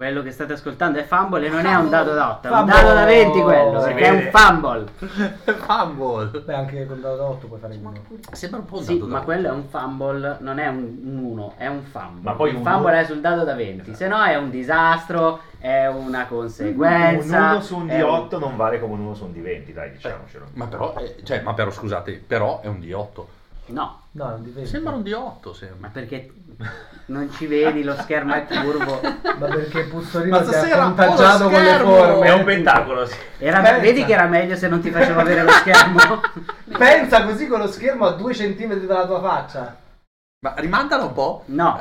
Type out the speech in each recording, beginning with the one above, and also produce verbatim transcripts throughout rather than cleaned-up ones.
Quello che state ascoltando è Fumble e non è un dado da otto, è un dado da venti quello, Si perché è un vede. fumble. Fumble. Beh, anche con dado da otto puoi fare uno. Sembra un po' un Sì, dado da ma otto. quello è un fumble, non è un uno, è un fumble. Ma poi il un fumble uno- è sul dado da venti, Esatto. se no è un disastro, è una Un conseguenza. uno su un è D otto non vale come un uno su un D venti, dai, Eh, diciamocelo. ma però, eh, cioè, ma però scusate, però è un D otto. No, No, non diventa. Sembra un D otto, ma sembra. perché non ci vedi, lo schermo è curvo. Ma perché Pustorino Ma ti ha stasera ho contagiato lo con le schermo! forme. È un pentacolo, sì. Era, Pensa. vedi che era meglio se non ti facevo avere lo schermo? Pensa così con lo schermo a due centimetri dalla tua faccia. Ma rimandalo un po'. No,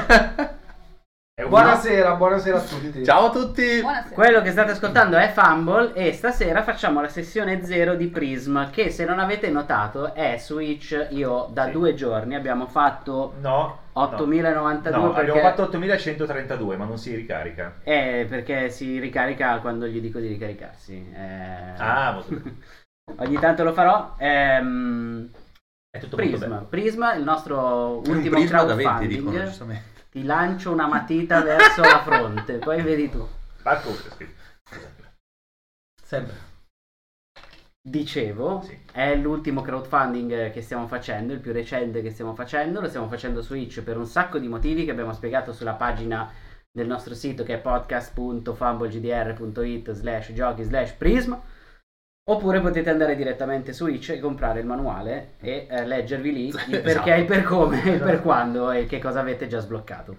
È un Buonasera, buonasera a tutti. Ciao a tutti. Buonasera. quello che state ascoltando è Fumble e stasera facciamo la sessione zero di Prism, che se non avete notato è Switch. Io da Sì. due giorni abbiamo fatto No. ottomilanovantadue No, perché... abbiamo fatto ottomilacentotrentadue, ma non si ricarica. Eh, perché si ricarica quando gli dico di ricaricarsi. Eh, Ah, molto bene. ogni tanto lo farò. Ehm, È tutto molto Prism, bello. Prism, il nostro Un ultimo prisma da venti, crowdfunding. dicono giustamente. Ti lancio una matita verso la fronte, poi vedi tu. Marco, c'è scritto. Sempre. Dicevo, Sì. è l'ultimo crowdfunding che stiamo facendo, il più recente che stiamo facendo, lo stiamo facendo su Itch per un sacco di motivi che abbiamo spiegato sulla pagina del nostro sito che è podcast punto fumblegdr punto it slash giochi slash prism, oppure potete andare direttamente su Itch e comprare il manuale e eh, leggervi lì il perché, Esatto. il per come, il per quando e che cosa avete già sbloccato.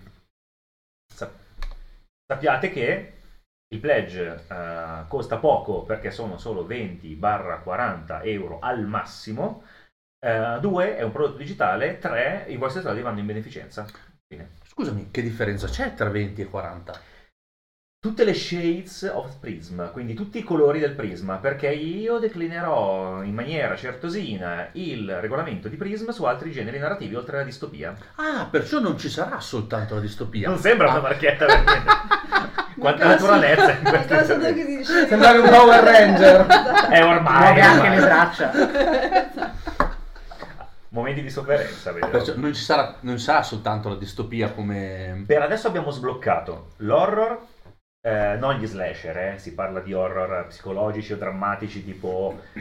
Sa- Sappiate che il pledge eh, costa poco perché sono solo venti quaranta euro al massimo. Eh, due è un prodotto digitale, tre i vostri soldi vanno in beneficenza. Fine. Scusami, che differenza c'è tra venti e quaranta? Tutte le shades of prism, quindi tutti i colori del prisma, perché io declinerò in maniera certosina il regolamento di prism su altri generi narrativi oltre alla distopia. Ah, perciò non ci sarà soltanto la distopia. Non sembra una Ah, marchetta per niente. Quanta Non naturalezza in Non questo te lo so intervento. che dicevi. Sembravi un Power Ranger. È ormai, Muove anche ormai. le braccia. Momenti di sofferenza, vedo. perciò non ci sarà, non ci sarà soltanto la distopia come... Per adesso abbiamo sbloccato l'horror, eh, non gli slasher, eh, si parla di horror psicologici o drammatici tipo eh,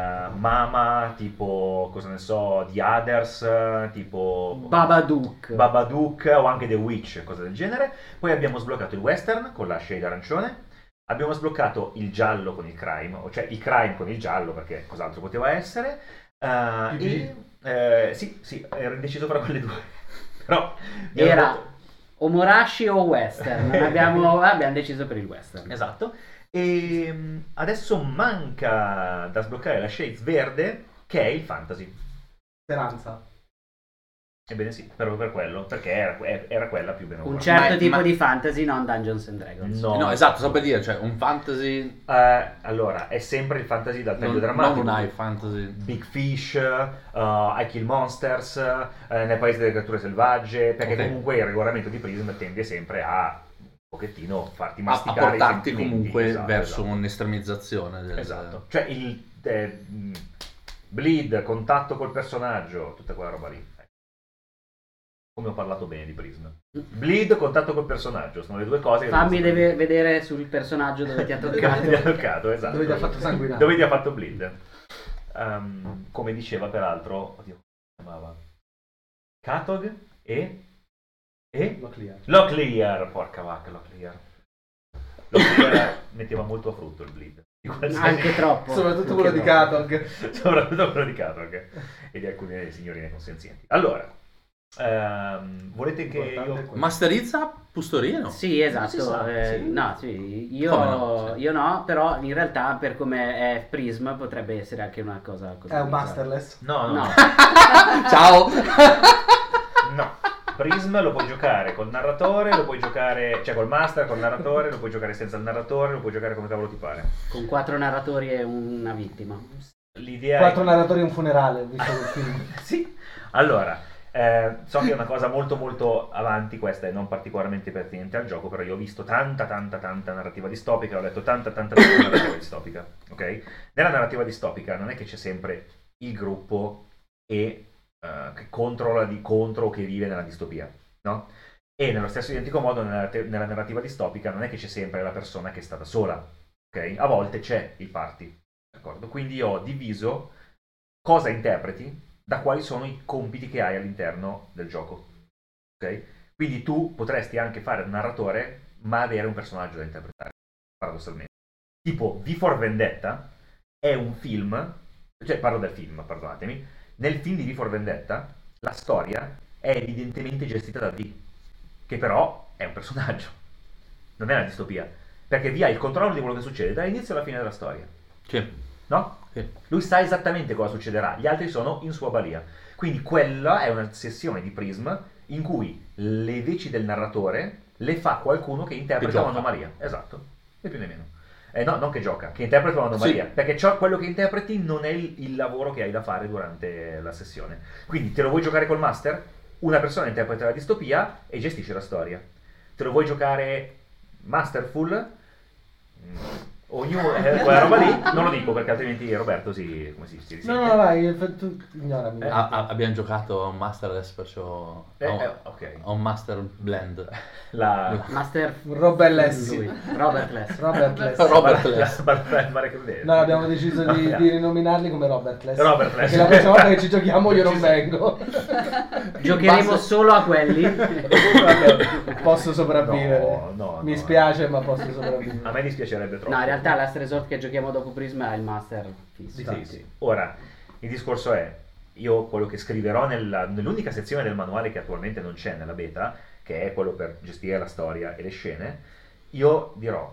Mama, tipo, cosa ne so, The Others, eh, tipo Babadook. Babadook o anche The Witch, cose del genere. Poi abbiamo sbloccato il western con la shade arancione. Abbiamo sbloccato il giallo con il crime, o cioè il crime con il giallo, perché cos'altro poteva essere. Eh, e, eh, sì, sì, ero indeciso fra quelle due. Però mi ero Era detto- Omorashi o western? Non abbiamo, abbiamo deciso per il western. Esatto. E mm, adesso manca da sbloccare la shades verde, che è il fantasy. Speranza. Ebbene sì, proprio per quello, perché era, era quella più bene Un uguale. certo Ma- tipo ma- di fantasy, non Dungeons and Dragons. No, No, esatto, sto per dire, cioè un fantasy... Eh, allora, è sempre il fantasy dal taglio Non, drammatico. non un high fantasy. Big Fish, uh, I Kill Monsters, eh, nel paese delle creature selvagge, perché Ok. comunque il regolamento di Prism tende sempre a un pochettino farti A, a masticare i portarti sentimenti. comunque Esatto, verso esatto. un'estremizzazione del... Esatto, cioè il eh, mh, bleed, contatto col personaggio, tutta quella roba lì. Come ho parlato bene di Prism. Bleed, contatto col personaggio, sono le due cose che Fammi devo deve- vedere sul personaggio dove ti ha sapere. Dove ti ha toccato. toccato, esatto. Dove ti ha fatto sanguinare. Dove ti ha fatto bleed. Um, come diceva peraltro, oddio, come si chiamava? Katog e... e? Lo clear. Locklear, porca vacca, Locklear. Locklear metteva molto a frutto il bleed. Di qualsiasi- Anche troppo. Soprattutto quello di Anche troppo. Katog. Soprattutto quello di Katog e di alcuni signorini consenzienti. Allora, ehm, volete che Importante è io... quello. Masterizza Pustorino? Sì, esatto. Non si sa, eh, sì. No, sì, io Come no, no? Sì. io no, però in realtà per come è Prism potrebbe essere anche una cosa così. È un masterless. No, no, No. no. Ciao! No. Prism lo puoi giocare col narratore, lo puoi giocare, cioè col master, col narratore, lo puoi giocare senza il narratore, lo puoi giocare come cavolo ti pare. Con quattro narratori e una vittima. L'idea Quattro è... narratori e un funerale, ho visto quel film. Sì. Allora, eh, so che è una cosa molto molto avanti questa e non particolarmente pertinente al gioco, però io ho visto tanta tanta tanta narrativa distopica, ho letto tanta tanta tanta narrativa distopica, ok? Nella narrativa distopica non è che c'è sempre il gruppo e eh, che controlla di contro o che vive nella distopia, no? E nello stesso identico modo nella, te- nella narrativa distopica non è che c'è sempre la persona che sta da sola, ok? A volte c'è il party, d'accordo? Quindi ho diviso cosa interpreti da quali sono i compiti che hai all'interno del gioco, ok? Quindi tu potresti anche fare un narratore ma avere un personaggio da interpretare, paradossalmente. Tipo V for Vendetta è un film, cioè parlo del film, perdonatemi, nel film di V for Vendetta la storia è evidentemente gestita da V, che però è un personaggio, non è una distopia, perché V ha il controllo di quello che succede dall'inizio alla fine della storia, Sì. no? Sì. Lui sa esattamente cosa succederà, gli altri sono in sua balia. Quindi quella è una sessione di Prism in cui le veci del narratore le fa qualcuno che interpreta Che gioca. un'anomalia. Esatto, né più né meno. Eh, no, non che gioca, che interpreta un'anomalia, Sì. perché ciò, quello che interpreti non è il, il lavoro che hai da fare durante la sessione. Quindi te lo vuoi giocare col master? Una persona interpreta la distopia e gestisce la storia. Te lo vuoi giocare masterful? Mm, ognuno eh, quella roba lì, non lo dico perché altrimenti Roberto si, come si, si No, risente. no, no, vai, tu ignorami. Eh, A- a- abbiamo giocato a un masterless, perciò Eh, a un- eh, ok. a un master blend. La... Master Robert Lessi. lui, Robert Less. Robert Lessi. Robert la- Less. la- la- Mare Crudele. No, abbiamo deciso di, No. di rinominarli come Robert Lessi. Robert Lessi. Perché la prossima volta che ci giochiamo io non Ci- vengo. Giocheremo Basta- solo a quelli. Vabbè, posso sopravvivere. No, no, Mi no. spiace, ma posso A sopravvivere. me dispiacerebbe troppo. No, in realtà Last Resort che giochiamo dopo Prisma è il Master fisso. Sì, sì. Ora, il discorso è, io quello che scriverò nella- nell'unica sezione del manuale che attualmente non c'è nella beta, che è quello per gestire la storia e le scene, io dirò,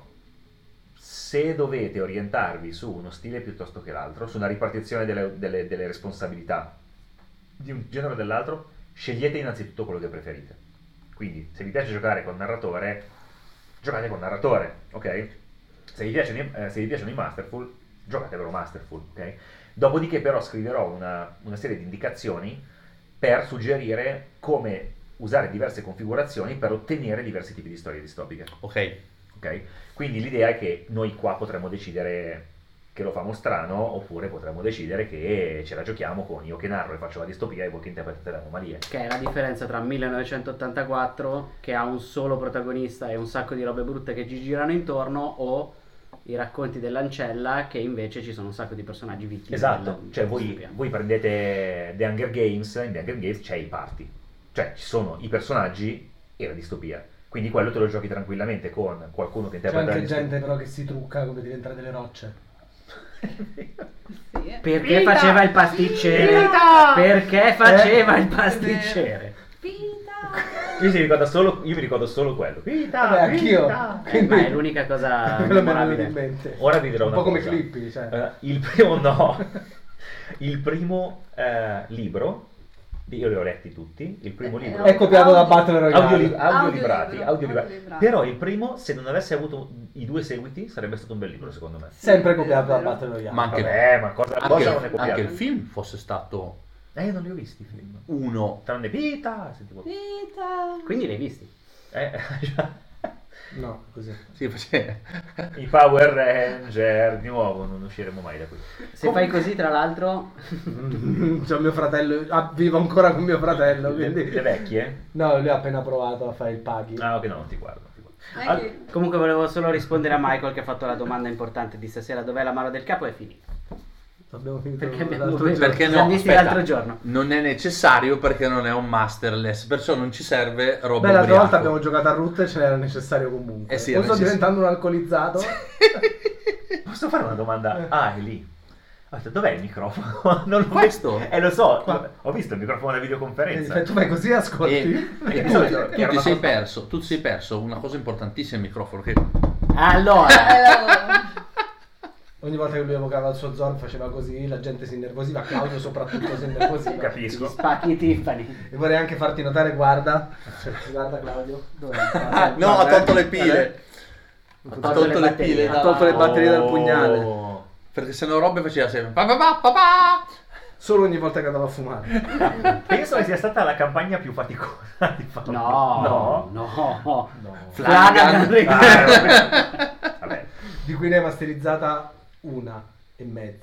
se dovete orientarvi su uno stile piuttosto che l'altro, su una ripartizione delle, delle- delle responsabilità di un genere o dell'altro, scegliete innanzitutto quello che preferite. Quindi, se vi piace giocare con narratore, giocate con narratore, ok? Se vi piacciono, i- eh, se vi piacciono i masterful, giocatevelo masterful, ok? Dopodiché però scriverò una, una serie di indicazioni per suggerire come usare diverse configurazioni per ottenere diversi tipi di storie distopiche, Ok. ok? Quindi l'idea è che noi qua potremmo decidere che lo famo strano, oppure potremmo decidere che ce la giochiamo con io che narro e faccio la distopia e voi che interpretate le anomalie. Che è la differenza tra millenovecentottantaquattro, che ha un solo protagonista e un sacco di robe brutte che ci girano intorno, o i racconti dell'ancella, che invece ci sono un sacco di personaggi vittime. Esatto, della- cioè della voi, distopia. voi prendete The Hunger Games, in The Hunger Games c'è i party, cioè ci sono i personaggi e la distopia, quindi quello te lo giochi tranquillamente con qualcuno che C'è interpreta la anche distopia. gente però che si trucca come diventare delle rocce. Sì, eh. Perché Vita! faceva il pasticcere? Vita! Perché faceva Eh? il pasticcere? Vita! Io, si ricorda solo, io mi ricordo solo quello. Vita, Vabbè, anch'io. vita! Eh, ma è l'unica cosa Quello me ne viene memorabile. in mente. Ora vi dirò Un una po' come cosa. Clippy, cioè. Eh, il primo no, il primo eh, libro, io li ho letti tutti, il primo Eh, libro... È copiato da Battle Royale. Audioli- audiolibrati, Audiolibro, audiolibrati. audiolibrati. Però il primo, se non avesse avuto i due seguiti, sarebbe stato un bel libro, secondo me. Sempre copiato da Vero. Battle Royale. Ma anche, Vabbè, ma cosa, anche- cosa non è copiato? anche il film fosse stato Eh, non li ho visti i film. uno. Tranne Vita, sentivo... Vita! Quindi l'hai visti? Eh, No, così. Sì, face- i Power Ranger, di nuovo, non usciremo mai da qui. Se fai così, tra l'altro, C'ho mio fratello, ah, vivo ancora con mio fratello, Le, quindi... le vecchie? No, lui ha appena provato a fare il paghi. Ah, ok, no, non ti guardo. non ti guardo. È Al- che- comunque volevo solo rispondere a Michael che ha fatto la domanda importante di stasera: dov'è l'amaro del capo? È finito. Abbiamo finito Perché abbiamo l'altro visto- giorno. Perché L'abbiamo no, visti aspetta, l'altro giorno. non è necessario perché non è un masterless, perciò non ci serve roba Beh, l'altra ubriaco. volta abbiamo giocato a root e ce n'era necessario comunque. Eh sì, o era sto necessario. diventando un alcolizzato? Posso fare una domanda? Ah, è lì. Aspetta, dov'è il microfono? Non l'ho Questo? Eh, lo so, Qua. ho visto il microfono della videoconferenza. Eh, tu fai così e ascolti? E, Perché e di tu, solito tu era ti una sei cosa- perso, tu ti sei perso una cosa importantissima il microfono che Allora, Eh, Ogni volta che lui evocava il suo Zorn faceva così, la gente si innervosiva, Claudio soprattutto si innervosiva. gli Capisco. spacchi Tiffany. E vorrei anche farti notare, guarda, guarda Claudio, dov'è? no, ha tolto le pile. Ho Ha tolto le batterie. pile, Ha tolto le batterie dal pugnale. Oh. Perché se no robe faceva sempre pa pa pa pa pa. Solo ogni volta che andava a fumare. Penso che sia stata la campagna più faticosa di farlo. No, No. no, No. Flanagan. Ah, vabbè. Vabbè. Di cui ne hai masterizzata una e mezza.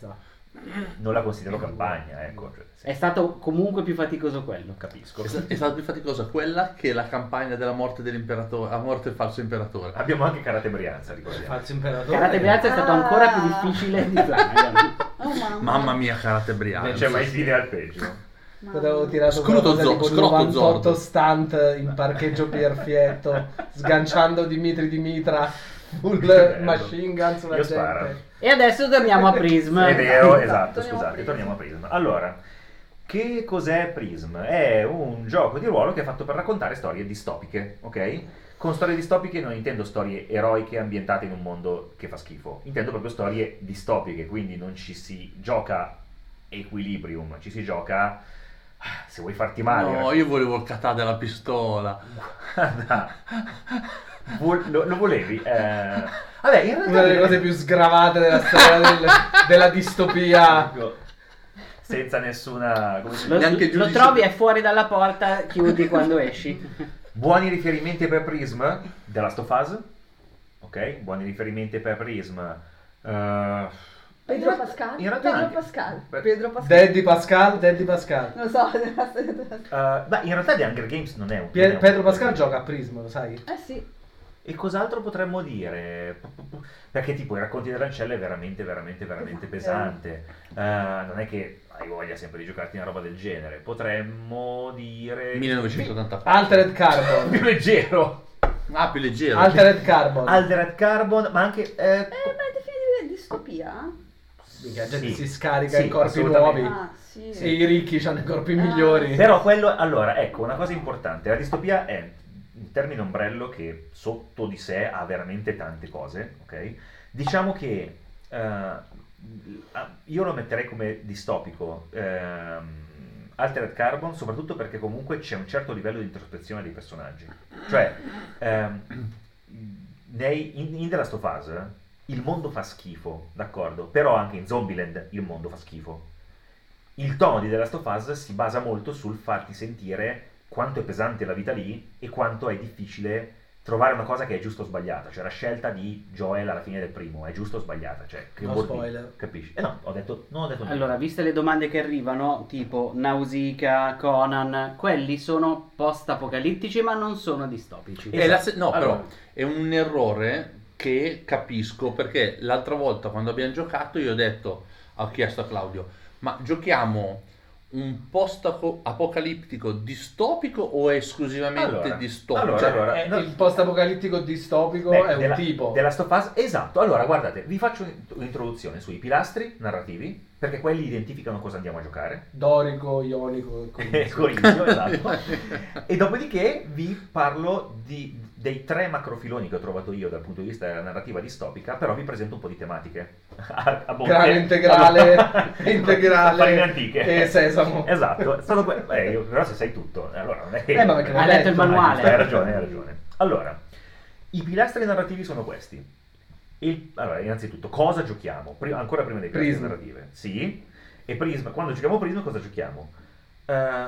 non la considero campagna, ecco. Cioè, sì, È stato comunque più faticoso quello. capisco. È sta- è stata più faticosa quella che la campagna della morte dell'imperatore, la morte del falso imperatore. Abbiamo anche Karate Brianza, ricordiamo. Falso imperatore. Karate Brianza è stato Ah. ancora più difficile di Flanagan. Oh mamma. Mamma mia, Karate Non Brianza. c'è mai fine al peggio. Mamma. Avevo tirato Scruto qualcosa Zord, tipo scrotto novantotto Zord. stunt in parcheggio Pierfietto, sganciando Dimitri Dimitra full bello. machine gun sulla Io gente. sparo. E adesso torniamo a Prism. È vero, Esatto, esatto, torniamo a scusate, Prism. torniamo a Prism. Allora, che cos'è Prism? È un gioco di ruolo che è fatto per raccontare storie distopiche, ok? Con storie distopiche non intendo storie eroiche ambientate in un mondo che fa schifo, intendo proprio storie distopiche, quindi non ci si gioca equilibrium, ci si gioca se vuoi farti male. No, io volevo il katà della pistola. Guarda, Vol- lo, lo volevi? Eh, Vabbè, in realtà Una delle cose più sgravate della storia del- della distopia. Ecco, senza nessuna, come si Lo, Neanche il lo giudice- trovi, è fuori dalla porta, chiudi quando esci. Buoni riferimenti per Prism, The Last of Us, ok? Buoni riferimenti per Prism. eh, Pedro in realtà- Pascal? in realtà Pedro anche- Pascal? Beh, Pedro Pascal? Daddy Pascal, Daddy Pascal. Non lo so. eh, beh, in realtà The Hunger Games non è un... Pie- non è un- Pedro Pascal gioca a Prism, lo sai? Eh sì. E cos'altro potremmo dire? Perché tipo i racconti dell'ancella è veramente, veramente, veramente pesante. Eh, non è che hai voglia sempre di giocarti una roba del genere. Potremmo dire... millenovecentottantaquattro. Altered Carbon. Più leggero. Ah, più leggero. Altered Carbon. Altered Carbon, ma anche... eh, Eh, ma è definibile distopia? Minchia, la gente Sì. si scarica Sì, in corpi assolutamente. nuovi. Ah, sì. E i ricchi hanno i corpi Ah. migliori. Però quello, allora, ecco, una cosa importante, la distopia è un termine ombrello che sotto di sé ha veramente tante cose, ok? Diciamo che eh, io lo metterei come distopico, ehm, Altered Carbon, soprattutto perché comunque c'è un certo livello di introspezione dei personaggi. Cioè, ehm, nei, in, in The Last of Us il mondo fa schifo, d'accordo? Però anche in Zombieland il mondo fa schifo. Il tono di The Last of Us si basa molto sul farti sentire quanto è pesante la vita lì e quanto è difficile trovare una cosa che è giusta o sbagliata. Cioè la scelta di Joel alla fine del primo è giusta o sbagliata? Cioè, che No vuol dire? spoiler. Capisci? Eh no, ho detto, non ho detto niente. Allora, viste le domande che arrivano, tipo Nausicaa, Conan, quelli sono post-apocalittici ma non sono distopici. È la se- no, Allora. però è un errore che capisco, perché l'altra volta quando abbiamo giocato io ho detto, ho chiesto a Claudio, ma giochiamo un post-apocalittico distopico o esclusivamente Allora, distopico? allora, Cioè, allora, Eh, no. Il post-apocalittico distopico Beh, è un della- tipo. della Last of Us, esatto. Allora, guardate, vi faccio un'introduzione sui pilastri narrativi, perché quelli identificano cosa andiamo a giocare. Dorico, ionico e Eh, Corinzio, esatto. E dopodiché vi parlo di, dei tre macrofiloni che ho trovato io dal punto di vista della narrativa distopica, però vi presento un po' di tematiche. A, a botte. Grano integrale, Allora, integrale farine antiche. e sesamo. Esatto, è stato que- eh, io- però se sai tutto, allora non è che... Eh, ma perché Hai letto il letto, manuale. Ah, giusto, hai ragione, hai ragione. Allora, i pilastri narrativi sono questi. Il- allora, innanzitutto, cosa giochiamo? Pri- ancora prima dei pilastri Prism. narrativi. Sì. E Prism, quando giochiamo Prism cosa giochiamo? Eh,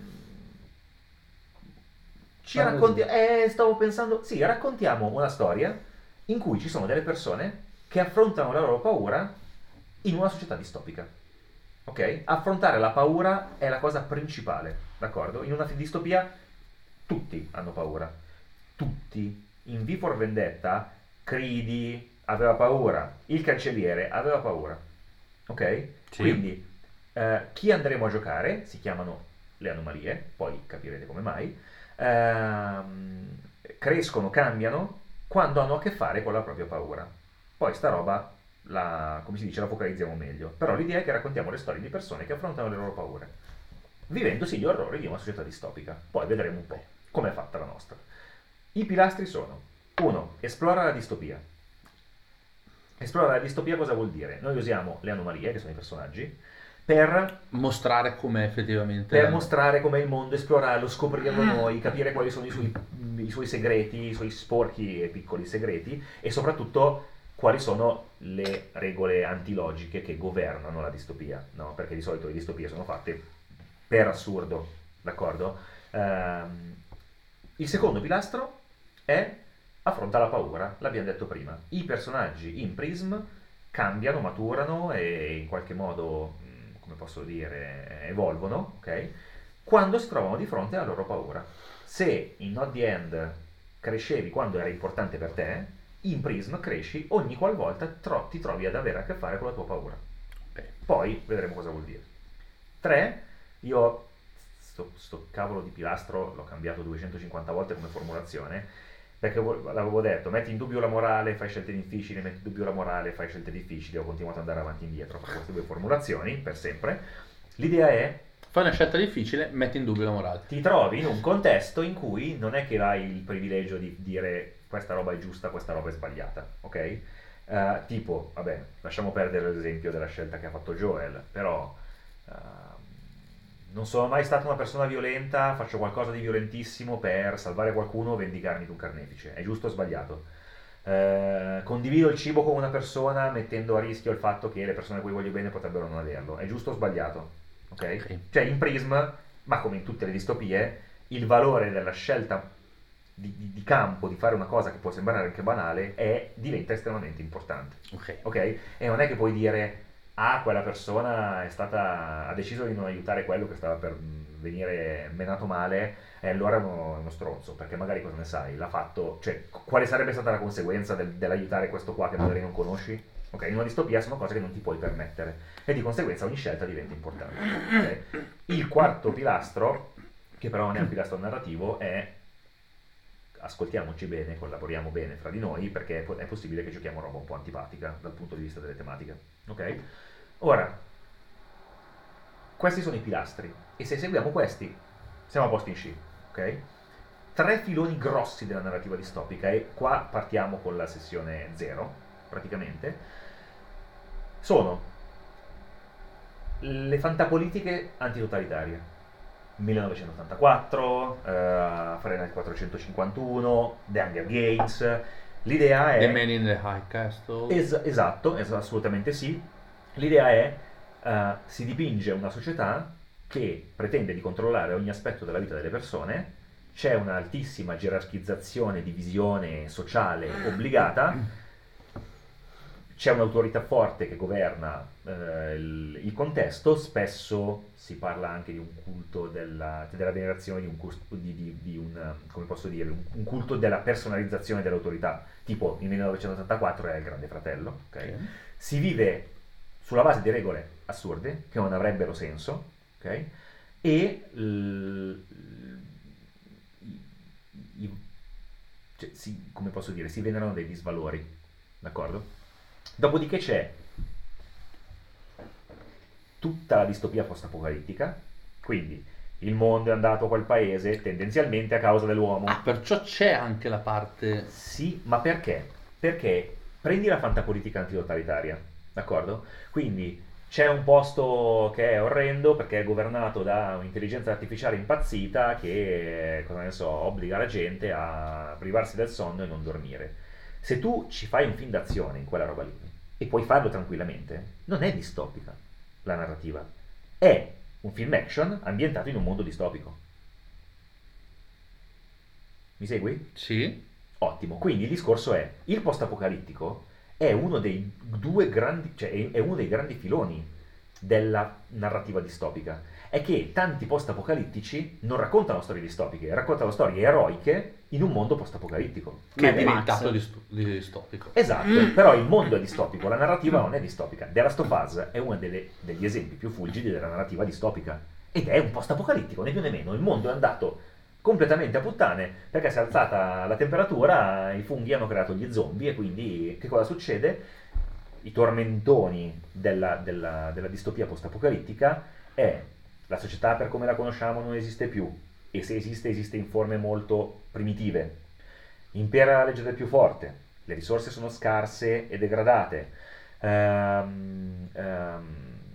ci Parlo racconti- tu. eh, stavo pensando, sì, raccontiamo una storia in cui ci sono delle persone che affrontano la loro paura in una società distopica. Ok? Affrontare la paura è la cosa principale, d'accordo? In una distopia tutti hanno paura. Tutti. In V for Vendetta, Cridi aveva paura, il cancelliere aveva paura. Ok? Sì. Quindi eh, chi andremo a giocare si chiamano le anomalie, poi capirete come mai. Ehm, crescono, cambiano quando hanno a che fare con la propria paura. Poi sta roba la, come si dice, la focalizziamo meglio. Però l'idea è che raccontiamo le storie di persone che affrontano le loro paure, vivendosi gli orrori di una società distopica. Poi vedremo un po' com'è fatta la nostra. I pilastri sono: uno, esplora la distopia. Esplora la distopia cosa vuol dire? Noi usiamo le anomalie, che sono i personaggi, per mostrare com'è effettivamente. per mostrare com'è il mondo, esplorarlo, scoprirlo noi, capire quali sono i suoi, i suoi segreti, i suoi sporchi e piccoli segreti, e soprattutto quali sono le regole antilogiche che governano la distopia, no? Perché di solito le distopie sono fatte per assurdo, d'accordo? Ehm, il secondo pilastro è affronta la paura, l'abbiamo detto prima. I personaggi in Prism cambiano, maturano e in qualche modo, come posso dire, evolvono, ok? Quando si trovano di fronte alla loro paura. Se in Not the End crescevi quando era importante per te, in Prism cresci ogni qualvolta tro- ti trovi ad avere a che fare con la tua paura. Okay. Poi vedremo cosa vuol dire. tre. Io sto, sto cavolo di pilastro l'ho cambiato duecentocinquanta volte come formulazione, perché l'avevo detto, metti in dubbio la morale, fai scelte difficili, metti in dubbio la morale, fai scelte difficili. Ho continuato ad andare avanti e indietro fra queste due formulazioni per sempre. L'idea è: fai una scelta difficile, metti in dubbio la morale. Ti trovi in un contesto in cui non è che hai il privilegio di dire questa roba è giusta, questa roba è sbagliata, ok? Uh, tipo, vabbè, lasciamo perdere l'esempio della scelta che ha fatto Joel, però uh, non sono mai stata una persona violenta, faccio qualcosa di violentissimo per salvare qualcuno o vendicarmi di un carnefice, è giusto o sbagliato? Uh, condivido il cibo con una persona mettendo a rischio il fatto che le persone a cui voglio bene potrebbero non averlo, è giusto o sbagliato? Okay? Okay. Cioè in Prism, ma come in tutte le distopie, il valore della scelta di, di, di campo, di fare una cosa che può sembrare anche banale, è, diventa estremamente importante. Ok. Ok? E non è che puoi dire, ah, quella persona è stata, ha deciso di non aiutare quello che stava per venire menato male, e allora è uno, uno stronzo, perché magari cosa ne sai, l'ha fatto, cioè quale sarebbe stata la conseguenza del, dell'aiutare questo qua che magari non conosci? Ok, in una distopia sono cose che non ti puoi permettere e di conseguenza ogni scelta diventa importante. Okay? Il quarto pilastro, che però non è un pilastro narrativo, è ascoltiamoci bene, collaboriamo bene fra di noi, perché è possibile che giochiamo roba un po' antipatica dal punto di vista delle tematiche. Ok? Ora, questi sono i pilastri e se seguiamo questi siamo a posto in sci. Ok? Tre filoni grossi della narrativa distopica, e qua partiamo con la sessione zero praticamente, sono le fantapolitiche antitotalitarie, millenovecentottantaquattro, uh, Fahrenheit quattrocentocinquantuno, The Hunger Games. L'idea è The Man in the High Castle. Es- esatto, es- assolutamente sì. L'idea è uh, si dipinge una società che pretende di controllare ogni aspetto della vita delle persone, c'è un'altissima gerarchizzazione, divisione sociale obbligata, c'è un'autorità forte che governa eh, il, il contesto, spesso si parla anche di un culto della, della venerazione, di un, di, di, di un, come posso dire, un, un culto della personalizzazione dell'autorità, tipo in millenovecentottantaquattro era il Grande Fratello, okay? Sì. Si vive sulla base di regole assurde, che non avrebbero senso, okay? E l, i, cioè, si, come posso dire, si venerano dei disvalori, d'accordo? Dopodiché c'è tutta la distopia post-apocalittica, quindi il mondo è andato a quel paese tendenzialmente a causa dell'uomo. Ah, perciò c'è anche la parte... Sì, ma perché? Perché prendi la fantapolitica antitotalitaria, d'accordo? Quindi c'è un posto che è orrendo perché è governato da un'intelligenza artificiale impazzita che, cosa ne so, obbliga la gente a privarsi del sonno e non dormire. Se tu ci fai un film d'azione in quella roba lì e puoi farlo tranquillamente, non è distopica la narrativa, è un film action ambientato in un mondo distopico. Mi segui? Sì. Ottimo, quindi il discorso è, il post-apocalittico è uno dei due grandi, cioè è, è uno dei grandi filoni della narrativa distopica. È che tanti post-apocalittici non raccontano storie distopiche, raccontano storie eroiche in un mondo post-apocalittico. Che è Mad diventato Max. disto- distopico. Esatto, però il mondo è distopico, la narrativa non è distopica. The Last of Us è uno delle, degli esempi più fulgidi della narrativa distopica. Ed è un post-apocalittico, né più né meno. Il mondo è andato completamente a puttane perché si è alzata la temperatura, i funghi hanno creato gli zombie e quindi che cosa succede? I tormentoni della, della, della distopia post-apocalittica è la società per come la conosciamo non esiste più, e se esiste esiste in forme molto primitive. Impera la legge del più forte, le risorse sono scarse e degradate. Um, um,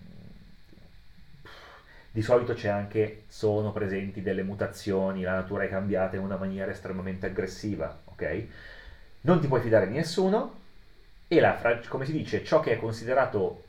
di solito c'è anche, sono presenti delle mutazioni, la natura è cambiata in una maniera estremamente aggressiva, ok? Non ti puoi fidare di nessuno e la, come si dice, ciò che è considerato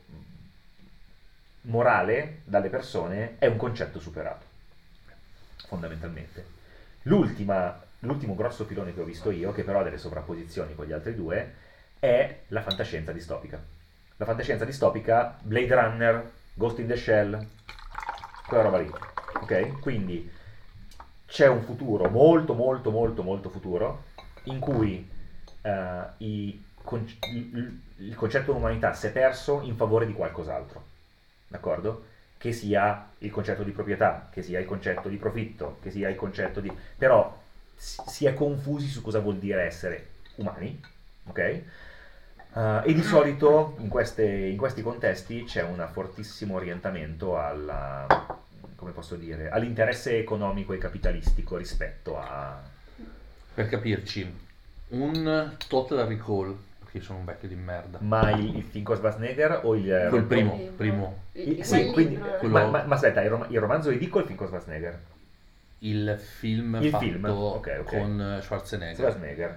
morale dalle persone è un concetto superato, fondamentalmente. L'ultima, l'ultimo grosso filone che ho visto io, che però ha delle sovrapposizioni con gli altri due, è la fantascienza distopica. La la fantascienza distopica, Blade Runner, Ghost in the Shell, quella roba lì, ok? Quindi c'è un futuro molto molto molto molto futuro in cui uh, i, con, il, il concetto di umanità si è perso in favore di qualcos'altro, d'accordo? Che sia il concetto di proprietà, che sia il concetto di profitto, che sia il concetto di... però si, si è confusi su cosa vuol dire essere umani, ok? Uh, e di solito in, queste, in questi contesti c'è un fortissimo orientamento alla, come posso dire, all'interesse economico e capitalistico rispetto a... Per capirci, un Total Recall, perché io sono un vecchio di merda. Ma il, il film con Schwarzenegger o il... Quel primo, libro. primo. il- Il- sì, il quindi, libro. quello- ma, ma, ma aspetta, il, rom- il romanzo di Dick o il film con Schwarzenegger? Il film Il fatto film, ok, ok. con Schwarzenegger. Schwarzenegger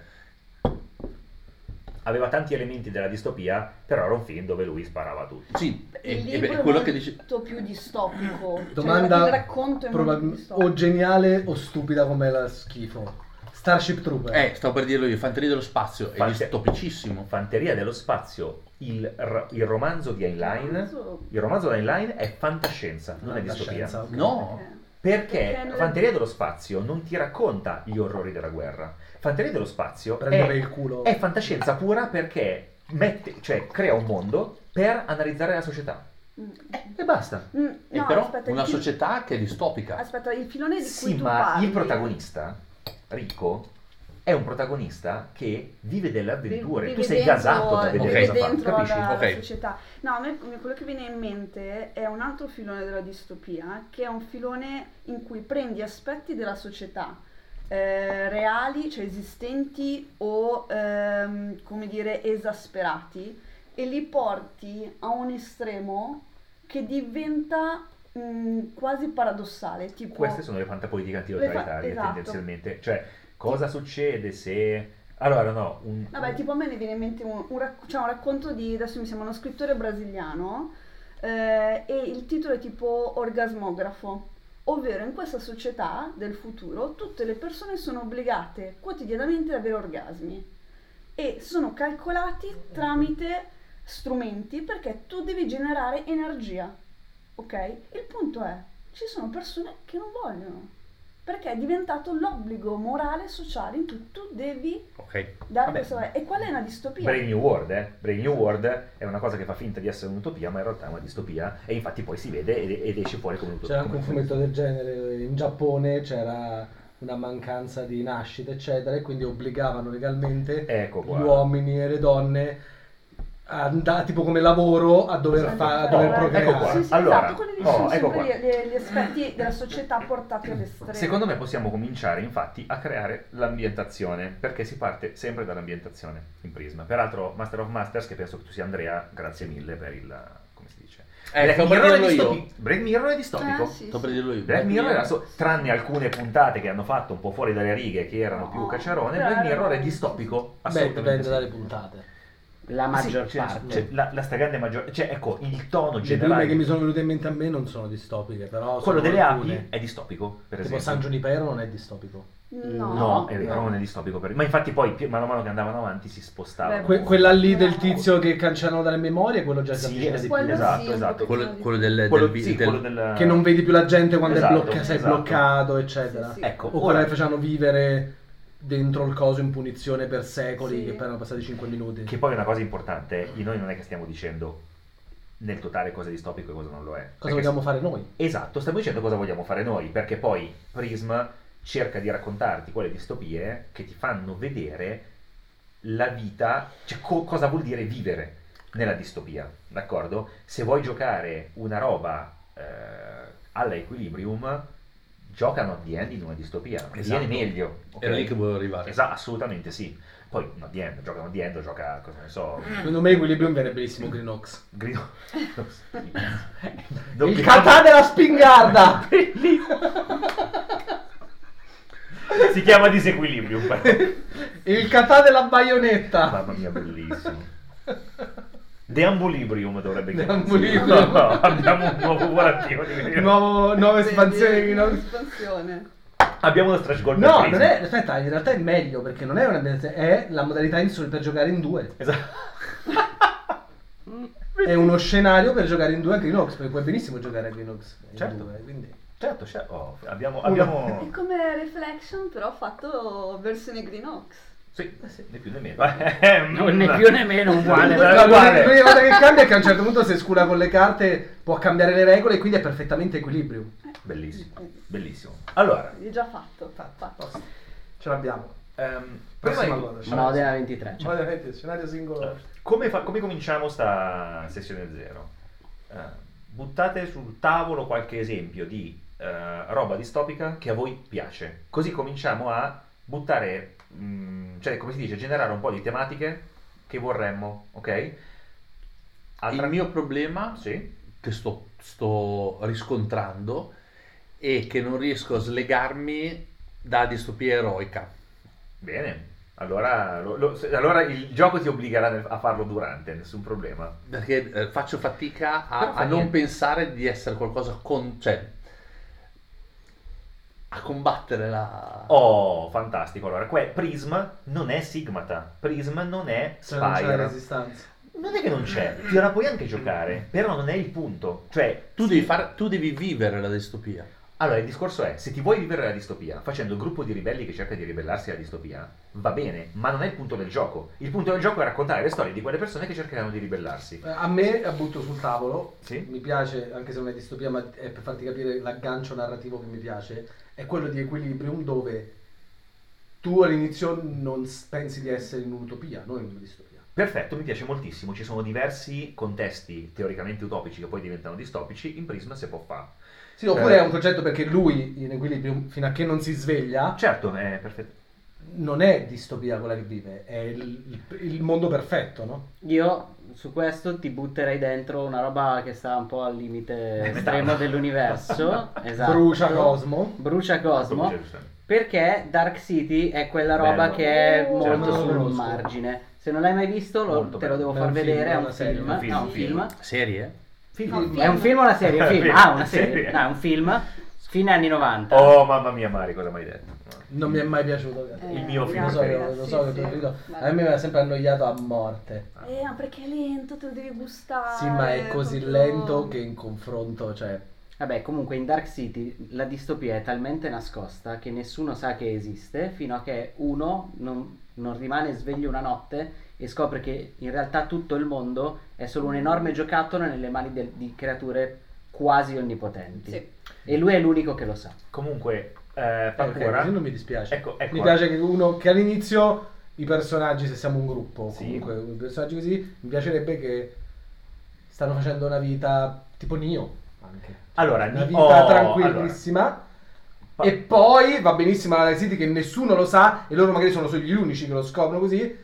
aveva tanti elementi della distopia, però era un film dove lui sparava a tutti. Sì, e, Il e libro beh, è quello molto che dice... più distopico. Domanda cioè, il racconto è probab- molto distopico. o geniale o stupida come la schifo. Starship Trooper. Eh, stavo per dirlo io, Fanteria dello Spazio, è Fante- distopicissimo. Fanteria dello spazio, il, r- il romanzo di Heinlein, romanzo- il romanzo di Heinlein è fantascienza, non è Fantascienza, distopia. ok. No, Perché Perché non è- Fanteria dello spazio non ti racconta gli orrori della guerra. Fanteria dello spazio Prende per è, il culo. è fantascienza pura perché mette, cioè crea un mondo per analizzare la società. Mm. E basta. Mm, e no, però aspetta, una il fil- società che è distopica. Aspetta, il filone di cui Sì, tu ma parli... il protagonista, Rico, è un protagonista che vive delle avventure. Vive tu sei dentro- gasato da vedere vive cosa fa, dentro capisci? la, Ok. la società. No, a me quello che viene in mente è un altro filone della distopia, che è un filone in cui prendi aspetti della società eh, reali, cioè esistenti o ehm, come dire esasperati, e li porti a un estremo che diventa mh, quasi paradossale. Tipo, Queste sono le fantapolitiche Le fa- antitotalitarie esatto. tendenzialmente. Cioè, cosa succede se... Allora, no, un... Vabbè, tipo a me ne viene in mente un, un, rac- cioè un racconto di, adesso mi sembra uno scrittore brasiliano, eh, e il titolo è tipo Orgasmografo, ovvero in questa società del futuro tutte le persone sono obbligate quotidianamente ad avere orgasmi e sono calcolati tramite strumenti perché tu devi generare energia, ok? Il punto è, ci sono persone che non vogliono, perché è diventato l'obbligo morale e sociale in cui tu devi Ok. dare Vabbè. questo. E qual è una distopia? Brave New World, eh? Brave New World è una cosa che fa finta di essere un'utopia, ma in realtà è una distopia, e infatti poi si vede ed, ed esce fuori come un'utopia. C'era anche un fumetto del genere, in Giappone c'era una mancanza di nascite eccetera e quindi obbligavano legalmente Ecco qua. gli uomini e le donne a andare tipo come lavoro a dover, fa- a dover Oh, procreare. ecco qua. Sì, sì, Allora, esatto, quelli lì oh, sono ecco sempre qua. gli, gli- gli aspetti della società portati all'estremo. Secondo me possiamo cominciare infatti a creare l'ambientazione, perché si parte sempre dall'ambientazione in Prisma. Peraltro Master of Masters, che penso che tu sia Andrea, grazie mille per il... come si dice? Eh, Black stavo per Mirror è dirlo io. distopi- Black Mirror è distopico. Ah, sì, Sto per sì. dirlo io. Black Mirror era so- tranne alcune puntate che hanno fatto un po' fuori dalle righe, che erano No, più cacciarone, però Black erano- Mirror è distopico. Beh, Assolutamente dipende sì. dalle puntate. La maggior Sì, cioè, parte. cioè, la, la stragrande maggior... Cioè, ecco, il tono Le generale... prime che mi sono venute in mente a me non sono distopiche, però Quello sono delle alcune. api è distopico, per Tipo esempio. San Giunipero non è distopico. No, No, è vero, No. non è distopico. Per... Ma infatti poi, pi- mano a mano che andavano avanti, si spostavano. Beh, Que- quella lì del tizio che cancellano dalle memorie, quello già si Sì, avvicina di più. quello esatto, sì, un esatto. pochettino Quello, di quello più. del, Quello, del, sì, del- quello del... Che non vedi più la gente quando Esatto, è blocca- sei esatto. bloccato, eccetera. Sì, sì. Ecco, O ora- quella che facevano vivere dentro il coso in punizione per secoli, Sì. che poi erano passati cinque minuti. Che poi è una cosa importante, noi non è che stiamo dicendo nel totale cosa è distopico e cosa non lo è. Cosa Perché- vogliamo fare noi? Esatto, stiamo dicendo cosa vogliamo fare noi, perché poi Prism cerca di raccontarti quelle distopie che ti fanno vedere la vita, cioè co- cosa vuol dire vivere nella distopia, d'accordo? Se vuoi giocare una roba eh, alla Equilibrium, giocano a the end in una distopia, Esatto. viene meglio. ok? Era lì che volevo arrivare. Esatto, assolutamente sì. Poi no, the end, giocano the end, gioca, cosa ne so, Secondo me Equilibrium viene benissimo Green Ox. Grino. Il katà della spingarda! Si chiama Disequilibrium. però. Il katà della baionetta! Mamma mia, bellissimo. Deambulibrium dovrebbe chiamarsi. Deambulibrium. No, no, abbiamo un nuovo volantino di Nuovo, nuova espansione di Vedi, Green Ox. espansione. Abbiamo uno stretch goal. No, per non Prism. è. Aspetta, in realtà è meglio perché non è una è la modalità insole per giocare in due. Esatto. è uno scenario per giocare in due a Greenox, perché puoi benissimo giocare a Greenox in Certo. due, quindi... Certo, certo. Oh, abbiamo... È abbiamo... come Reflection, però fatto versione Greenox. Sì, né più né meno. Non né più né meno uguale. Eh, La- uguale. L'unica cosa che cambia è che a un certo punto se scula con le carte può cambiare le regole e quindi è perfettamente equilibrio. Bellissimo, bellissimo. Allora, È già fatto. fatto. Ce l'abbiamo. ehm, prima Prossima di- cosa, scenario- Modena ventitré. Cioè, ovviamente, scenario singolo. come, fa- come cominciamo sta sessione zero? Eh, buttate sul tavolo qualche esempio di eh, roba distopica che a voi piace. Così cominciamo a buttare, mh, cioè come si dice, generare un po' di tematiche che vorremmo, ok? Altra- Il mio problema Sì. che sto, sto riscontrando è che non riesco a slegarmi da distopia eroica. Bene. Allora, lo- lo- se- allora il gioco ti obbligherà nel- a farlo durante, nessun problema. Perché eh, faccio fatica a, Però fa a non niente. pensare di essere qualcosa con... cioè a combattere la... Oh, fantastico. Allora, qua è Prism non è Sigmata. Prism non è Se non c'è Spire. resistenza. Non è che non c'è, te la puoi anche giocare, però non è il punto. Cioè, Tu devi, fare, tu devi vivere la distopia. allora il discorso è, se ti vuoi vivere la distopia facendo il gruppo di ribelli che cerca di ribellarsi alla distopia, va bene, ma non è il punto del gioco. Il punto del gioco è raccontare le storie di quelle persone che cercheranno di ribellarsi. Eh, A me, la butto sul tavolo, Sì? mi piace, anche se non è distopia, ma è per farti capire l'aggancio narrativo che mi piace, è quello di Equilibrium dove tu all'inizio non s- pensi di essere in un'utopia, non in una distopia. Perfetto, mi piace moltissimo. Ci sono diversi contesti teoricamente utopici che poi diventano distopici. In Prism si può fare. Sì, oppure Eh. è un concetto perché lui in Equilibrium, fino a che non si sveglia, Certo, è perfetto. non è distopia quella che vive, è il, il mondo perfetto, no? Io su questo ti butterei dentro una roba che sta un po' al limite Eh, estremo metallo. dell'universo. Esatto. Brucia Cosmo. Brucia Cosmo. Come dice Giuseppe. Perché Dark City è quella roba Bello. che è Oh, molto non lo sul conosco. margine. Se non l'hai mai visto, lo- Molto te lo bello. devo È far un film, vedere. È è un una serie, film. un film, No, un un film. Serie? Film. No, film. È un film o una serie? Un film. Film. Ah, una serie. Serie. No, è un film. Fine anni novanta. Oh, mamma mia, Mari, cosa mi hai detto? Non mi è mai piaciuto. Eh, Il mio film Lo so, preferito. lo so che Sì, preferito. sì. A me mi ha sempre annoiato a morte. Eh, ma perché è lento, te lo devi gustare. Sì, ma è così proprio- lento che in confronto, cioè... Vabbè, comunque in Dark City la distopia è talmente nascosta che nessuno sa che esiste fino a che uno non, non rimane sveglio una notte e scopre che in realtà tutto il mondo è solo un enorme giocattolo nelle mani del- di creature quasi onnipotenti. Sì. E lui è l'unico che lo sa. Comunque, eh, Ok, Pakura, così non mi dispiace. Ecco, ecco. Mi piace che uno che all'inizio i personaggi, se siamo un gruppo, Sì. comunque i personaggi così, mi piacerebbe che stanno facendo una vita tipo Nio anche. Allora, Una Ni- vita oh, tranquillissima. Pa- E poi va benissimo la Dark City che nessuno lo sa e loro magari sono solo gli unici che lo scoprono così.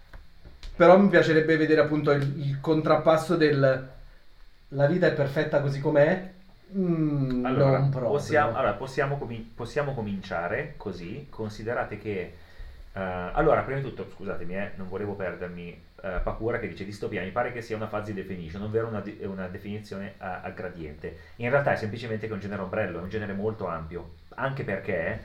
Però mi piacerebbe vedere appunto il, il contrappasso del la vita è perfetta così com'è. Mm, Allora, non proprio. possiamo, allora, possiamo, comi- possiamo cominciare così. Considerate che eh, allora, prima di tutto, scusatemi, eh, non volevo perdermi. eh, Pakura che dice distopia, mi pare che sia una fuzzy definition, ovvero una, di- una definizione a, a gradiente. In realtà è semplicemente che è un genere ombrello, è un genere molto ampio, anche perché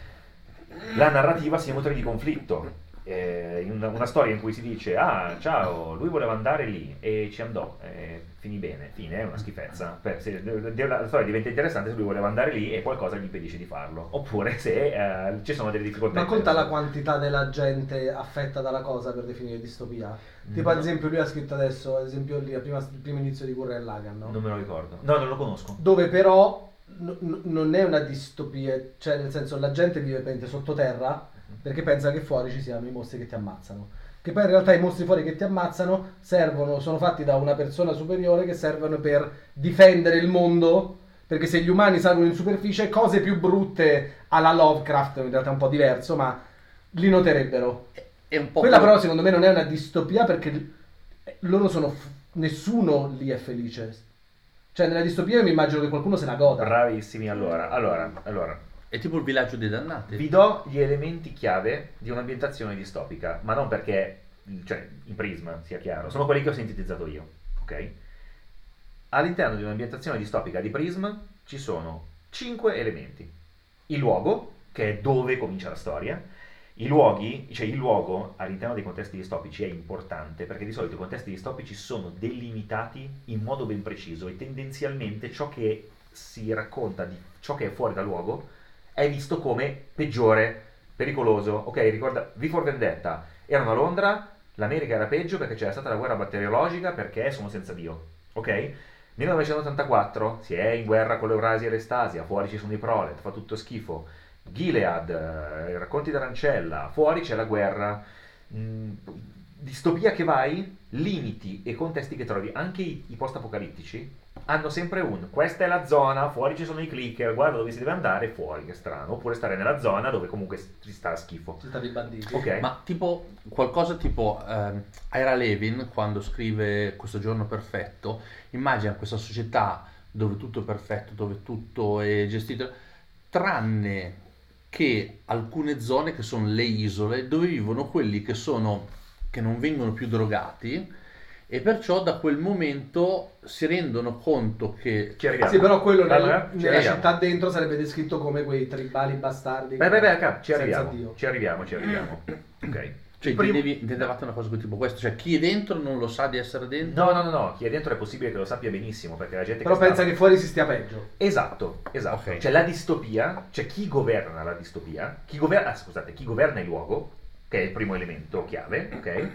la narrativa si nutre di conflitto. Eh, in una, una storia in cui si dice ah ciao, lui voleva andare lì e ci andò, eh, finì bene, fine, è una schifezza. Per- se- de- de- la storia diventa interessante se lui voleva andare lì e qualcosa gli impedisce di farlo, oppure se eh, ci sono delle difficoltà. Ma conta la interessanti. quantità della gente affetta dalla cosa per definire distopia. Tipo No. ad esempio lui ha scritto adesso, ad esempio lì, la prima- il primo inizio di Gurren Lagann, no? Non me lo ricordo, no, non lo conosco. Dove però n- n- non è una distopia, cioè nel senso la gente vive praticamente sottoterra perché pensa che fuori ci siano i mostri che ti ammazzano. Che poi in realtà i mostri fuori che ti ammazzano servono, sono fatti da una persona superiore che servono per difendere il mondo, perché se gli umani salgono in superficie cose più brutte alla Lovecraft, in realtà è un po' diverso, ma li noterebbero. È un po' Quella come- però secondo me non è una distopia perché l- loro sono f- nessuno lì è felice. Cioè nella distopia io mi immagino che qualcuno se la goda. Bravissimi, allora, allora, allora. È tipo il villaggio dei dannati. Vi do gli elementi chiave di un'ambientazione distopica, ma non perché, cioè, in Prism, sia chiaro, sono quelli che ho sintetizzato io, ok? All'interno di un'ambientazione distopica di Prism ci sono cinque elementi. Il luogo, che è dove comincia la storia, I luoghi, cioè il luogo all'interno dei contesti distopici è importante perché di solito i contesti distopici sono delimitati in modo ben preciso e tendenzialmente ciò che si racconta di ciò che è fuori dal luogo è visto come peggiore, pericoloso. Ok, ricorda, V for Vendetta erano a Londra, l'America era peggio perché c'era stata la guerra batteriologica perché sono senza Dio. Ok? millenovecentottantaquattro si è in guerra con l'Eurasia e l'Estasia, fuori ci sono i prolet, fa tutto schifo. Gilead, eh, racconti d'Arancella, fuori c'è la guerra. Mm, distopia che vai, limiti e contesti che trovi, anche i, i post-apocalittici hanno sempre un questa è la zona, fuori ci sono i clicker, guarda dove si deve andare, fuori, che strano. Oppure stare nella zona dove comunque si sta a schifo. Ci stanno i banditi. Ok. Ma tipo qualcosa tipo ehm, Ira Levin quando scrive Questo giorno perfetto immagina questa società dove tutto è perfetto, dove tutto è gestito, tranne che alcune zone che sono le isole dove vivono quelli che sono che non vengono più drogati e perciò da quel momento si rendono conto che Ci arriviamo. Sì, però quello nel- Allora, ci nella arriviamo. città dentro sarebbe descritto come quei tribali bastardi. Beh, beh, beh, cap, ci senza arriviamo, Dio. ci arriviamo, ci arriviamo. Ok. cioè Il primo- intendevi- intendevate una cosa tipo questo, cioè chi è dentro non lo sa di essere dentro. No, no, no, no, chi è dentro è possibile che lo sappia benissimo perché la gente Però che sta- pensa che fuori si stia peggio. Esatto, esatto. Ok. C'è la distopia, c'è chi governa la distopia, chi governa, ah, scusate, chi governa il luogo, che è il primo elemento chiave,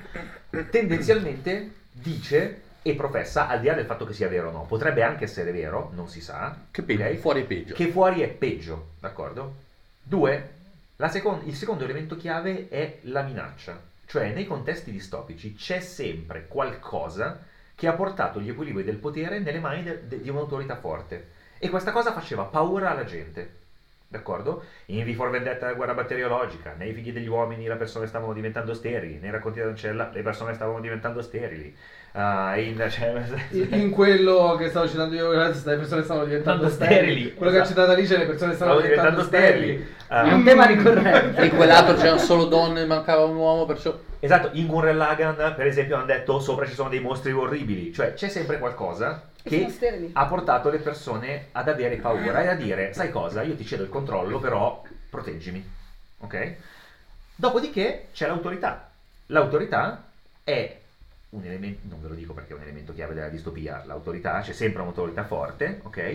ok? Tendenzialmente dice e professa, al di là del fatto che sia vero o no, potrebbe anche essere vero, non si sa, Che peggio, ok? fuori è peggio. Che fuori è peggio, d'accordo? Due, la secon- il secondo elemento chiave è la minaccia, cioè nei contesti distopici c'è sempre qualcosa che ha portato gli equilibri del potere nelle mani de- de- di un'autorità forte e questa cosa faceva paura alla gente, d'accordo? In V for Vendetta la guerra batteriologica, nei Figli degli uomini le persone stavano diventando sterili, nei Racconti d'Ancella le persone stavano diventando sterili. Ah, in, cioè, In, in quello che stavo citando io, le persone stavano diventando Tanto sterili. sterili. Quello che ha Esatto. citato Alice, le persone stavano stavano diventando sterili. Ah, È un tema ricorrente. In quell'altro c'erano solo donne, mancava un uomo, perciò Esatto, in Gurren Lagann per esempio hanno detto sopra ci sono dei mostri orribili, cioè c'è sempre qualcosa Che sono che sterili. ha portato le persone ad avere paura e a dire sai cosa, io ti cedo il controllo però proteggimi, ok? Dopodiché c'è l'autorità, l'autorità è un elemento, non ve lo dico perché è un elemento chiave della distopia, l'autorità, c'è sempre un'autorità forte, ok?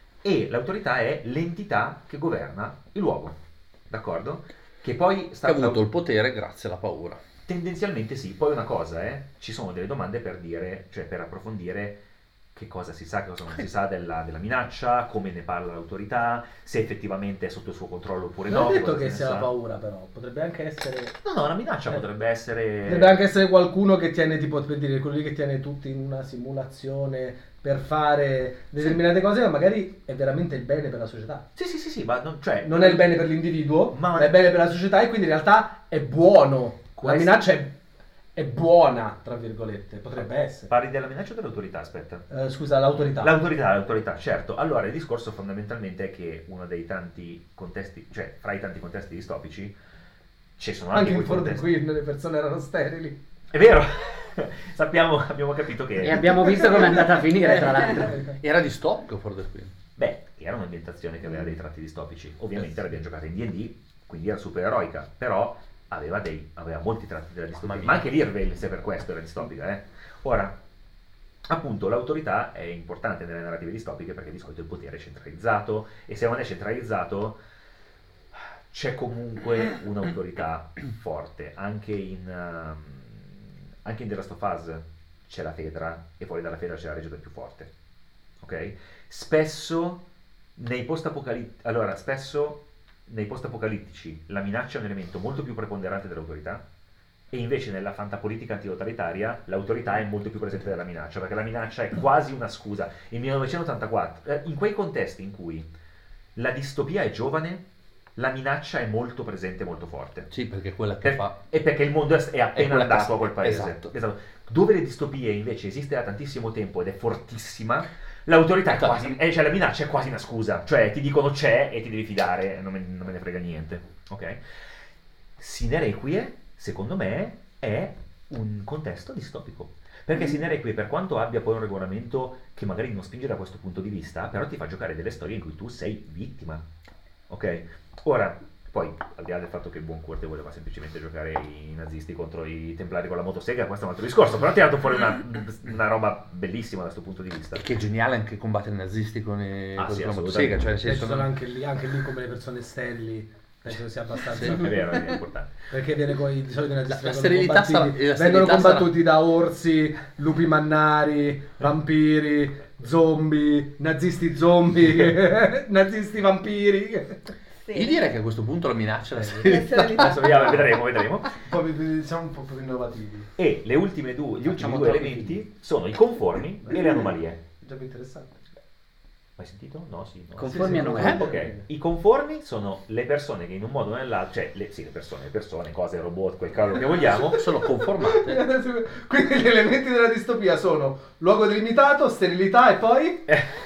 E l'autorità è l'entità che governa il luogo, d'accordo? Che poi sta ha avuto il potere grazie alla paura. Tendenzialmente sì, poi una cosa, eh, ci sono delle domande per dire, cioè per approfondire che cosa si sa, che cosa non si sa della, della minaccia, come ne parla l'autorità, se effettivamente è sotto il suo controllo oppure Non no. è che detto cosa che se ne sia la sa. paura, però potrebbe anche essere. No, no, la minaccia Eh. potrebbe essere... Potrebbe anche essere qualcuno che tiene, tipo, per dire, quello lì che tiene tutti in una simulazione per fare determinate cose, ma magari è veramente il bene per la società. Sì, sì, sì, sì, ma non, cioè... Non è il bene per l'individuo, Ma- ma è il bene per la società e quindi in realtà è buono. La Questo- minaccia è, è buona, tra virgolette, potrebbe essere. Parli della minaccia o dell'autorità, aspetta? Eh, scusa, l'autorità. L'autorità, l'autorità, certo. Allora, il discorso fondamentalmente è che uno dei tanti contesti, cioè fra i tanti contesti distopici, ci sono anche, Anche in quei For the contesti... Queen le persone erano sterili. È vero! Sappiamo, abbiamo capito che... E abbiamo visto come è andata a finire, tra l'altro. Era distopico For the Queen. Beh, era un'ambientazione che aveva dei tratti distopici. Ovviamente l'abbiamo giocata in D and D, quindi era supereroica, però aveva, dei, aveva molti tratti della distopia. Mamma Ma mia. anche l'Irvale, se per questo era distopica, eh. Ora, appunto, l'autorità è importante nelle narrative distopiche perché di solito il potere è centralizzato e se non è centralizzato c'è comunque un'autorità forte. Anche in, um, anche in The Last of Us c'è la Fedra e fuori dalla Fedra c'è la regione più forte. Ok? Spesso nei post-apocalittici, allora, spesso nei post-apocalittici la minaccia è un elemento molto più preponderante dell'autorità e invece nella fantapolitica antitotalitaria l'autorità è molto più presente della minaccia, perché la minaccia è quasi una scusa. In millenovecentottantaquattro, eh, in quei contesti in cui la distopia è giovane, la minaccia è molto presente, molto forte. Sì, perché è quella che Per- fa... e perché il mondo è, è appena quella che andato sa- a quel paese. esatto. Dove le distopie invece esiste da tantissimo tempo ed è fortissima, l'autorità è quasi, eh, cioè la minaccia è quasi una scusa, cioè ti dicono c'è e ti devi fidare, non me, non me ne frega niente, ok? Sine Requie, secondo me, è un contesto distopico. Perché Sine Requie, per quanto abbia poi un regolamento che magari non spinge da questo punto di vista, però ti fa giocare delle storie in cui tu sei vittima, ok? Ora, Poi, al di là del fatto che il buon Curte voleva semplicemente giocare i nazisti contro i templari con la motosega, questo è un altro discorso, però ha tirato fuori una, una roba bellissima da questo punto di vista. Che è geniale anche combattere i nazisti con, i, Ah, con sì, la motosega, cioè nel Ci senso sono non- anche lì, anche lì come le persone sterili, penso che sia abbastanza... Sì. È vero, è importante. Perché viene con i di solito nei La- nazisti la vengono sterilità sarà- combattuti- la vengono sterilità combattuti da orsi, lupi mannari, vampiri, zombie, nazisti zombie, nazisti vampiri. Sì. Io direi che a questo punto la minaccia la La sterilità. sterilità. Adesso vediamo, vedremo, vedremo. Un po' più- siamo un po' più innovativi. E le ultime due, gli ultimi Facciamo due troppi elementi sono i conformi e le anomalie. Già più interessante. Hai sentito? No, sì. No. Conformi sì, hanno sì, quello. Ok, i conformi sono le persone che in un modo o nell'altro, cioè le, sì, le persone, le persone, cose, robot, quel cavolo che vogliamo, Sono conformate. Quindi gli elementi della distopia sono luogo delimitato, sterilità e poi...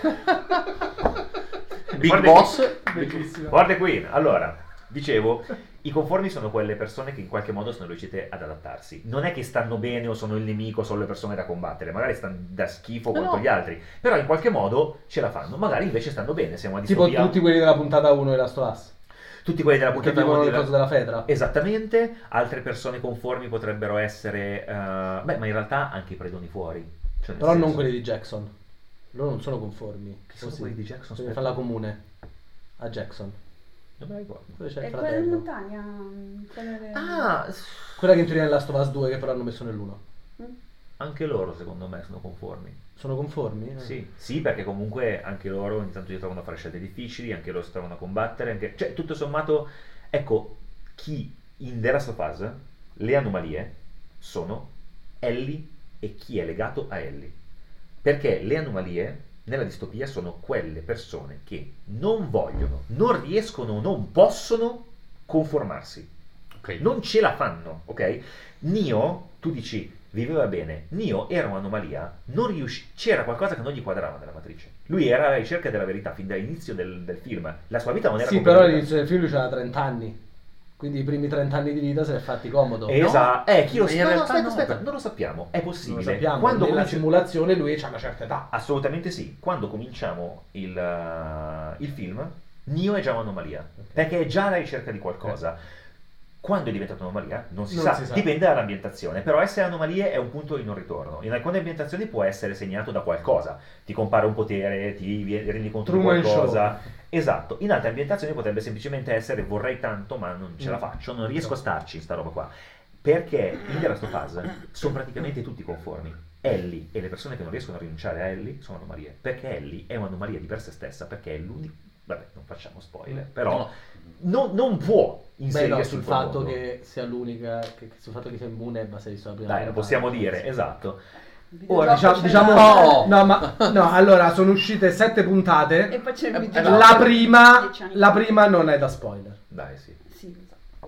Big Guarda Boss. Bellissimo. Guarda qui, allora, dicevo, i conformi sono quelle persone che in qualche modo sono riuscite ad adattarsi. Non è che stanno bene o sono il nemico, sono le persone da combattere, magari stanno da schifo No, quanto no. gli altri, però in qualche modo ce la fanno, magari invece stanno bene, siamo a Tipo distopia. tutti quelli della puntata uno di Last of Us. Tutti quelli della Perché puntata vivono uno le della- cose della Fedra. Esattamente, altre persone conformi potrebbero essere, eh, beh, ma in realtà anche i predoni fuori. Cioè, nel Però non senso- quelli di Jackson. Loro non sono conformi. Che sono Così. quelli di Jackson? Quelli Aspetta. fa la comune. A Jackson. Non me la ricordo. Dove c'è E il quella in fratello. montagna? mm, quella del- Ah, Quella che in teoria è Last of Us due che però hanno messo nell'uno. Mm. anche loro secondo me sono conformi. Sono conformi? Eh. Sì, sì, perché comunque anche loro ogni tanto si trovano a fare scelte difficili, anche loro si trovano a combattere, anche... cioè tutto sommato, ecco, chi in The Last of Us, le anomalie sono Ellie e chi è legato a Ellie. Perché le anomalie nella distopia sono quelle persone che non vogliono, non riescono, non possono conformarsi. Ok. Non ce la fanno, ok? Neo, tu dici, viveva bene. Neo era un'anomalia, non riusci- c'era qualcosa che non gli quadrava nella matrice. Lui era alla ricerca della verità fin dall'inizio del, del film. La sua vita non era Sì, però completa. all'inizio del film lui aveva trenta anni. Quindi i primi trenta anni di vita se li è fatti comodo. Esatto, eh, chi lo Ma in sa? No, no, realtà aspetta, no. aspetta, non lo sappiamo, è Non possibile. lo sappiamo. Quando Nella cominci- simulazione lui ha una certa età. Assolutamente sì. Quando cominciamo il, uh, il film, Neo è già un'anomalia, perché è già alla ricerca di qualcosa. Quando è diventato un'anomalia non si, Non sa, si sa. dipende dall'ambientazione, però essere anomalie è un punto di non ritorno. In alcune ambientazioni può essere segnato da qualcosa, ti compare un potere, ti vie- rendi conto Truman di qualcosa. Show. Esatto, in altre ambientazioni potrebbe semplicemente essere vorrei tanto ma non ce la Mm. faccio, non riesco a starci in sta roba qua. Perché in The Last of Us sono praticamente tutti conformi. Ellie e le persone che non riescono a rinunciare a Ellie sono anomalie, perché Ellie è un'anomalia di per se stessa, perché è l'unico... Vabbè, non facciamo spoiler, però No. non, non può Beh inserire no, sul sul fatto mondo. che sia l'unica, che, sul fatto che sia immune basta visto la prima Dai, lo puntata. possiamo dire, esatto. Ora Videogioco diciamo, c'è diciamo No. no, ma no, allora sono uscite sette E puntate. poi c'è il Eh, videogioco. La prima, dieci anni la fa. prima non è da spoiler. Dai, sì. Sì, esatto.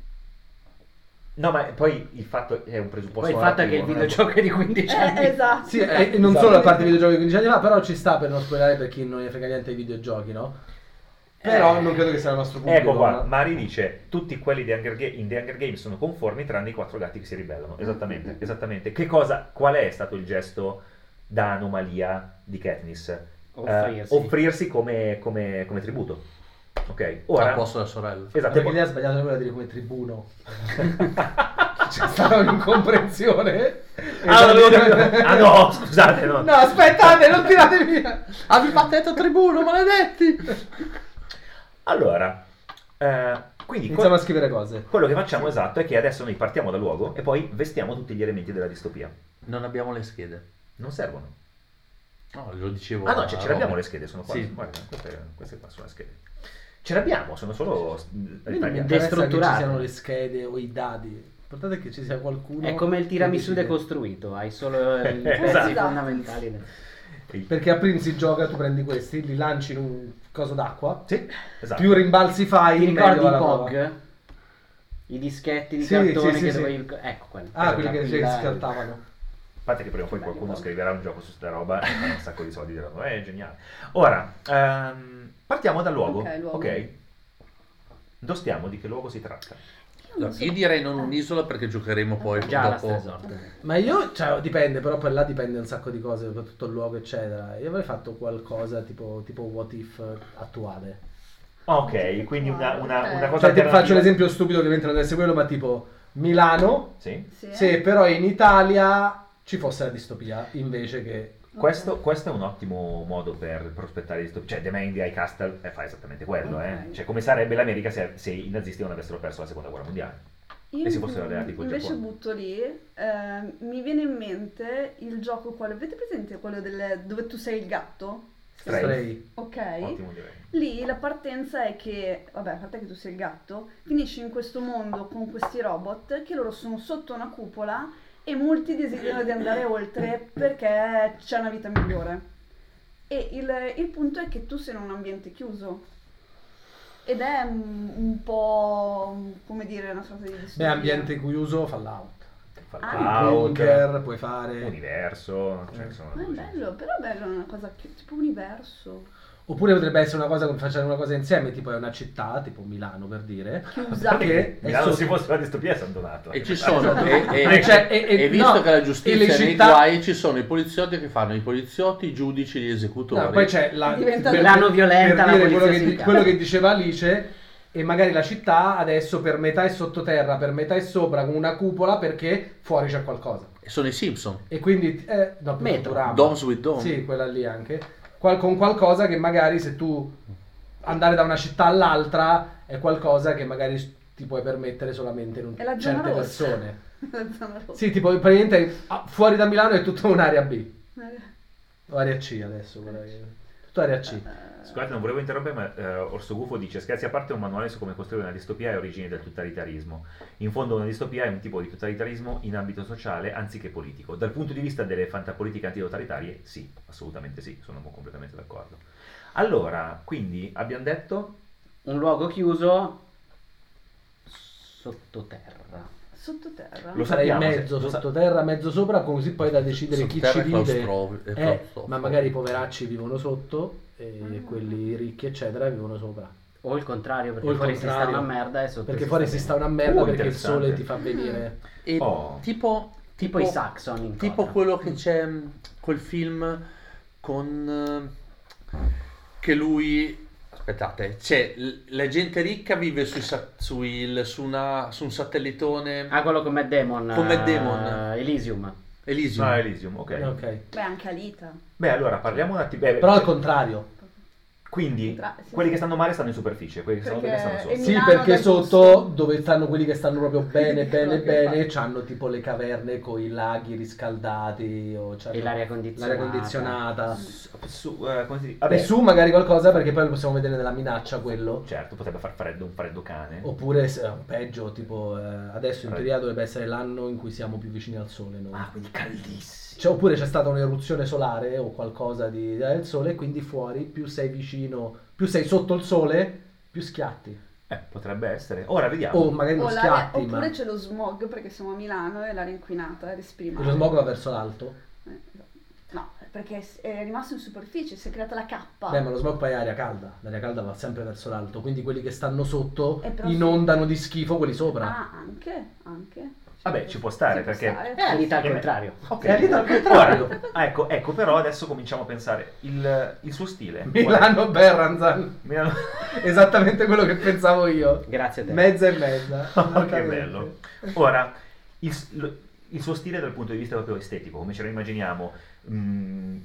No, ma poi il fatto è un presupposto. Poi il fatto è che il narrativo, non videogioco è di quindici Eh, anni. esatto. Sì, e e non Esatto. solo la parte dei videogiochi di quindici anni fa, però ci sta per non spoilerare per chi non gli frega niente dei videogiochi, no? Però Eh. non credo che sia il nostro pubblico. Ecco qua, no? Mari dice tutti quelli di Hunger Ga- in The Hunger Games sono conformi tranne i quattro gatti che si ribellano. Esattamente, esattamente. Che cosa, qual è stato il gesto da anomalia di Katniss? Eh, Offrirsi. offrirsi come, come, come tributo. Ok, ora... Al posto della sorella. Esatto, Perché e lei ha sbagliato quella di dire come tribuno. C'è stata un'incomprensione. Ah, no, ah, no, scusate, no. No, aspettate, non tirate via. Aveva detto tribuno, maledetti! Allora, eh, quindi Iniziamo que- a scrivere cose. quello che facciamo esatto è che adesso noi partiamo da luogo e poi vestiamo tutti gli elementi della distopia. Non abbiamo le schede. Non servono. No, lo dicevo. Ah no, ce, a ce l'abbiamo Robert. le schede, sono qua. Sì. Guarda, queste, queste qua sono le schede. Ce l'abbiamo, sono solo... Mi non mi tagliate. interessa che ci Destrutturate. siano le schede o i dadi. L'importante è che ci sia qualcuno. È come il tiramisù che decide. decostruito, hai solo i pezzi Esatto. fondamentali. Perché a prima si gioca, tu prendi questi, li lanci in un coso d'acqua. Sì, esatto. Più rimbalzi fai, Ti meglio ricordi va i la Pog? prova. I dischetti di Sì, cartone sì, sì, che sì. dovevi... Ecco quelli. Ah, quelli che si Capillari. scartavano. A parte che prima o poi qualcuno scriverà un gioco su sta roba e farà un sacco di soldi diranno, eh, geniale. Ora, ehm, partiamo dal luogo. Ok, luogo. Ok? Dostiamo di che luogo si tratta. No, io direi non un'isola perché giocheremo poi Già la dopo. Resort. Ma io, cioè, dipende, però per là dipende un sacco di cose, soprattutto il luogo, eccetera. Io avrei fatto qualcosa tipo, tipo What If attuale. Ok, quindi una, una, Ok. una cosa Cioè, ti alternativa. faccio l'esempio stupido, ovviamente non deve essere quello, ma tipo Milano, Sì. Sì. se però in Italia ci fosse la distopia, invece che... Questo, questo è un ottimo modo per prospettare distopia. Cioè, The Man in the High Castle eh, fa esattamente quello, Ok. eh. Cioè, come sarebbe l'America se, se i nazisti non avessero perso la seconda guerra mondiale. Io E si fossero alleati col invece Giappone. butto lì, eh, mi viene in mente il gioco quale, avete presente quello del, dove tu sei il gatto? Stray. Stray. Ok. Ottimo direi. Lì la partenza è che, vabbè, a parte che tu sei il gatto, finisci in questo mondo con questi robot che loro sono sotto una cupola e molti desiderano di andare oltre perché c'è una vita migliore. E il, il punto è che tu sei in un ambiente chiuso. Ed è un, un po', come dire, una sorta di Beh, distopia. ambiente Fallout. Ah, Fallout, Bunker, puoi fare... universo, cioè, Eh. sono Ma è bello, però è bello una cosa chi- tipo universo. Oppure potrebbe essere una cosa come facciamo una cosa insieme, tipo è una città, tipo Milano per dire, Chiusa. che è Milano so- si fosse una distopia si è donato. E ci sono, e, e- E cioè, e- e- e visto no, che la e giustizia le è nei città- guai, ci sono i poliziotti che fanno i poliziotti, i giudici, gli esecutori. No, poi c'è la Diventa per- Milano violenta, per la dire quello polizia che, si di- incazza. quello che diceva Alice, e magari la città adesso per metà è sottoterra, per metà è sopra con una cupola perché fuori c'è qualcosa. E sono i Simpson. E quindi eh, no, più Metro. Futurama. Domes with Dome. Sì, quella lì anche. Qual- con qualcosa che magari se tu andare da una città all'altra è qualcosa che magari s- ti puoi permettere solamente in un- È la zona certe rossa. persone. La zona rossa. Sì, tipo praticamente ah, fuori da Milano è tutta un'area B. Eh, O area C adesso, quella che- tutta area C. Scusate, non volevo interrompere, ma eh, Orso Gufo dice: scherzi a parte, è un manuale su come costruire una distopia e origini del totalitarismo. In fondo, una distopia è un tipo di totalitarismo in ambito sociale anziché politico. Dal punto di vista delle fantapolitiche antitotalitarie, sì, assolutamente sì, sono completamente d'accordo. Allora, quindi abbiamo detto Un luogo chiuso sottoterra. Sottoterra. Lo Sarei sappiamo, mezzo se- lo sa- sottoterra, mezzo sopra, così poi da decidere chi Sotterra ci e vive. claustro- e Eh, claustrofobia. ma magari i poveracci vivono sotto e Ah. quelli ricchi eccetera vivono sopra. O il contrario, perché O il fuori si sta contrario. una merda e sotto Perché si fuori sta si sta bene. una merda Oh, perché il interessante. sole ti fa venire. E Oh. tipo, Tipo i Saxon in tipo Coda. quello che c'è mh, quel film con eh, che lui aspettate, c'è l- la gente ricca vive sui sa- sui- il- su, una, su un satellitone Ah, quello con Matt Damon. Con Matt eh, Damon. Elysium. Elysium. Ah, Elysium, ok. Ok. Beh, anche Alita. Beh, allora parliamo un attimo. beh, Però al cioè, contrario. quindi Tra- sì, quelli sì. che stanno male stanno in superficie, quelli che stanno Perché bene stanno è sotto. Sì, Milano perché dal sotto gusto. dove stanno quelli che stanno proprio bene, bene, Proprio bene, qua. c'hanno tipo le caverne con i laghi riscaldati o c'hanno E l'aria condizionata. l'aria condizionata. Su, eh, come si dice? Vabbè, Vabbè, su magari qualcosa perché poi lo possiamo vedere nella minaccia quello. certo, potrebbe far freddo, un freddo cane. Oppure se- peggio, tipo eh, adesso in Eh. teoria dovrebbe essere l'anno in cui siamo più vicini al sole noi. Ah, quindi caldissimo. Cioè, oppure c'è stata un'eruzione solare o qualcosa di del sole, quindi fuori più sei vicino, più sei sotto il sole, più schiatti. Eh, potrebbe essere. Ora vediamo. O magari non O l'aria- schiatti, oppure ma c'è lo smog perché siamo a Milano e l'aria inquinata e respiri male. lo smog va verso l'alto. Eh, No, perché è rimasto in superficie, si è creata la cappa. Beh, ma lo smog poi è aria calda, l'aria calda va sempre verso l'alto, quindi quelli che stanno sotto Eh, però inondano di schifo quelli sopra. Ah, anche, anche. Vabbè, ci può stare, Ci può perché- stare. Eh, Alita al Eh, contrario. Ok. È lì dal contrario. Ora, ah, ecco, ecco, però adesso cominciamo a pensare il, il suo stile. Milano Berranzan, Milano. esattamente quello che pensavo io. Grazie a te. Mezza e mezza. Oh, che esattamente. bello. Ora, il, lo- il suo stile dal punto di vista proprio estetico, come ce lo immaginiamo, mm,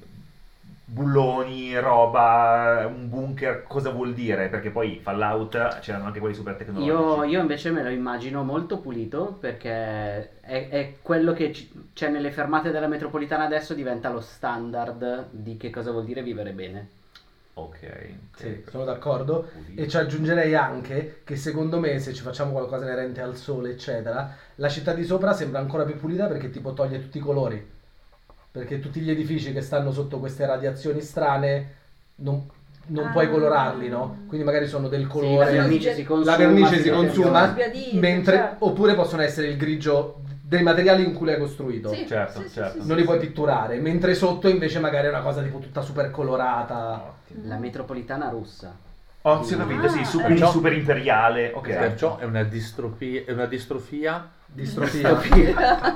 bulloni, roba, un bunker, cosa vuol dire? Perché poi Fallout c'erano anche quelli super tecnologici. Io, io invece me lo immagino molto pulito perché è, è quello che ci- c'è nelle fermate della metropolitana adesso, diventa lo standard di che cosa vuol dire vivere bene. Ok. Sì, sono d'accordo. E ci aggiungerei anche che secondo me se ci facciamo qualcosa inerente al sole, eccetera, la città di sopra sembra ancora più pulita perché tipo toglie tutti i colori. Perché tutti gli edifici che stanno sotto queste radiazioni strane non, non Ah. puoi colorarli, no? Quindi magari sono del Sì, la colore. vernice si consuma. la vernice si sì, consuma, Lo sbiadito, mentre, certo. oppure possono essere il grigio dei materiali in cui l'hai costruito. Sì, Certo, sì, sì, certo. sì, Non sì, li puoi sì. pitturare, mentre sotto invece magari è una cosa tipo tutta super colorata. Ottimo. La metropolitana russa. Oh, sì, ho capito, sì, Ah, super, eh. quindi super imperiale. Ok. Perciò è una distrofia, è una distrofia Distrofia.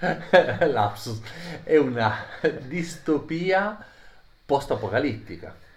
lapsus, è una distopia post-apocalittica.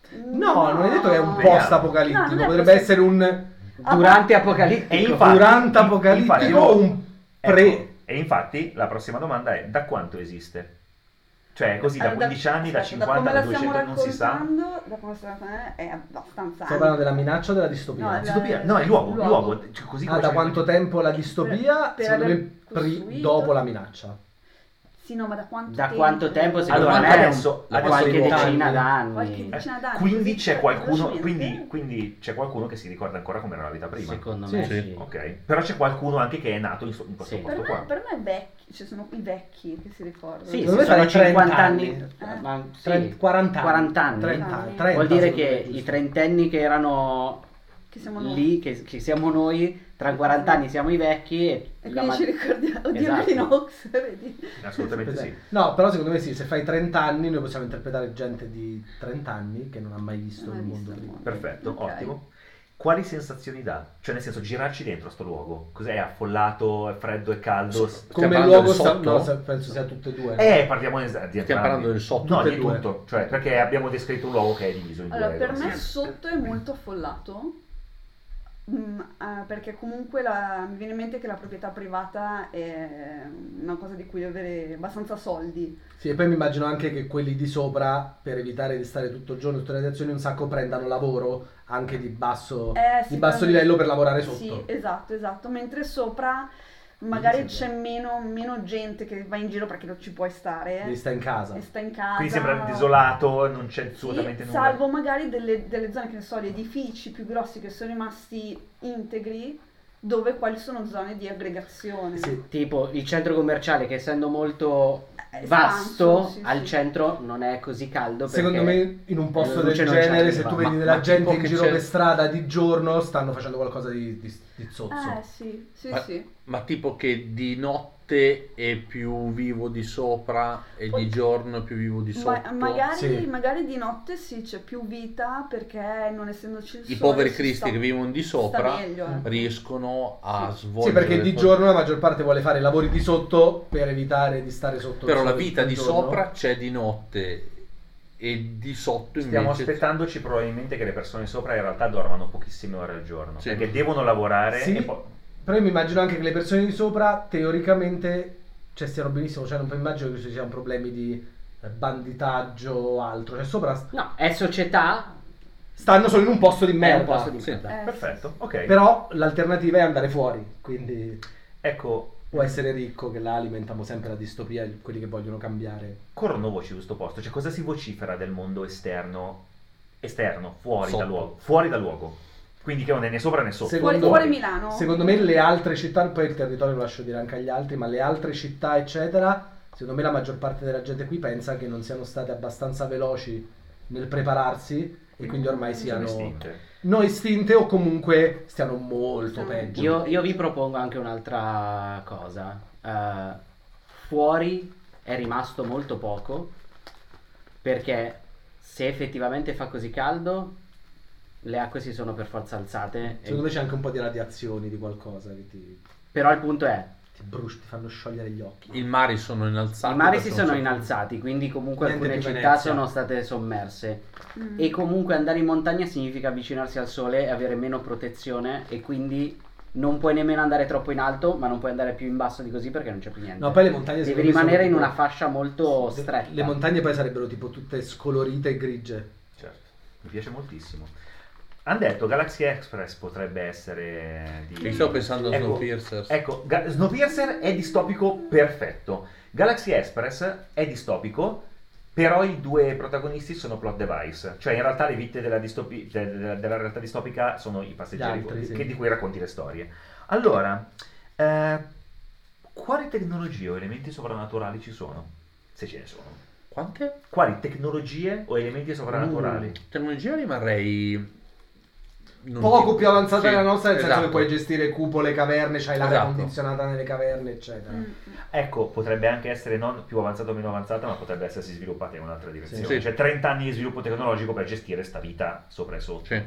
No, non è detto che è un Vediamo. post-apocalittico, No, non è potrebbe post- essere un Durante E Apocalittico. infatti, durante apocalittico infatti- o un pre. Ecco, e infatti la prossima domanda è: da quanto esiste? Cioè, così da Allora, quindici anni, da aspetta, cinquanta, da da come la stiamo duecento, non si sa. raccontando, da come la stiamo raccontando, è abbastanza Stiamo parlando della minaccia o della distopia? No, Distopia? No, è luogo, Luogo. luogo. Cioè, così Ah, come da c'è- quanto tempo la distopia? Per Secondo aver me pri- costruito- dopo la minaccia. Sì, no, ma da quanto Da tempo? qualche tempo secondo Allora, me adesso- da adesso qualche vent'anni. decina d'anni. Qualche Eh, decina d'anni, quindi così, c'è cioè, qualcuno, velocemente. quindi, quindi c'è qualcuno che si ricorda ancora come era la vita prima. Secondo Sì, me sì. sì. Ok, però c'è qualcuno anche che è nato in, so- in questo Sì. Per posto me, qua. per me è vecchi, cioè sono i vecchi che si ricordano. Sì, Secondo se me sono fai cinquanta trenta anni, anni. ma sì, trenta, quaranta anni. quaranta anni. trenta, Vuol trenta, Vuol dire secondo me è che i giusto. trentenni che erano Che siamo noi. lì, che, che siamo noi, tra quaranta anni siamo i vecchi e, E la quindi ma- ci ricordiamo. Oddio, Esatto. Green Oaks, vedi? Assolutamente sì. No, però secondo me sì, se fai trenta anni noi possiamo interpretare gente di trenta anni che non ha mai visto Non ha il visto mondo il prima. mondo. Perfetto, Ok. ottimo. Quali sensazioni dà? Cioè, nel senso, girarci dentro sto luogo. Cos'è? È affollato, è freddo, è caldo? Sì. Come parlando luogo del sta... sotto? No, se- penso sia tutte e due. Eh, parliamo es- di entrambi. Stiamo parlando del sotto, No, tutte di e due. tutto. Cioè, perché abbiamo descritto un luogo che è diviso in Allora, due. per me grossi- sotto è molto affollato. Mm, eh, perché comunque la- mi viene in mente che la proprietà privata è una cosa di cui devi avere abbastanza soldi. Sì, e poi mi immagino anche che quelli di sopra, per evitare di stare tutto il giorno tutte le redazioni un sacco, prendano lavoro anche di basso, Eh, sì, di basso però- livello per lavorare sotto. Sì, esatto, esatto. Mentre sopra magari Quindi c'è sembra- meno, meno gente che va in giro perché non ci puoi stare Devi stare in casa. e sta in casa. Quindi sembra desolato, non c'è Sì, assolutamente nulla. salvo magari delle, delle zone, che ne so, gli edifici più grossi che sono rimasti integri, dove quali sono zone di aggregazione. Sì. tipo il centro commerciale che essendo molto È vasto espanso, sì, al sì. centro non è così caldo perché Secondo me in un posto la del luce non ci genere, se arriva. tu vedi Ma- della ma gente tipo in che giro c'è- per strada di giorno, stanno facendo qualcosa di, di, di zozzo. Eh sì, sì, Ma, sì. ma tipo che di notte è più vivo di sopra e Poi- di giorno è più vivo di Ma- sotto? magari, Sì. magari di notte sì, c'è più vita perché non essendoci il I sole poveri si cristi sta- che vivono di sta sopra meglio, ecco. riescono a Sì. svolgere Sì, perché di cose- giorno la maggior parte vuole fare lavori di sotto per evitare di stare sotto. il però la sole vita tutto di il giorno. sopra c'è di notte e di sotto Stiamo invece aspettandoci probabilmente che le persone sopra in realtà dormano pochissime ore al giorno. Sì. Perché devono lavorare Sì. e poi... Però io mi immagino anche che le persone di sopra teoricamente cioè, stiano benissimo, cioè non immagino che ci siano problemi di eh, banditaggio o altro, cioè sopra st- no, è società, stanno solo in un posto di è un merda. posto di Sì. merda. Eh, Perfetto, ok. Però l'alternativa è andare fuori, quindi Ecco, può essere ricco, che là alimentano sempre la distopia, quelli che vogliono cambiare. corrono voci su questo posto. Cioè, cosa si vocifera del mondo esterno? Esterno, fuori Sotto. da luogo. Fuori dal luogo. Quindi che non è né sopra né sotto. Fuori, Secondo- fuori Milano. Secondo me le altre città, poi il territorio lo lascio dire anche agli altri, ma le altre città eccetera, secondo me la maggior parte della gente qui pensa che non siano state abbastanza veloci nel prepararsi e quindi ormai Sono siano estinte. no estinte o comunque stiano molto Sono- peggio. Io, io vi propongo anche un'altra cosa. Eh, fuori è rimasto molto poco perché se effettivamente fa così caldo le acque si sono per forza alzate. e- Secondo me c'è anche un po' di radiazioni di qualcosa che ti, Però il punto è, ti bruci, ti fanno sciogliere gli occhi. i mari sono innalzati i mari perché si non sono so- innalzati, quindi comunque Niente alcune più città Venezia. sono state sommerse. Mm. E comunque andare in montagna significa avvicinarsi al sole e avere meno protezione e quindi non puoi nemmeno andare troppo in alto, ma non puoi andare più in basso di così perché non c'è più niente. No, poi le montagne Devi secondo me sono rimanere in tipo- una fascia molto le- stretta. Le montagne poi sarebbero tipo tutte scolorite e grigie. Certo, mi piace moltissimo. Hanno detto Galaxy Express potrebbe essere di... Io stavo pensando a Ecco, Snowpiercer. Ecco, Ga- Snowpiercer è distopico perfetto. Galaxy Express è distopico, però i due protagonisti sono plot device. Cioè in realtà le vite della, distopi- de- de- della realtà distopica sono i passeggeri Gli altri, che- sì. che- di cui racconti le storie. Allora, eh, quali tecnologie o elementi sovrannaturali ci sono? Se ce ne sono. Quante? Quali tecnologie o elementi sovrannaturali? Mm. Tecnologia rimarrei non Poco ti- più avanzata sì, della nostra, nel senso esatto. che puoi gestire cupole, caverne, c'hai l'aria Esatto. condizionata nelle caverne, eccetera. Mm. Ecco, potrebbe anche essere non più avanzata o meno avanzata, ma potrebbe essersi sviluppata in un'altra direzione. Sì. Cioè trenta anni di sviluppo tecnologico per gestire sta vita sopra e sotto. Sì.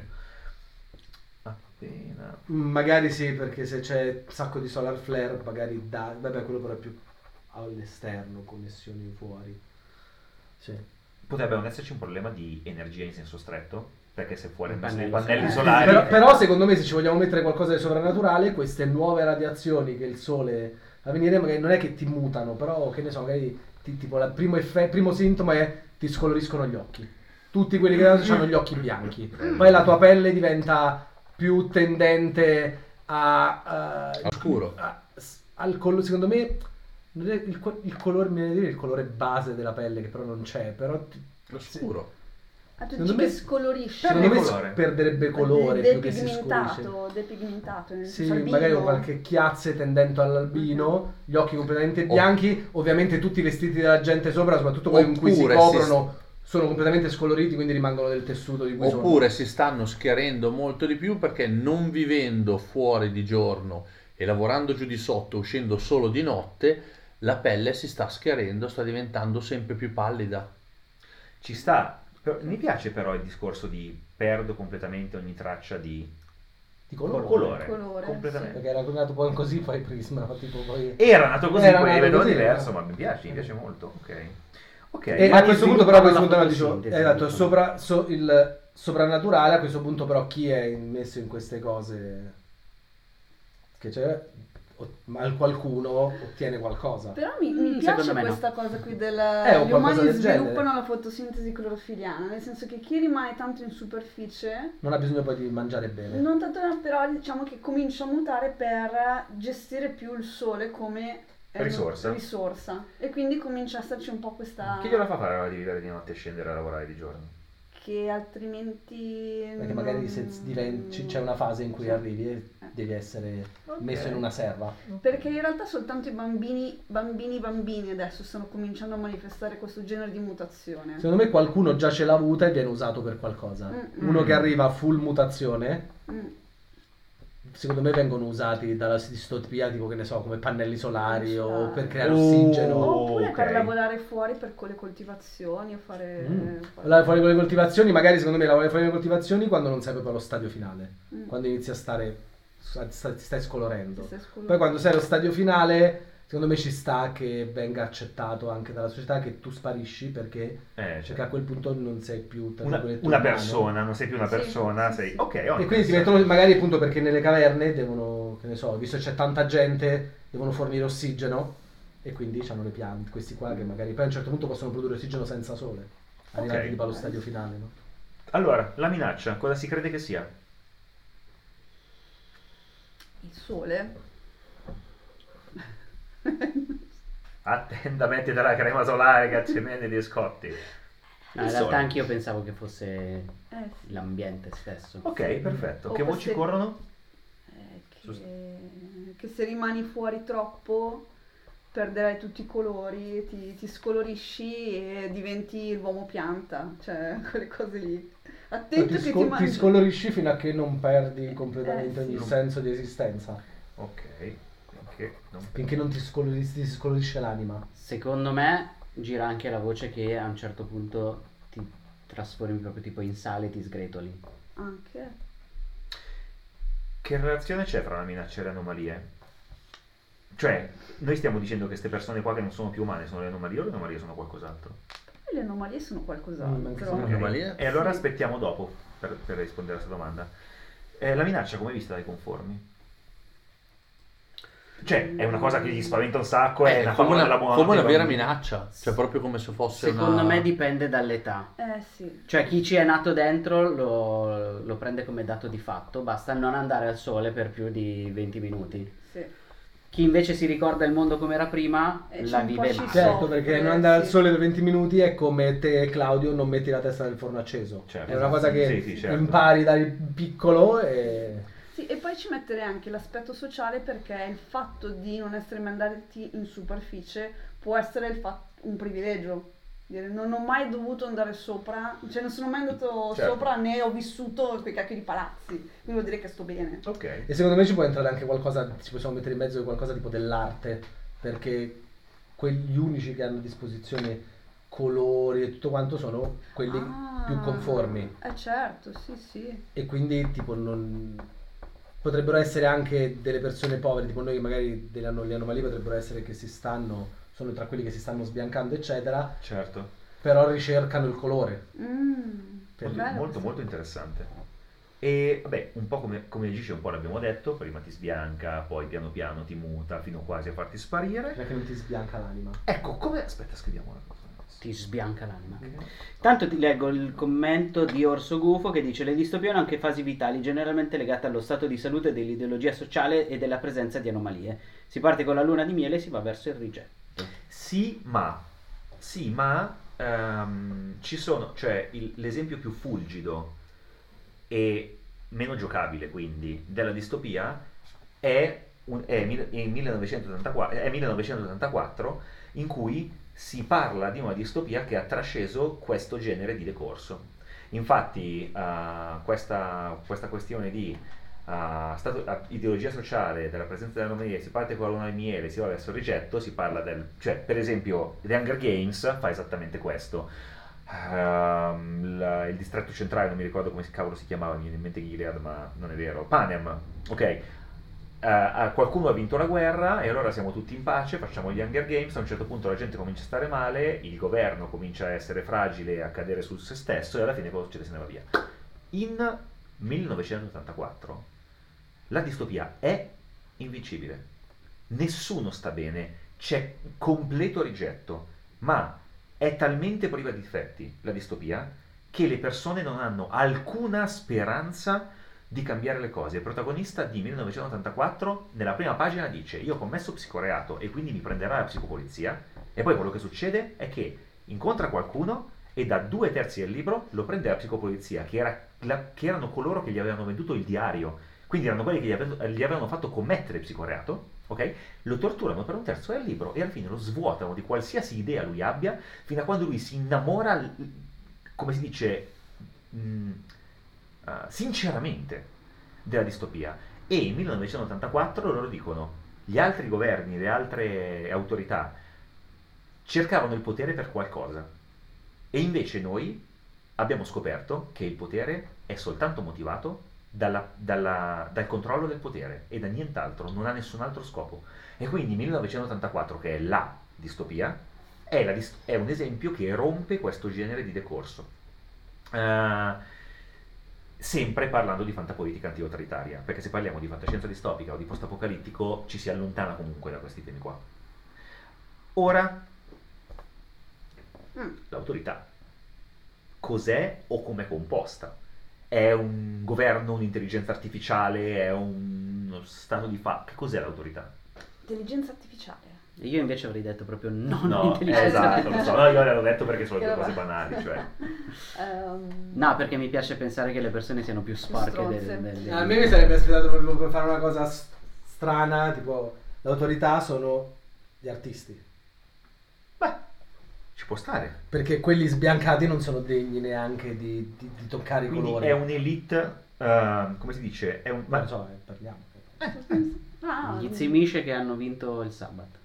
Appena... Mm, Magari sì, perché se c'è un sacco di solar flare, magari da... Vabbè, quello però è più all'esterno, connessioni fuori. Sì. potrebbe non esserci un problema di energia in senso stretto, perché se fuori I hanno messo pannelli i pannelli solari. solari... Però, però secondo me se ci vogliamo mettere qualcosa di sovrannaturale, queste nuove radiazioni che il sole fa venire magari non è che ti mutano, però che ne so, magari ti, tipo il primo, effe- primo sintomo è ti scoloriscono gli occhi. Tutti quelli che hanno gli occhi bianchi. Poi la tua pelle diventa più tendente a... Uh, Scuro. a- al colore, secondo me non è il, co- il colore, mi viene da dire il colore base della pelle, che però non c'è, però ti- Lo scuro. Ah, tu Secondo dici me- che scolorisce. secondo me colore. perderebbe colore De- più che si scurisce. depigmentato, depigmentato, nel Sì, senso albino. magari con qualche chiazze tendendo all'albino, gli occhi completamente bianchi, ovviamente tutti i vestiti della gente sopra, soprattutto quelli in cui si Oppure coprono, sono completamente scoloriti, quindi rimangono del tessuto di cui sono. Oppure si stanno schiarendo molto di più perché non vivendo fuori di giorno e lavorando giù di sotto, uscendo solo di notte, la pelle si sta schiarendo, sta diventando sempre più pallida. Ci sta. Però- mi piace però il discorso di perdo completamente ogni traccia di Di colore. colore, Colore, completamente. Perché era nato poi così, poi Prisma, tipo poi... Era nato così, Era poi nato è venuto così, diverso, eh. ma mi piace, mi piace molto. Ok. Ok. E Ma a ti questo punto però a sviluppano questo la punto dicevo, fotosintesi, esatto, dicono. sopra so- il soprannaturale, a questo punto però chi è messo in queste cose che c'è, o- ma qualcuno ottiene qualcosa. Però mi, mi Mm, piace secondo me no. questa cosa qui della... Eh, o gli qualcosa umani del genere. sviluppano la fotosintesi clorofiliana, nel senso che chi rimane tanto in superficie, Non ha bisogno poi di mangiare bene. non tanto, però diciamo che comincia a mutare per gestire più il sole come eh, Risorsa. risorsa. E quindi comincia a esserci un po' questa... Chi gliela fa fare allora di vivere di notte e scendere a lavorare di giorno? che altrimenti... Perché magari se non- diventi- c'è una fase in cui Sì. arrivi e devi essere Ok. messo in una serva. Perché in realtà soltanto i bambini, bambini, bambini adesso stanno cominciando a manifestare questo genere di mutazione. Secondo me qualcuno già ce l'ha avuta e viene usato per qualcosa. Mm, Uno mm. che arriva a full mutazione, Mm. secondo me vengono usati dalla distopia, tipo che ne so, come pannelli solari o Solari. per creare Oh. ossigeno. Oppure ok. per lavorare fuori per con le coltivazioni o fare... Mm. fare- La- fuori con le coltivazioni, magari secondo me lavori fuori con le coltivazioni quando non sei proprio allo stadio finale, Mm. quando inizi a stare, sta- sta- ti stai scolorendo. Ti stai scolorendo. Poi quando sei allo stadio finale, secondo me ci sta che venga accettato anche dalla società che tu sparisci perché, Eh, perché certo. a quel punto non sei più tra Una, virgolette, una umano. persona, non sei più una Sì, persona, sì, sei... sì. Ok, oh, E quindi si interessante. mettono magari appunto perché nelle caverne devono, che ne so, visto che c'è tanta gente, devono fornire ossigeno e quindi hanno le piante, questi qua che magari poi a un certo punto possono produrre ossigeno senza sole, arrivati Ok. tipo allo stadio finale, no? Allora, la minaccia, cosa si crede che sia? Il sole? Attenda, mettete la crema solare che accende gli scotti. No, in Il realtà sole. anch'io pensavo che fosse Eh sì. l'ambiente stesso. Ok, perfetto. O Che voci queste- corrono? Eh, che, che se rimani fuori troppo perderai tutti i colori, ti, ti scolorisci e diventi l'uomo pianta, cioè quelle cose lì. Poi Attento ti, che sco- ti ti mangi. scolorisci fino a che non perdi completamente Eh, sì. ogni senso di esistenza, Ok, finché non... finché non ti scolorisci, ti scolorisce l'anima. Secondo me gira anche la voce che a un certo punto ti trasformi proprio tipo in sale e ti sgretoli. Anche. Che relazione c'è fra la minaccia e le anomalie? Cioè, noi stiamo dicendo che queste persone qua che non sono più umane sono le anomalie o le anomalie sono qualcos'altro? Le anomalie sono Mm, qualcos'altro. anche Ok. se- Anomalie? E allora Sì. aspettiamo dopo per, per rispondere a questa domanda. Eh, la minaccia come è vista dai conformi? Cioè, è una cosa che gli spaventa un sacco, è Eh, una come favola una, della buona come una notte, vera bambini. minaccia, cioè proprio come se fosse Secondo una... me dipende dall'età. Eh sì. Cioè chi ci è nato dentro lo, lo prende come dato di fatto, basta non andare al sole per più di venti minuti. Sì. Chi invece si ricorda il mondo come era prima, Eh, c'è la un po' vive ci male. sono. Certo, perché non andare al sì. sole per venti minuti è come te, Claudio, non metti la testa nel forno acceso. Certo. È una cosa che Sì, sì, certo. impari dal piccolo e... Sì, e poi ci metterei anche l'aspetto sociale perché il fatto di non essere mandati in superficie può essere il fat- un privilegio. Dire, non ho mai dovuto andare sopra, cioè non sono mai andato Certo. sopra né ho vissuto quei cacchio di palazzi, quindi vuol dire che sto bene. Ok. E secondo me ci può entrare anche qualcosa, ci possiamo mettere in mezzo qualcosa tipo dell'arte, perché quegli unici che hanno a disposizione colori e tutto quanto sono quelli Ah, più conformi. Eh certo, sì sì. E quindi tipo non... potrebbero essere anche delle persone povere, tipo noi che magari delle ano- le anomalie potrebbero essere che si stanno, sono tra quelli che si stanno sbiancando eccetera, Certo. però ricercano il colore. Mm, Per- bello molto questo. molto interessante. E vabbè, un po' come, come dice, un po' l'abbiamo detto, prima ti sbianca, poi piano piano ti muta fino quasi a farti sparire. Perché non ti sbianca l'anima. Ecco, come... Aspetta, scriviamo una cosa. Ti sbianca l'anima. Ok. Tanto ti leggo il commento di Orso Gufo che dice: le distopie hanno anche fasi vitali generalmente legate allo stato di salute, dell'ideologia sociale e della presenza di anomalie. Si parte con la luna di miele e si va verso il rigetto. Sì, ma... Sì, ma... ehm, ci sono... Cioè, il- l'esempio più fulgido e meno giocabile, quindi, della distopia è, un, è, mil- è millenovecentottantaquattro, è millenovecentottantaquattro, in cui si parla di una distopia che ha trasceso questo genere di decorso. Infatti, eh, questa, questa questione di eh, stato- eh, ideologia sociale, della presenza della anomalia, si parte con la luna di miele, si va verso il rigetto, si parla del... Cioè, per esempio, The Hunger Games fa esattamente questo. Ehm, la- il distretto centrale, non mi ricordo come si cavolo si chiamava, mi viene in mente Gilead, ma non è vero, Panem, ok. Eh, qualcuno ha vinto la guerra e allora siamo tutti in pace, facciamo gli Hunger Games, a un certo punto la gente comincia a stare male, il governo comincia a essere fragile, a cadere su se stesso e alla fine cosa succede? Se ne va via. In millenovecentottantaquattro la distopia è invincibile, nessuno sta bene, c'è completo rigetto, ma è talmente priva di difetti la distopia che le persone non hanno alcuna speranza di cambiare le cose. Il protagonista di millenovecentottantaquattro nella prima pagina dice: io ho commesso psicoreato e quindi mi prenderà la psicopolizia, e poi quello che succede è che incontra qualcuno e da due terzi del libro lo prende la psicopolizia, che, era la- che erano coloro che gli avevano venduto il diario, quindi erano quelli che gli avevano, gli avevano fatto commettere psicoreato, ok? Lo torturano per un terzo del libro e alla fine lo svuotano di qualsiasi idea lui abbia, fino a quando lui si innamora, l- come si dice, mh, uh, sinceramente della distopia. E in millenovecentottantaquattro loro dicono: gli altri governi, le altre autorità cercavano il potere per qualcosa e invece noi abbiamo scoperto che il potere è soltanto motivato dalla- dalla- dal controllo del potere e da nient'altro, non ha nessun altro scopo. E quindi millenovecentottantaquattro, che è la distopia, è, la dis- è un esempio che rompe questo genere di decorso. Eh, sempre parlando di fantapolitica anti-autoritaria, perché se parliamo di fantascienza distopica o di post-apocalittico ci si allontana comunque da questi temi qua. Ora, Mm. l'autorità cos'è o com'è composta? È un governo, un'intelligenza artificiale, è un- uno stato di fatto? Che cos'è l'autorità? Intelligenza artificiale. Io invece avrei detto proprio non No, intelligenza esatto, lo so, no, io l'avevo detto perché sono Che due roba. cose banali, cioè. Ehm, No, perché mi piace pensare che le persone siano più sporche del, stronze. del- del- A me mi sarebbe aspettato proprio per fare una cosa s- strana, tipo l'autorità sono gli artisti. Beh, ci può stare. Perché quelli sbiancati non sono degni neanche di, di- di toccare i Quindi colori. è un'elite, eh, come si dice? È un, Ma ma- non so, eh, parliamo. ah, gli zimisce che hanno vinto il sabato.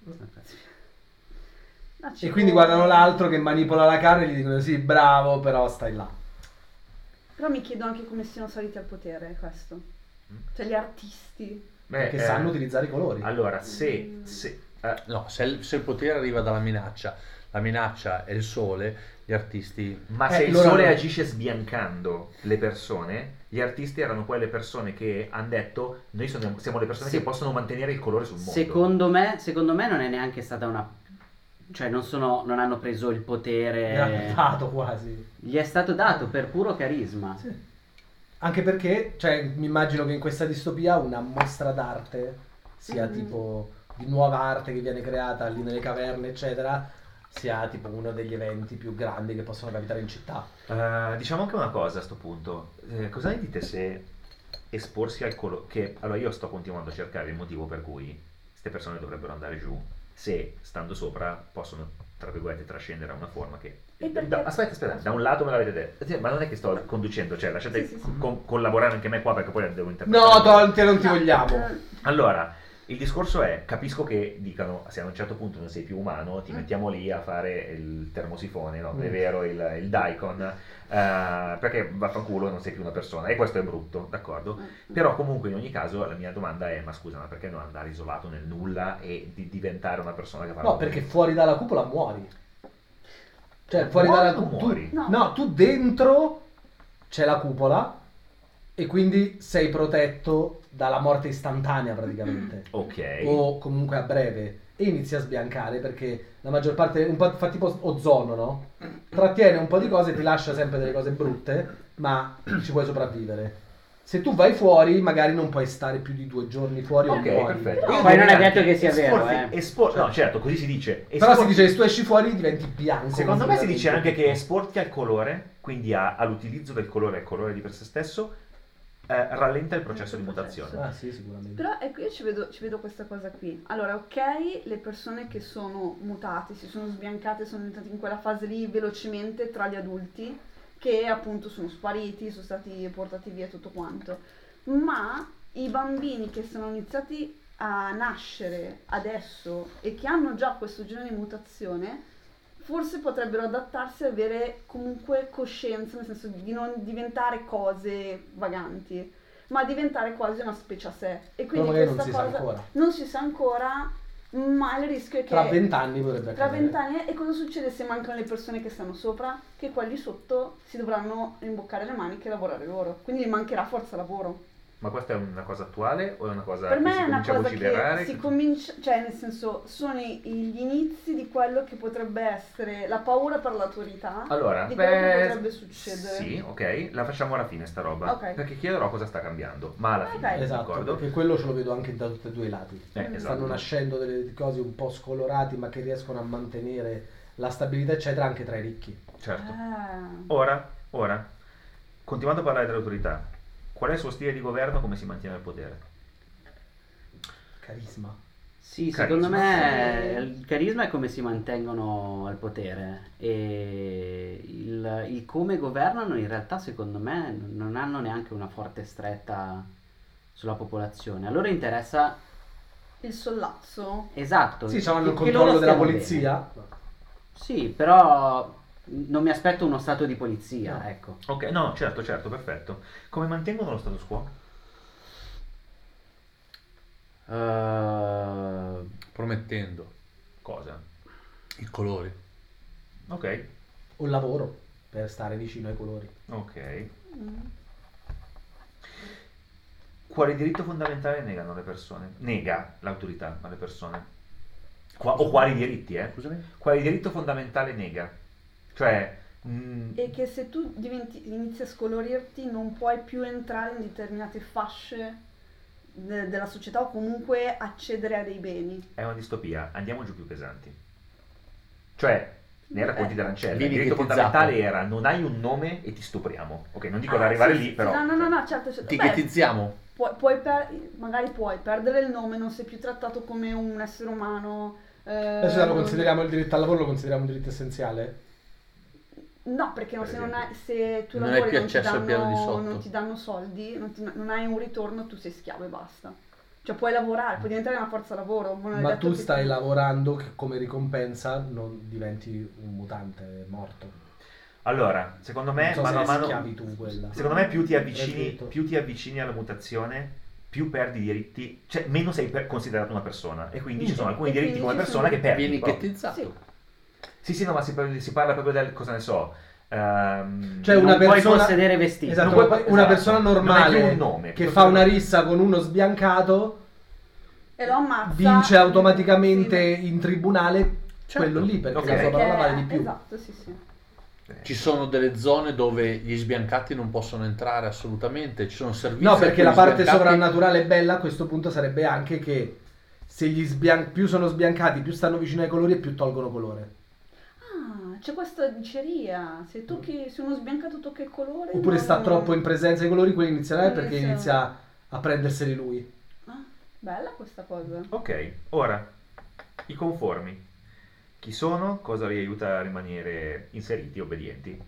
ah, ci E quindi può- guardano l'altro che manipola la carne e gli dicono sì, bravo, però stai là. Però mi chiedo anche come siano saliti al potere questo. Cioè gli artisti. beh, Che eh, sanno utilizzare i colori. Allora, se... se eh, No, se il, se il potere arriva dalla minaccia, la minaccia è il sole, gli artisti... ma Eh, se il loro sole hanno- agisce sbiancando le persone, gli artisti erano quelle persone che hanno detto: noi sono- siamo le persone Sì. che possono mantenere il colore sul mondo. Secondo me, secondo me non è neanche stata una... Cioè non, sono, non hanno preso il Mi potere... hanno dato quasi. Gli è stato dato per puro carisma. Sì. Anche perché, cioè, mi immagino che in questa distopia una mostra d'arte sia Mhm. tipo di nuova arte che viene creata lì nelle caverne, eccetera, sia tipo uno degli eventi più grandi che possono capitare in città. Eh, diciamo anche una cosa a sto punto. Eh, cosa ne dite se esporsi al colore... Che allora io sto continuando a cercare il motivo per cui queste persone dovrebbero andare giù, se stando sopra possono, tra virgolette, trascendere a una forma che... E perché- Da- aspetta, aspetta, da un lato me l'avete detto, Sì, ma non è che sto conducendo, cioè lasciate Sì, sì, sì. co- collaborare anche me qua perché poi devo interpretare. No, Tonte, non ti No, vogliamo. eh, Allora, il discorso è, capisco che dicano, se a un certo punto non sei più umano, ti Mm. mettiamo lì a fare il termosifone, no? Mm. È vero, il, il daikon, eh, perché vaffanculo non sei più una persona, e questo è brutto, d'accordo? mm. Però comunque in ogni caso la mia domanda è, ma scusa, ma perché non andare isolato nel nulla e di diventare una persona che fa... No, perché fuori dalla cupola muori. Cioè, fuori Muori dalla o cupola. muori? No. No, tu dentro c'è la cupola e quindi sei protetto dalla morte istantanea praticamente. Ok. O comunque a breve. E inizi a sbiancare perché la maggior parte, un po' fa tipo ozono, no? Trattiene un po' di cose, ti lascia sempre delle cose brutte, ma ci puoi sopravvivere. Se tu vai fuori, magari non puoi stare più di due giorni fuori o Ok, muori. perfetto. Però- Poi non è Anche detto che sia vero, esporti- eh. espor- no, certo, così si dice. Però si Esporti- dice che se tu esci fuori diventi bianco. Secondo me si dice anche che completamente. esporti al colore, quindi a- all'utilizzo del colore e al colore di per sé stesso, eh, rallenta il processo di Il processo. mutazione. Ah sì, sicuramente. Però ecco, io ci vedo, ci vedo questa cosa qui. Allora, ok, le persone che sono mutate, si sono sbiancate, sono diventate in quella fase lì velocemente tra gli adulti, che appunto sono spariti, sono stati portati via tutto quanto. Ma i bambini che sono iniziati a nascere adesso e che hanno già questo genere di mutazione, forse potrebbero adattarsi e avere comunque coscienza, nel senso di non diventare cose vaganti, ma diventare quasi una specie a sé. E Però quindi magari non questa si sa cosa ancora. non si sa ancora, ma il rischio è che Tra vent'anni potrebbe tra accadere. vent'anni, e cosa succede se mancano le persone che stanno sopra? Che quelli sotto si dovranno rimboccare le maniche e lavorare loro, quindi gli mancherà forza lavoro. Ma questa è una cosa attuale o è una cosa Per che me si è una comincia a cosa vociferare? che si comincia, cioè nel senso sono i- gli inizi di quello che potrebbe essere la paura per l'autorità, Allora, di quello che beh, potrebbe succedere. Sì, ok, la facciamo alla fine sta roba, Ok. perché chiederò cosa sta cambiando, ma alla fine, Ok. Esatto, d'accordo? perché quello ce lo vedo anche da tutti e due i lati. Eh, Stanno esatto. Stanno nascendo delle cose un po' scolorati, ma che riescono a mantenere la stabilità, eccetera, anche tra i ricchi. Certo. Ah. Ora, ora, continuando a parlare dell'autorità, qual è il suo stile di governo, come si mantiene al potere? Carisma. Sì, Carisma. secondo me Sì. il carisma è come si mantengono al potere e il, il come governano in realtà secondo me non hanno neanche una forte stretta sulla popolazione. A loro interessa, Il sollazzo. esatto, Sì, c'hanno il che- che controllo loro della stiano polizia. bene. Sì, però non mi aspetto uno stato di polizia, No. ecco. Ok, no, certo, certo, perfetto. Come mantengono lo status quo? Eh, Promettendo Cosa? i colori. Ok, O il lavoro, per stare vicino ai colori. ok. Mm. Quale diritto fondamentale negano le persone? Nega l'autorità alle persone? Qua- o quali diritti, eh? Scusami? Quale diritto fondamentale nega? Cioè, mh, E che se tu diventi, inizi a scolorirti non puoi più entrare in determinate fasce de- della società o comunque accedere a dei beni. è una distopia. Andiamo giù più pesanti. Cioè, nei racconti Eh. dell'ancella, il Vieni diritto ghettizzato. fondamentale era non hai un nome e ti stupriamo. Ok, non dico Ah, ad arrivare sì, lì, sì, però... No, no, no, no, certo, certo. Ti Beh, ghettizziamo. puoi, puoi per- magari puoi perdere il nome, non sei più trattato come un essere umano. eh, Adesso se lo non- consideriamo il diritto al lavoro, lo consideriamo un diritto essenziale? No, perché Per se, non hai, esempio. se tu Non hai lavori più non ti, accesso al piano di danno, sotto. non ti danno soldi, non, ti- non hai un ritorno, tu sei schiavo e basta. Cioè puoi lavorare, puoi diventare una forza lavoro. non è Ma detto tu che stai lavorando che come ricompensa non diventi un mutante morto. Allora, secondo me, Non so mano se a è mano... schiavitù quella. Secondo me più ti avvicini, Retweet. più ti avvicini alla mutazione, più perdi diritti, cioè meno sei per- considerato una persona e quindi ci sono Mm. alcuni E diritti quindi come ci persona sono- che perdi. Vieni proprio. ghettizzato. Sì. Sì, sì, no, ma si, parla- si parla proprio del, cosa ne so, ehm, Cioè non una puoi persona possedere vestiti. Esatto, Non puoi- una- una esatto. persona Non hai più normale un nome, che piuttosto fa che- una rissa con uno sbiancato E lo ammazza. vince automaticamente Sì. in tribunale Certo. quello lì perché Ok. la sua parola vale di Perché- più. Esatto, sì, sì. Ci sono delle zone dove gli sbiancati non possono entrare assolutamente, ci sono servizi. No, a perché cui la gli parte sbiancati- sovrannaturale bella a questo punto sarebbe anche che se gli sbian- più sono sbiancati, più stanno vicino ai colori e più tolgono colore. Ah, c'è questa diceria. Se tocchi, se uno sbiancato tocca il colore. Oppure non- sta troppo in presenza dei colori, quelli inizieranno a perché Inizia- inizia a prenderseli lui. Ah, bella questa cosa. Ok, ora, i conformi. Chi sono? Cosa li aiuta a rimanere inseriti, obbedienti?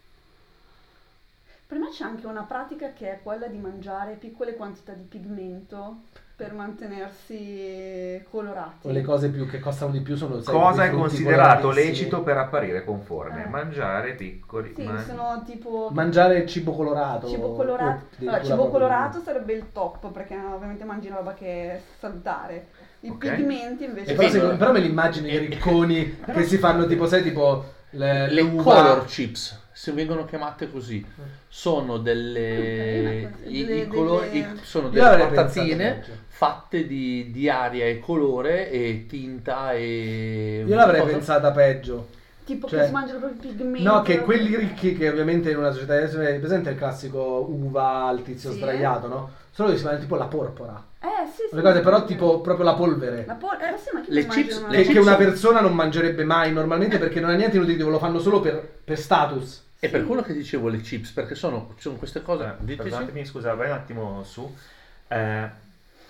Per me c'è anche una pratica che è quella di mangiare piccole quantità di pigmento per mantenersi colorati. O le cose più che costano di più sono sai, Cosa quei è frutti considerato coloratissimi. lecito per apparire conforme? Eh. Mangiare piccoli... Sì, ma- sono tipo Mangiare cibo colorato. cibo o colorato. addirittura Allora, cibo proprio- colorato sarebbe il top perché ovviamente mangi una roba che è salutare. I Ok. pigmenti E invece però, sono- secondo- però me li immagino i ricconi che si fanno tipo, sai, tipo le, Le l'uva. color chips, se vengono chiamate così, sono delle, Ok, i, delle- i colori, delle- i- sono Io delle avrei patatine pensato peggio. fatte di, di aria e colore e tinta e... Io l'avrei cosa? pensata peggio. Tipo Cioè- che si mangiano proprio i pigmenti. No, che quelli ricchi che ovviamente in una società adesso è presente il classico uva al tizio Sì. sdraiato, no? Solo che si mangia tipo la porpora. Eh sì, sì. Le cose però sì. tipo proprio la polvere. La pol- eh sì, ma chi Le le chips- mangiano? le Che, chips che una sono- persona non mangerebbe mai normalmente perché non ha niente nutritivo, lo fanno solo per, per status. E per quello che dicevo le chips, perché sono, sono queste cose... Eh, diteci. Perdonatemi, scusa, vai un attimo su. Eh,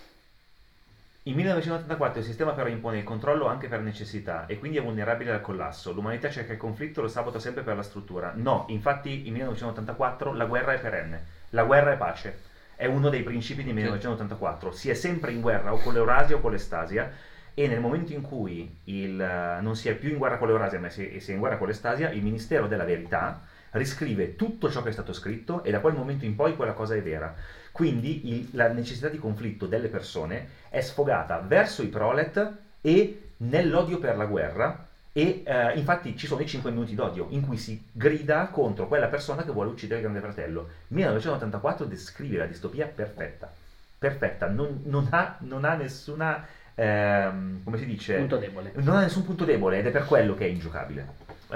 in millenovecentottantaquattro il sistema però impone il controllo anche per necessità e quindi è vulnerabile al collasso. L'umanità cerca il conflitto e lo sabota sempre per la struttura. No, infatti in millenovecentottantaquattro la guerra è perenne. La guerra è pace. È uno dei principi di millenovecentottantaquattro. Si è sempre in guerra o con l'Eurasia o con l'Estasia e nel momento in cui il, eh, non si è più in guerra con l'Eurasia ma si, si è in guerra con l'Estasia, il Ministero della Verità riscrive tutto ciò che è stato scritto e da quel momento in poi quella cosa è vera. Quindi il- la necessità di conflitto delle persone è sfogata verso i prolet e nell'odio per la guerra e eh, infatti ci sono i cinque minuti d'odio in cui si grida contro quella persona che vuole uccidere il Grande Fratello. millenovecentottantaquattro descrive la distopia perfetta, perfetta, non, non ha, non ha nessuna, ehm, come si dice, Punto debole. non ha nessun punto debole ed è per quello che è ingiocabile.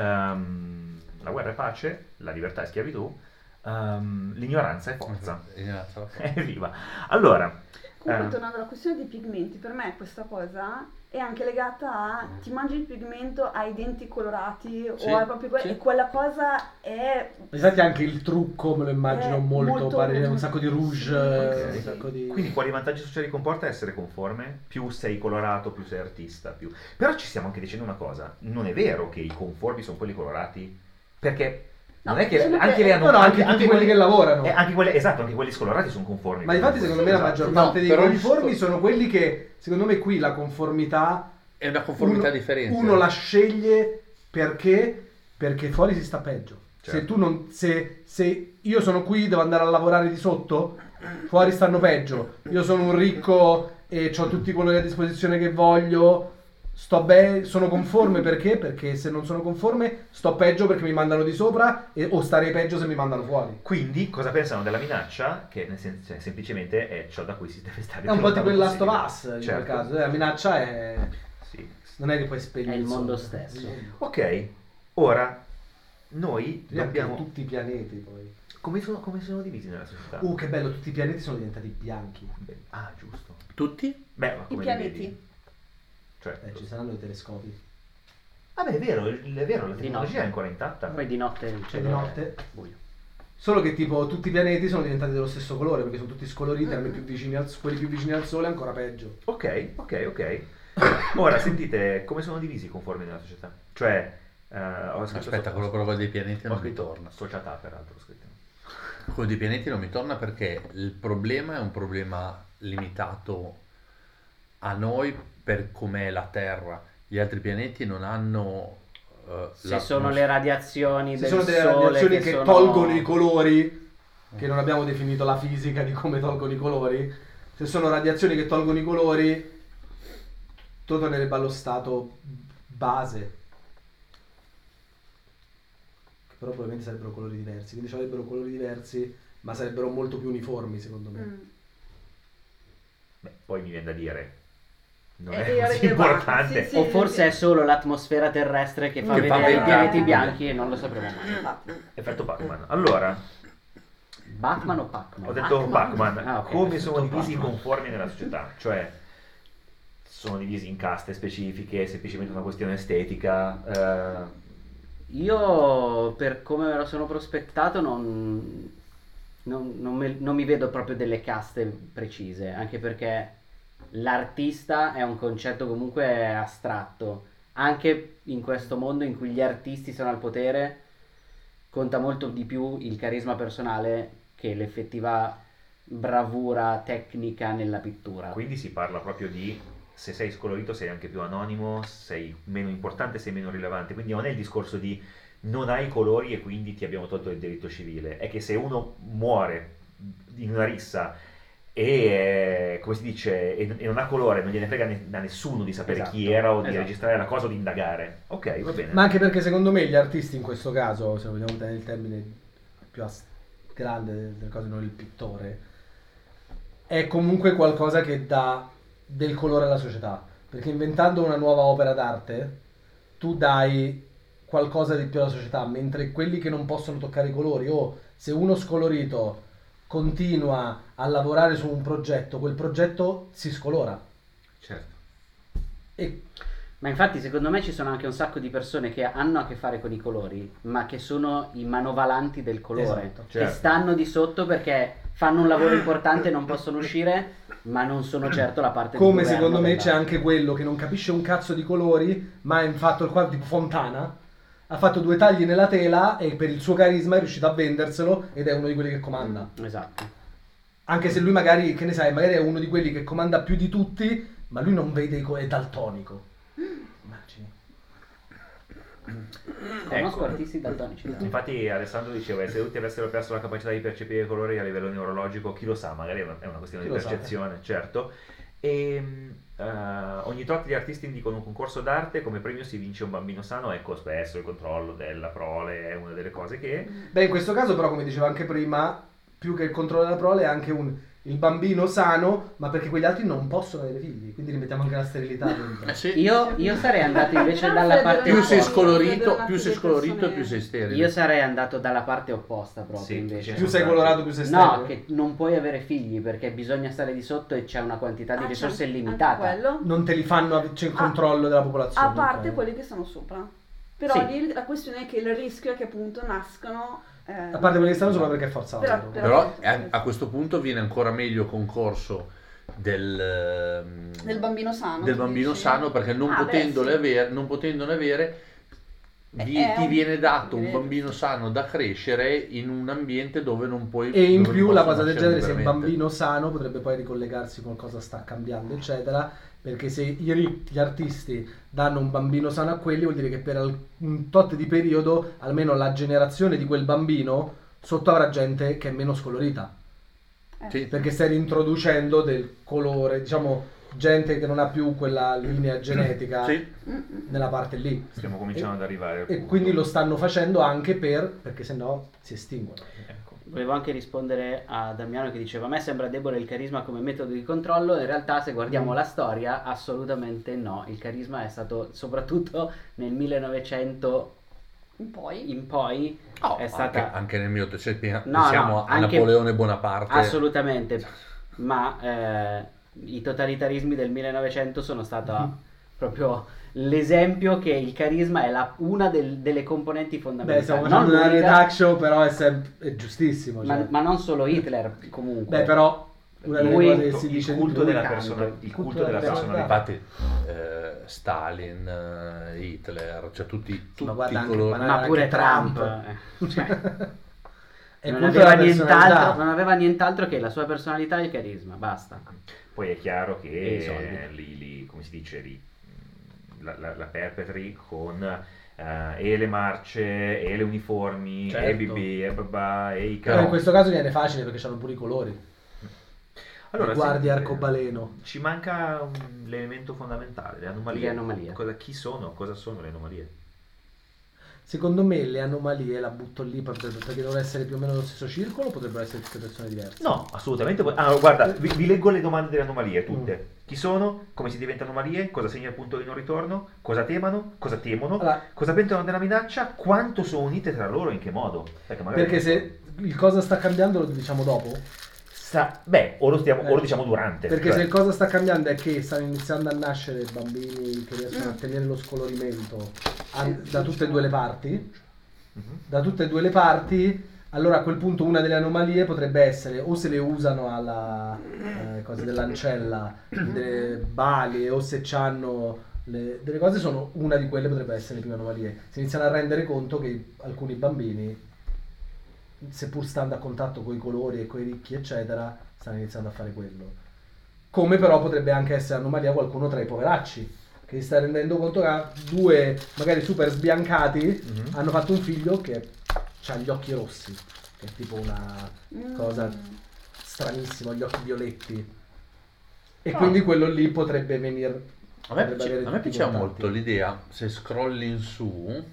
Ehm, la guerra è pace, la libertà è schiavitù, ehm, l'ignoranza è forza. Ignoranza. Evviva! Allora, Comunque, eh, tornando alla questione dei pigmenti, per me questa cosa è anche legata a ti mangi il pigmento, hai i denti colorati Sì, o hai proprio que- sì. e quella cosa è Infatti anche il trucco me lo immagino Eh, molto, molto- pare un sacco di rouge, Sì, eh, sì. un sacco di... quindi quali vantaggi sociali comporta essere conforme? Più sei colorato, più sei artista, più... Però ci stiamo anche dicendo una cosa, non è vero che i conformi sono quelli colorati, perché No, non è che diciamo anche che- le hanno... No, no, anche tutti quelli che lavorano. eh, anche quelli, esatto, anche quelli scolorati sono conformi. Ma infatti secondo me la Esatto. maggior No, parte dei però gli conformi sco- sono quelli che, secondo me qui la conformità... È una conformità uno, differente. Uno la sceglie perché, perché fuori si sta peggio. Certo. Se tu non... Se, se io sono qui, devo andare a lavorare di sotto, fuori stanno peggio. Io sono un ricco e ho tutti i colori a disposizione che voglio... Sto bene, sono conforme perché? Perché se non sono conforme sto peggio perché mi mandano di sopra e, o starei peggio se mi mandano fuori. Quindi cosa pensano della minaccia? Che nel sen- cioè, semplicemente è ciò da cui si deve stare È un più po' tipo il lontano Last of Us possibile. in Certo. quel caso. Eh, La minaccia è... Sì. Non è che puoi spegnere È il mondo sole. stesso. Ok, ora noi Abbiamo dobbiamo... tutti i pianeti poi. Come sono, come sono divisi nella società? Uh, che bello, tutti i pianeti sono diventati bianchi. Beh, ah, giusto. Tutti? Beh, ma i come li pianeti. vedi? Cioè, Eh, ci saranno i telescopi. vabbè, è vero, è vero, la Di tecnologia notte. è ancora intatta. Poi di notte il Cioè, cielo di è notte. buio. Solo che tipo tutti i pianeti sono diventati dello stesso colore perché sono tutti scoloriti, erano più vicini al, quelli più vicini al Sole ancora peggio. Ok, ok, ok. Ora sentite come sono divisi i conformi nella società. Cioè, eh, ho scritto Aspetta, so- quello prova dei pianeti ho non mi scritto torna. società, peraltro, ho scritto. Quello dei pianeti non mi torna perché il problema è un problema limitato a noi per com'è la Terra. Gli altri pianeti non hanno... eh, Se sono le radiazioni Ci del sono delle sole radiazioni che, che, sono... tolgono i colori, che non abbiamo definito la fisica di come tolgono i colori. Se sono radiazioni che tolgono i colori, tu tornerebbe allo stato base. Che però probabilmente sarebbero colori diversi, quindi sarebbero colori diversi, ma sarebbero molto più uniformi secondo me. Mm. Beh, poi mi viene da dire, non Eh, è io così arrivo- importante. sì, sì. O forse è solo l'atmosfera terrestre che fa Che fa vedere i vedere. pianeti bianchi e non lo sapremo mai. Infatti. Effetto Pac-Man. Allora, Batman o Pac-Man? ho detto Pac-Man, Ah, ok, come ho sono detto divisi i Pac-Man. conformi nella società? Cioè, sono divisi in caste specifiche, è semplicemente una questione estetica. eh, Io, per come me lo sono prospettato, non, non, non me- non mi vedo proprio delle caste precise, anche perché l'artista è un concetto comunque astratto. Anche in questo mondo in cui gli artisti sono al potere, conta molto di più il carisma personale che l'effettiva bravura tecnica nella pittura. Quindi si parla proprio di se sei scolorito sei anche più anonimo, sei meno importante, sei meno rilevante. Quindi non è il discorso di non hai colori e quindi ti abbiamo tolto il diritto civile. È che se uno muore in una rissa e come si dice, e, e non ha colore, non gliene frega ne, a nessuno di sapere Esatto, chi era o di esatto. registrare la cosa o di indagare. Ok, va bene. Ma anche perché secondo me gli artisti in questo caso, se vogliamo tenere il termine più as- grande delle cose, non il pittore, è comunque qualcosa che dà del colore alla società. Perché inventando una nuova opera d'arte, tu dai qualcosa di più alla società, mentre quelli che non possono toccare i colori, o se uno scolorito continua a lavorare su un progetto, quel progetto si scolora. Certo. E Ma infatti secondo me ci sono anche un sacco di persone che hanno a che fare con i colori, ma che sono i manovalanti del colore, Esatto, che certo. stanno di sotto perché fanno un lavoro importante e non possono uscire, ma non sono certo la parte di come governo secondo me della- c'è anche quello che non capisce un cazzo di colori, ma ha fatto il quadro tipo Fontana, ha fatto due tagli nella tela e per il suo carisma è riuscito a venderselo ed è uno di quelli che comanda. Esatto. Anche se lui magari, che ne sai, magari è uno di quelli che comanda più di tutti, ma lui non vede i colori, è daltonico. Immagini. Conosco Ecco. artisti daltonici. tra l'altro. Infatti Alessandro diceva, se tutti avessero perso la capacità di percepire i colori a livello neurologico, chi lo sa, magari è una, è una questione Chi di lo sa, percezione, certo. E uh, ogni tot di artisti indicano un concorso d'arte, come premio si vince un bambino sano. Ecco, spesso il controllo della prole è una delle cose che... Beh, in questo caso però, come dicevo anche prima, più che il controllo della prole è anche un il bambino sano, ma perché quegli altri non possono avere figli, quindi rimettiamo anche la sterilità dentro. Eh sì. Io, io sarei andato invece Però dalla Fred parte non Più sei Sì, opposta. scolorito, vedono più sei delle scolorito e persone- più sei sterile. Io sarei andato dalla parte opposta proprio Sì, invece. Più sei colorato, più sei sterile. No, che non puoi avere figli perché bisogna stare di sotto e c'è una quantità di Ah, c'è risorse anche limitata. quello. Non te li fanno, c'è il Ah, controllo della popolazione. A parte ok. quelli che sono sopra. Però Sì. lì la questione è che il rischio è che appunto nascano... eh, A parte quelli che stanno sopra perché è forzato. Però- però. Però a, a questo punto viene ancora meglio concorso del, ehm, Del bambino sano, del tu bambino dici? sano, perché non, Ah, beh, potendole sì. avere, non potendone avere vi- Eh, è ti un- viene dato un credo. bambino sano da crescere in un ambiente dove non puoi E in dove più non la possono cosa del nascere genere, se il liberamente. bambino sano potrebbe poi ricollegarsi con cosa sta cambiando, eccetera, perché se i ri- gli artisti danno un bambino sano a quelli, vuol dire che per al- un tot di periodo, almeno la generazione di quel bambino, sotto avrà gente che è meno scolorita, Eh, Sì. perché stai reintroducendo del colore, diciamo, gente che non ha più quella linea genetica Sì. nella parte lì. Stiamo cominciando ad arrivare al E punto. quindi lo stanno facendo anche per, perché sennò si estinguono. Ecco. Volevo anche rispondere a Damiano che diceva a me sembra debole il carisma come metodo di controllo, in realtà se guardiamo la storia assolutamente no, il carisma è stato soprattutto nel millenovecento poi. in poi Oh, è stata anche, anche nel milleottocento No, pensiamo no, a anche- Napoleone Bonaparte. assolutamente, ma eh, i totalitarismi del millenovecento sono stata proprio l'esempio che il carisma è la- una del- delle componenti fondamentali. Beh, stiamo Non facendo una l'unica, redact show, però è, sem- è giustissimo. ma, Cioè. ma non solo Hitler comunque. Beh, però una delle Lui- cose che Il si dice il di culto più- della, canto. persona- il Il culto culto della della personalità. Infatti eh, Stalin, eh, Hitler, cioè tutti, tutti Ma guarda, i anche colori. il ma pure anche Trump, Trump. eh, cioè, È non, culto aveva della nient'altro, personalità. non aveva nient'altro che la sua personalità e il carisma, basta. Poi è chiaro E i che soldi. eh, li, li- come si dice, li, la, la, la perpetri con eh, e le marce, e le uniformi, Certo. e B B, e babà, e i Però carro. in questo caso viene facile perché hanno pure i colori. Allora, guardi sì, arcobaleno. Ci manca un- l'elemento fondamentale, le anomalie. Le anomalie. Cosa, chi sono? Cosa sono le anomalie? Secondo me le anomalie la butto lì per- perché devono essere più o meno nello stesso circolo o potrebbero essere tutte persone diverse? No, assolutamente. Ah, guarda, vi, vi leggo le domande delle anomalie tutte. Mm. Chi sono? Come si diventa anomalie? Cosa segna il punto di non ritorno? Cosa temano? Cosa temono? Allora, Cosa pensano della minaccia? Quanto sono unite tra loro e in che modo? Perché, magari perché se il cosa sta cambiando lo diciamo dopo? Sa- beh, o lo, stiamo, o lo Eh. diciamo durante. Perché cioè- se il cosa sta cambiando è che stanno iniziando a nascere bambini che riescono a tenere lo scolorimento a- da tutte e due le parti, Mhm. da tutte e due le parti, allora a quel punto una delle anomalie potrebbe essere o se le usano alla eh, cosa dell'ancella, delle bali, o se c'hanno le- delle cose, sono una di quelle potrebbe essere le prime anomalie. Si iniziano a rendere conto che alcuni bambini, seppur stando a contatto con i colori e con i ricchi eccetera, stanno iniziando a fare quello. Come però potrebbe anche essere anomalia qualcuno tra i poveracci che si sta rendendo conto che ha due magari super sbiancati Mhm. hanno fatto un figlio che ha gli occhi rossi, che è tipo una Mm. cosa stranissimo, gli occhi violetti. E Ah. quindi quello lì potrebbe venire... A me, potrebbe piace- avere a me tutti i piaceva contatti. molto l'idea, se scrolli in su,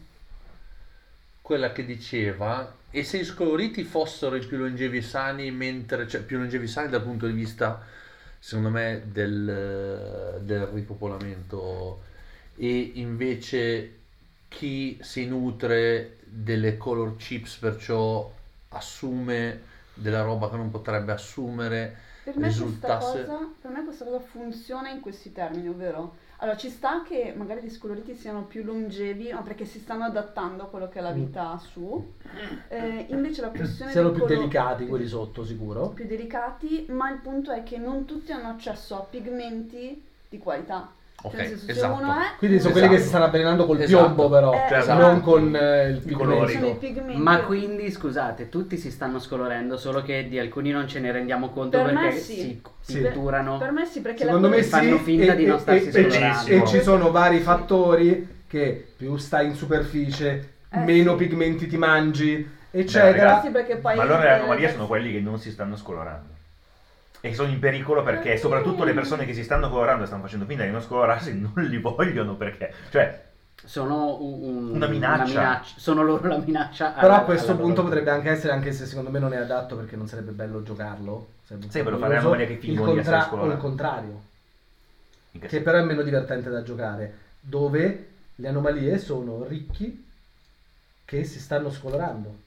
quella che diceva, e se i scoloriti fossero i più longevi e sani, mentre, cioè più longevi e sani dal punto di vista, secondo me, del, del ripopolamento, e invece chi si nutre delle color chips, perciò assume della roba che non potrebbe assumere, Per me, questa risultasse... cosa, per me questa cosa funziona in questi termini, ovvero allora ci sta che magari gli scoloriti siano più longevi, ma perché si stanno adattando a quello che è la vita su. Eh, invece la questione Siano del più colo- delicati quelli sotto, sicuro. più delicati, ma il punto è che non tutti hanno accesso a pigmenti di qualità. Ok, Cioè, nel senso, se esatto. uno è Quindi sono Esatto. quelli che si stanno avvelenando col Esatto. piombo però, Eh, Cioè, esatto. non con eh, il I colori. sono i pigmento. pigmenti. Ma quindi, scusate, tutti si stanno scolorendo, solo che di alcuni non ce ne rendiamo conto Per me perché sì. si Sì. pitturano. Per me sì, perché Secondo la me cosa- sì, fanno finta e, di non e- starsi e- e- scolorando. e ci sono vari Sì. fattori che più stai in superficie, Eh, meno sì. pigmenti ti mangi, Beh, eccetera. ragazzi, Sì, perché poi Ma allora le eh, anomalie sono quelli che non si stanno scolorando. E sono in pericolo perché soprattutto le persone che si stanno colorando e stanno facendo finta di non scolorarsi non li vogliono perché... Cioè, Sono un- un- Una minaccia. Sono loro la minaccia. Però alla- a questo alla punto loro- potrebbe anche essere, anche se secondo me non è adatto perché non sarebbe bello giocarlo. Sarebbe un Sì, po' però fare noioso, anomalie che il fingono di essere contra- o il scolorate. contrario, in che che senso? però è meno divertente da giocare, dove le anomalie sono ricchi che si stanno scolorando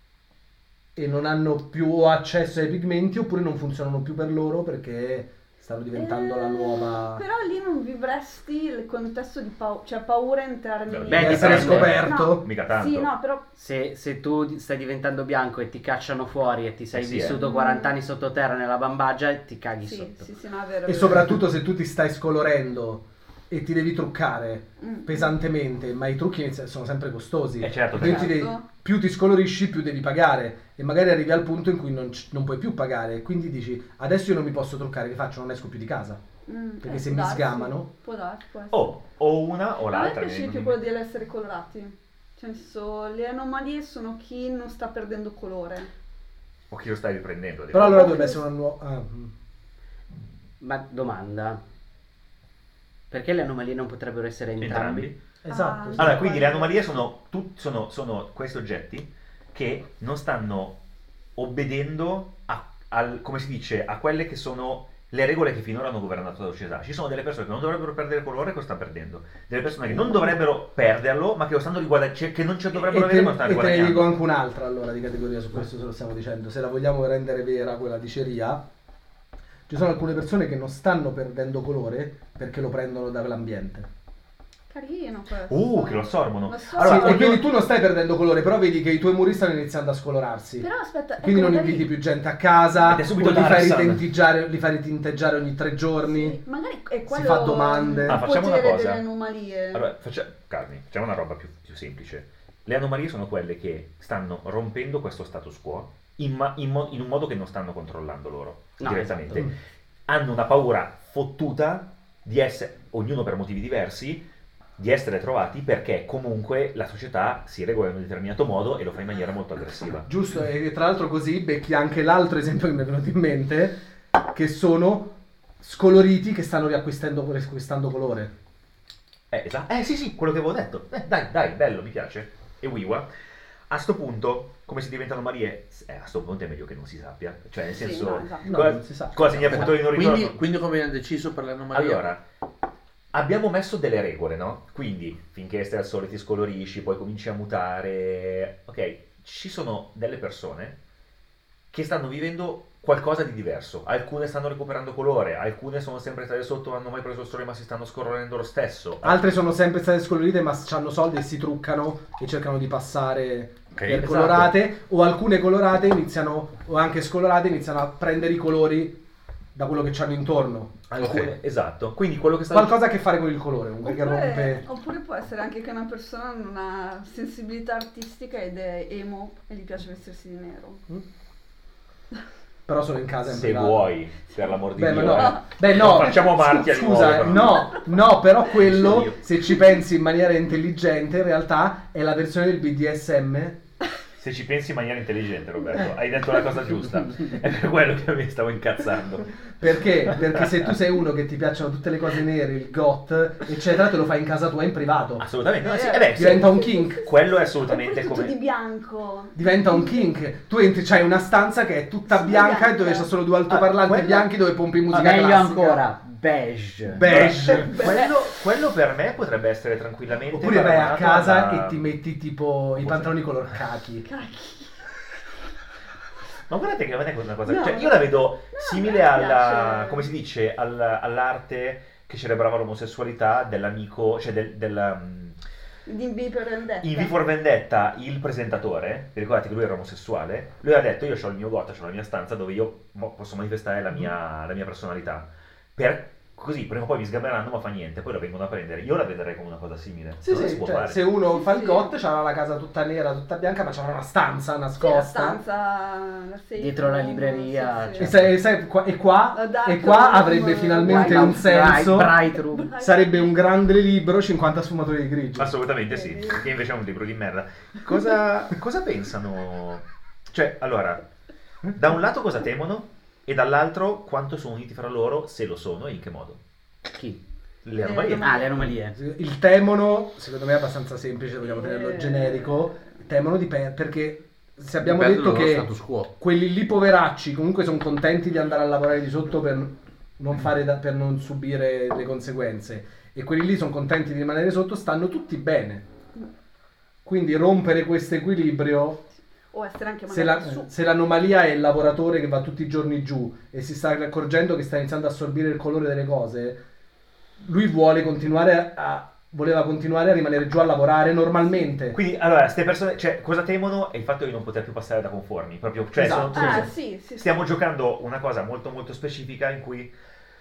e non hanno più accesso ai pigmenti oppure non funzionano più per loro perché stanno diventando la Eh, nuova... Però lì non vivresti il contesto di paura, cioè paura in termini Beh, di di essere dipende. scoperto. No, Mica tanto. Sì, no, però Se, se tu stai diventando bianco e ti cacciano fuori e ti sei Eh sì, vissuto eh. quaranta anni sottoterra nella bambagia, ti caghi sì, sotto. sì, sì, no, è vero. è E vero. soprattutto se tu ti stai scolorendo e ti devi truccare Mm. pesantemente, ma i trucchi inizi- sono sempre costosi. Eh, certo, Quindi ti certo. devi- più ti scolorisci, più devi pagare. E magari arrivi al punto in cui non, c- non puoi più pagare. Quindi dici, adesso io non mi posso truccare, che faccio? Non esco più di casa. Mm, perché eh, se può mi darsi, sgamano- può darsi, può essere. O, o una o A me l'altra. piace di non più mi- quello di essere colorati. Cioè, nel senso, le anomalie sono chi non sta perdendo colore. O chi lo stai riprendendo. Però allora dovrebbe essere una nuova... ah, mm. Ma domanda, perché le anomalie non potrebbero essere entrambi? Entrambi. Esatto. Ah, sì. Allora, quindi le anomalie sono, tut- sono, sono questi oggetti che non stanno obbedendo a, al- come si dice, a quelle che sono le regole che finora hanno governato la società. Ci sono delle persone che non dovrebbero perdere colore e che lo stanno perdendo. Delle persone che non dovrebbero perderlo, ma che lo stanno riguadagnando, che non ci dovrebbero E avere, te, ma lo stanno e te ne dico riguadagnando. anche un'altra allora di categoria su questo, se lo stiamo dicendo. Se la vogliamo rendere vera quella diceria, ci sono alcune persone che non stanno perdendo colore perché lo prendono dall'ambiente. Carino questo. Uh, che lo assorbono. Lo so. Allora, Sì, e ognuno- quindi tu non stai perdendo colore, però vedi che i tuoi muri stanno iniziando a scolorarsi. Però aspetta, Quindi ecco, non magari- inviti più gente a casa, Ed è subito o li fai, Tarzan. ritinteggiare, li fai ritinteggiare ogni tre giorni. Sì, magari è quello fa domande. il Ah, facciamo una potere cosa. delle anomalie. Allora, faccia- Carmi, facciamo una roba più, più semplice. Le anomalie sono quelle che stanno rompendo questo status quo in, ma- in mo- in un modo che non stanno controllando loro No, direttamente. esatto. Hanno una paura fottuta di essere, ognuno per motivi diversi, di essere trovati perché comunque la società si regola in un determinato modo e lo fa in maniera molto aggressiva. Giusto, e tra l'altro così becchi anche l'altro esempio che mi è venuto in mente, che sono scoloriti che stanno riacquistando riacquistando colore. Eh, esatto. Eh sì sì, quello che avevo detto. Eh, dai, dai, bello, mi piace. E Wiwa. A sto punto, come si diventano Marie? Eh, a sto punto è meglio che non si sappia. Cioè, nel Sì, senso, no, esatto. No, cosa, non si sa. cosa segna punto di non ritorno? Quindi, quindi come hanno deciso per le anomalie? Allora, abbiamo messo delle regole, no? Quindi, finché stai al sole ti scolorisci, poi cominci a mutare. Ok, ci sono delle persone che stanno vivendo qualcosa di diverso. Alcune stanno recuperando colore, alcune sono sempre state sotto, non hanno mai preso il sole ma si stanno scolorendo lo stesso. Altre sono sempre state scolorite ma hanno soldi e si truccano e cercano di passare per esatto. colorate, o alcune colorate iniziano, o anche scolorate iniziano a prendere i colori da quello che c'hanno intorno. Alcune, Ok. esatto. Quindi quello che sta Qualcosa a che fare con il colore, comunque che Oppure, rompe. oppure può essere anche che una persona non ha sensibilità artistica ed è emo e gli piace vestirsi di nero. Però solo in casa in se privato. vuoi, per l'amor di Beh, Dio. ma no, eh. beh, no, Non facciamo marchi scu- al scusa, nuovo, però. no, no, però Io. quello, se ci pensi in maniera intelligente, in realtà è la versione del B D S M Sì, Se ci pensi in maniera intelligente, Roberto, hai detto la cosa giusta. È per quello che mi stavo incazzando. Perché? Perché se tu sei uno che ti piacciono tutte le cose nere, il goth, eccetera, te lo fai in casa tua in privato. Assolutamente. No, sì, eh beh, Diventa sì. un kink. Quello è Oppure assolutamente tutto come... di bianco. Diventa un kink. Tu entri, c'hai una stanza che è tutta Sì, bianca, bianca. e dove c'è solo due altoparlanti Ah, quella- bianchi dove pompi musica Meglio classica. ancora, beige. Beige. Quello, quello per me potrebbe essere tranquillamente... Oppure vai a paragonato casa alla- e ti metti tipo i Cosa? pantaloni color khaki. Cacchi. Ma guardate che non è una cosa... No, cioè, io la vedo no, simile a me alla... piace. come si dice? Al- all'arte che celebrava l'omosessualità dell'amico... cioè del... del um, Di V per Vendetta. in V for Vendetta, il presentatore, vi ricordate che lui era omosessuale? Lui ha detto: io ho il mio gotha, ho la mia stanza dove io mo- posso manifestare la mia, la mia personalità. Per così, prima o poi mi sgabberanno, ma fa niente, poi lo vengono a prendere. Io la vedrei come una cosa simile. Sì, Cosa sì, si può cioè, fare? se uno Sì, fa il sì. goth, c'ha la casa tutta nera, tutta bianca, ma c'ha una stanza Sì, la nascosta. stanza la safe Dietro la room, libreria, sì, cioè. E, sai, sai, qua, e qua, La dark e qua room, avrebbe eh, finalmente white un senso. Bright, bright room. Sarebbe un grande libro, cinquanta sfumatori di grigio. Assolutamente sì, perché invece è un libro di merda. Cosa, cosa pensano? Cioè, allora, da un lato cosa temono e dall'altro quanto sono uniti fra loro, se lo sono e in che modo? Chi? Le anomalie. Eh, Ah, le anomalie. Il temono, secondo me è abbastanza semplice, vogliamo tenerlo Eh. generico. Temono di per- perché se abbiamo Di detto perdere lo che status quo. quelli lì poveracci comunque sono contenti di andare a lavorare di sotto per non, fare da- per non subire le conseguenze, e quelli lì sono contenti di rimanere sotto, stanno tutti bene. Quindi rompere questo equilibrio, O essere anche se, magari la- su. se l'anomalia è il lavoratore che va tutti i giorni giù e si sta accorgendo che sta iniziando a assorbire il colore delle cose, lui vuole continuare a voleva continuare a rimanere giù a lavorare normalmente. Quindi, allora, queste persone, cioè, cosa temono? È il fatto di non poter più passare da conformi. Proprio, cioè, Esatto. sono- Ah, sono- sì, sì, sì. stiamo giocando una cosa molto molto specifica in cui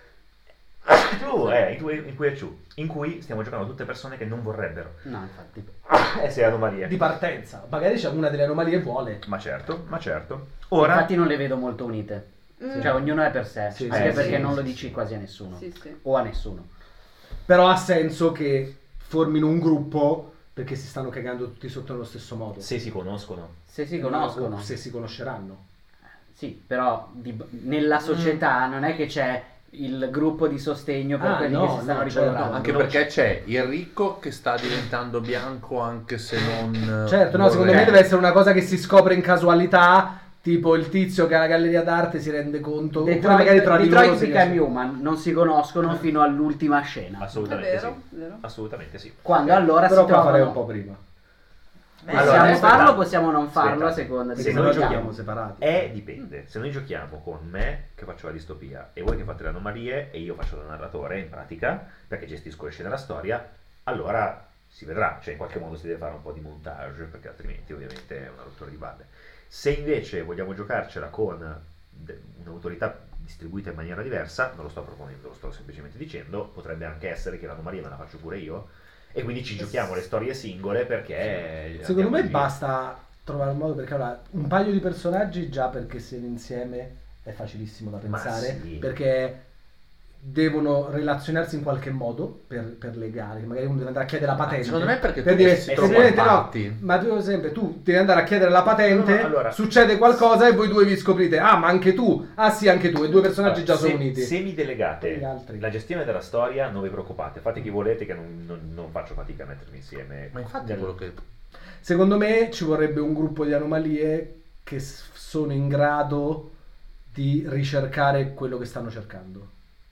tu, eh, in cui, in cui è ciù, in cui stiamo giocando tutte persone che non vorrebbero No, infatti. essere anomalie. Di partenza. Magari c'è una delle anomalie vuole. Ma certo, ma certo. Ora, Infatti non le vedo molto unite. Mm. Cioè ognuno è per sé, Sì, anche sì, perché sì, non sì, lo sì. dici quasi a nessuno. Sì, sì. O a nessuno. Però ha senso che formino un gruppo perché si stanno cagando tutti sotto nello stesso modo. se si conoscono. Se si conoscono. O se si conosceranno. Sì, però di- nella società non è che c'è il gruppo di sostegno per Ah, quelli no, che si stanno no, ricordando. certo. Anche perché c'è il ricco che sta diventando bianco anche se non... Certo, no, secondo me vorrebbe. deve essere una cosa che si scopre in casualità, tipo il tizio che ha la galleria d'arte si rende conto, oppure Detroit, magari tra di loro Detroit si Become riesce- Human non si conoscono fino all'ultima scena. È Assolutamente vero, sì. vero. Assolutamente sì. Quando allora Però si qua farei trovano. un po' prima. Possiamo Allora, farlo, aspetta. possiamo non farlo a Aspetta. seconda di Se Se come noi noi giochiamo. giochiamo separati. Eh, dipende. Se noi giochiamo con me che faccio la distopia e voi che fate le anomalie e io faccio da narratore in pratica, perché gestisco le scene della storia, allora si vedrà, cioè in qualche modo si deve fare un po' di montage, perché altrimenti ovviamente è una rottura di balle. Se invece vogliamo giocarcela con de- un'autorità distribuita in maniera diversa, non lo sto proponendo, lo sto semplicemente dicendo, potrebbe anche essere che l'anomalia me la faccio pure io e quindi ci giochiamo le storie singole perché... Secondo andiamo me in giro. basta trovare un modo, perché allora un paio di personaggi già perché se insieme è facilissimo da Ma pensare, sì. perché devono relazionarsi in qualche modo per, per legare, magari uno deve andare a chiedere la patente. secondo me perché per tu dire, sei eh, troppo semplicemente no, avanti. ma tu sempre tu devi andare a chiedere la patente, No, no, allora- succede qualcosa e voi due vi scoprite, ah ma anche tu, ah sì anche tu, e due personaggi già se, sono uniti. Se mi delegate Gli altri. la gestione della storia, non vi preoccupate, fate chi volete che non, non- non faccio fatica a mettermi insieme. Ma infatti è Nel- quello che... Secondo me ci vorrebbe un gruppo di anomalie che s- sono in grado di ricercare quello che stanno cercando.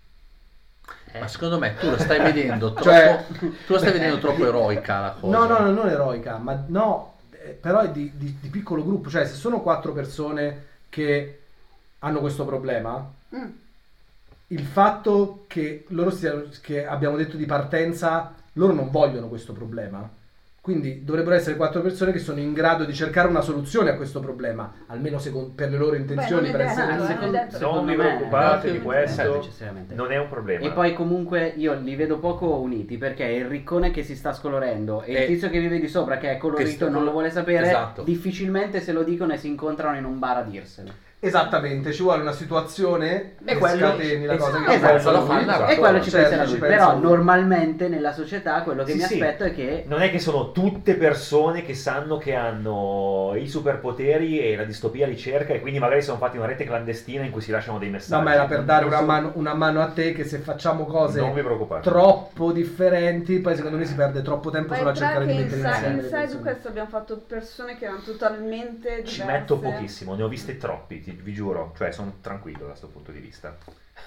Eh, Ma secondo me tu lo stai vedendo troppo... Cioè- tu lo stai vedendo troppo eroica la cosa. No, no, no, non eroica, ma no, eh, però è di, di- di piccolo gruppo, cioè se sono quattro persone che hanno questo problema, Mm. il fatto che loro stiano, che abbiamo detto di partenza, loro non vogliono questo problema. Quindi dovrebbero essere quattro persone che sono in grado di cercare una soluzione a questo problema, almeno secon- per le loro intenzioni. non per è essere detto, Ah, eh, secondo- non è detto. secondo Non vi me- preoccupate no, di non questo, serve necessariamente. non è un problema. E poi comunque io li vedo poco uniti perché il riccone che si sta scolorendo e Eh, il tizio che vive di sopra che è colorito che sta e non lo colo- vuole sapere, Esatto. difficilmente se lo dicono e si incontrano in un bar a dirselo. Esattamente, ci vuole una situazione E che quello- scateni la cosa che esatto, pensa lo lui. fa narratore. E quello ci Certo, pensa ci lui. pensa Però lui. normalmente nella società quello che Sì, mi sì. aspetto è che Non è che sono tutte persone che sanno che hanno i superpoteri e la distopia li cerca e quindi magari sono fatti una rete clandestina in cui si lasciano dei messaggi. No, ma era per Non- dare non una sono- mano, una mano a te che se facciamo cose Non vi preoccupate. troppo differenti, poi secondo me si perde troppo tempo Ma solo a entra cercare di che mettere inside, insieme le inside persone. questo abbiamo fatto persone che erano totalmente diverse. Ci metto pochissimo, ne ho viste troppi, ti- vi giuro, cioè sono tranquillo da questo punto di vista.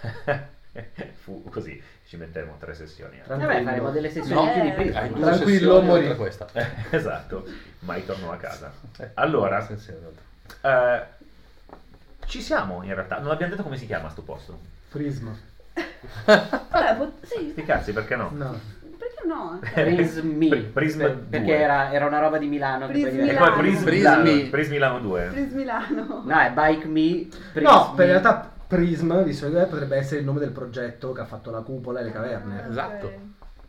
Fu così, ci metteremo tre sessioni. eh. Tranquillo. vabbè, faremo delle sessioni No, più di eh, prima. Hai due Tranquillo, sessioni mori. oltre questa. Esatto, mai torno a casa. Allora, Sì, sì, esatto. eh, ci siamo in realtà, non abbiamo detto come si chiama sto posto. Prisma. Vabbè, pot- sì, Sti cazzi, perché no? No. perché no? Prismi. Pri- Prism Per- due. perché era, era una roba di Milano. che poi Prismi diventa- E poi Milano. Prism Prismi. Milano, Prism Milano due. Pris Milano. No, è Bike Me. Prismi. No, per in realtà Prism, visto che potrebbe essere il nome del progetto che ha fatto la cupola e le caverne. Ah, Esatto. ok.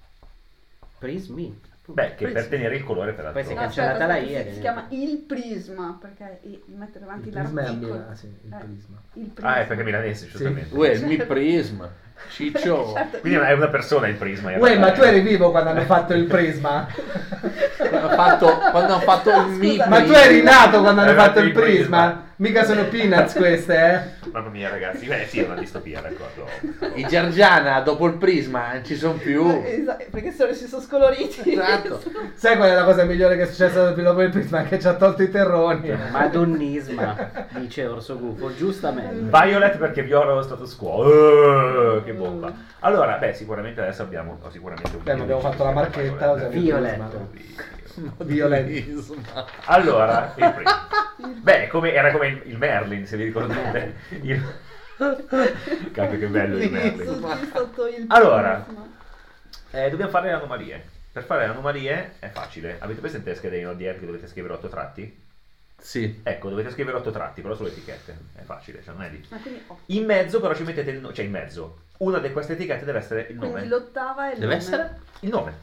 Prismi. Beh, che per tenere il colore per Poi si No, l'altro. cancellata aspetta, la aspetta, I si, e- si chiama il prisma perché i- mettere Il avanti Prisma è a l'articolo. Milano, sì, il Eh, Prisma. il prisma. Ah, è perché è milanese, giustamente. Uè, mi prism. Ciccio. Certo, Quindi è una persona il prisma. in Uè, realtà. ma tu eri vivo quando hanno fatto il Prisma? Quando hanno fatto, quando hanno fatto il mi Scusa. Ma tu eri nato quando hanno Hai fatto fatto il il Prisma. Prisma? Mica sono peanuts queste, eh? Mamma mia, ragazzi. Beh, sì, è una distopia, d'accordo. I Giargiana dopo il prisma non ci sono più. Eh, esa- perché solo si sono scoloriti. Esatto. Sai qual è la cosa migliore che è successa dopo il Prisma? Che ci ha tolto i terroni. Madonnisma, dice Orso Gufo, giustamente. Violet perché viola lo status quo. Uh, che bomba. Allora, beh, sicuramente adesso abbiamo oh, sicuramente un Beh, ma abbiamo fatto la marchetta, usiamo il Violet. Prisma. Violentismo. Allora, il prisma. Beh, come, era come il, il Merlin, se vi ricordate. Il... Cacchio, che bello il Merlin. Tutti sotto il Allora. prisma. Eh, dobbiamo fare le anomalie. Per fare le anomalie è facile. Avete presente le schede in O D R che dovete scrivere otto tratti? Sì. Ecco, dovete scrivere otto tratti, però sulle etichette. È facile, cioè non è di... Ah, quindi, oh. In mezzo però ci mettete il nome, cioè in mezzo. Una di queste etichette deve essere il nome. Quindi l'ottava è il Deve nome. essere? Il nome.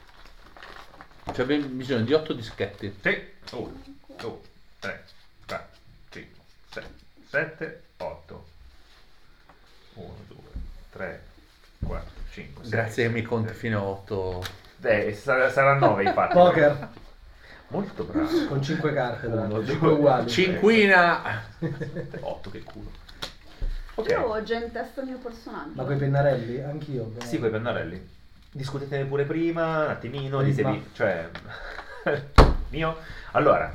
Cioè abbiamo bisogno di otto dischetti. Sì. uno, due, tre, quattro, cinque, sei, sette, otto. uno, due, tre, quattro, cinque, sei. Grazie che mi conti fino a otto. Eh, sarà, sarà nove infatti. Poker Molto bravo. con cinque carte, tra l'altro, Uno, cinque due, uguali. Cinquina. otto, che culo. Ok. Io ho già in testa il mio personaggio. Ma coi pennarelli? Anch'io. però. Sì, quei pennarelli. Discutetene pure prima, un attimino, Prisma. ditevi, cioè... Mio? Allora,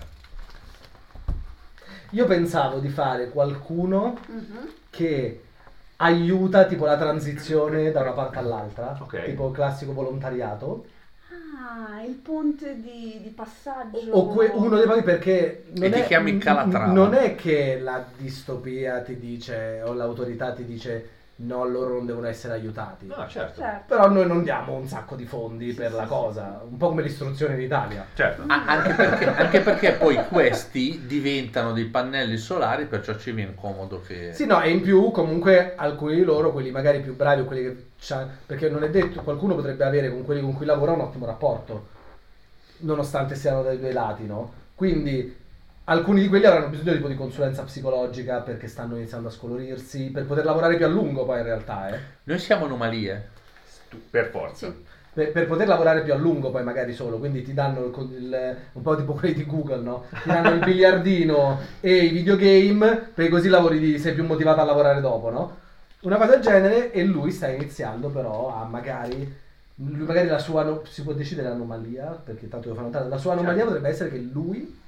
Io pensavo di fare qualcuno Mhm. che aiuta tipo la transizione da una parte all'altra, Ok. tipo classico volontariato, Ah, il ponte di, di passaggio. o que- uno dei pochi perché non E ti è, chiami n- Calatrava. non è che la distopia ti dice o l'autorità ti dice no, loro non devono essere aiutati. no, certo. Certo. Però noi non diamo un sacco di fondi Sì, per sì, la sì, cosa, un po' come l'istruzione in Italia. Certo. Ah, anche, perché, anche perché poi questi diventano dei pannelli solari, perciò ci viene comodo che... Sì, no, e in più comunque alcuni di loro, quelli magari più bravi o quelli che c'ha- perché non è detto, qualcuno potrebbe avere con quelli con cui lavora un ottimo rapporto, nonostante siano dai due lati, no? Quindi alcuni di quelli avranno bisogno tipo di consulenza psicologica perché stanno iniziando a scolorirsi, per poter lavorare più a lungo poi in realtà, eh. Noi siamo anomalie. Tu- per forza. Sì. Per, per poter lavorare più a lungo poi magari solo, quindi ti danno il, con- il- un po' tipo quelli di Google, no? Ti danno il biliardino e i videogame, perché così lavori di, sei più motivato a lavorare dopo, no? Una cosa del genere, e lui sta iniziando però a magari, lui magari la sua, ano- si può decidere l'anomalia, perché tanto devo fare notare, la sua anomalia Certo. potrebbe essere che lui,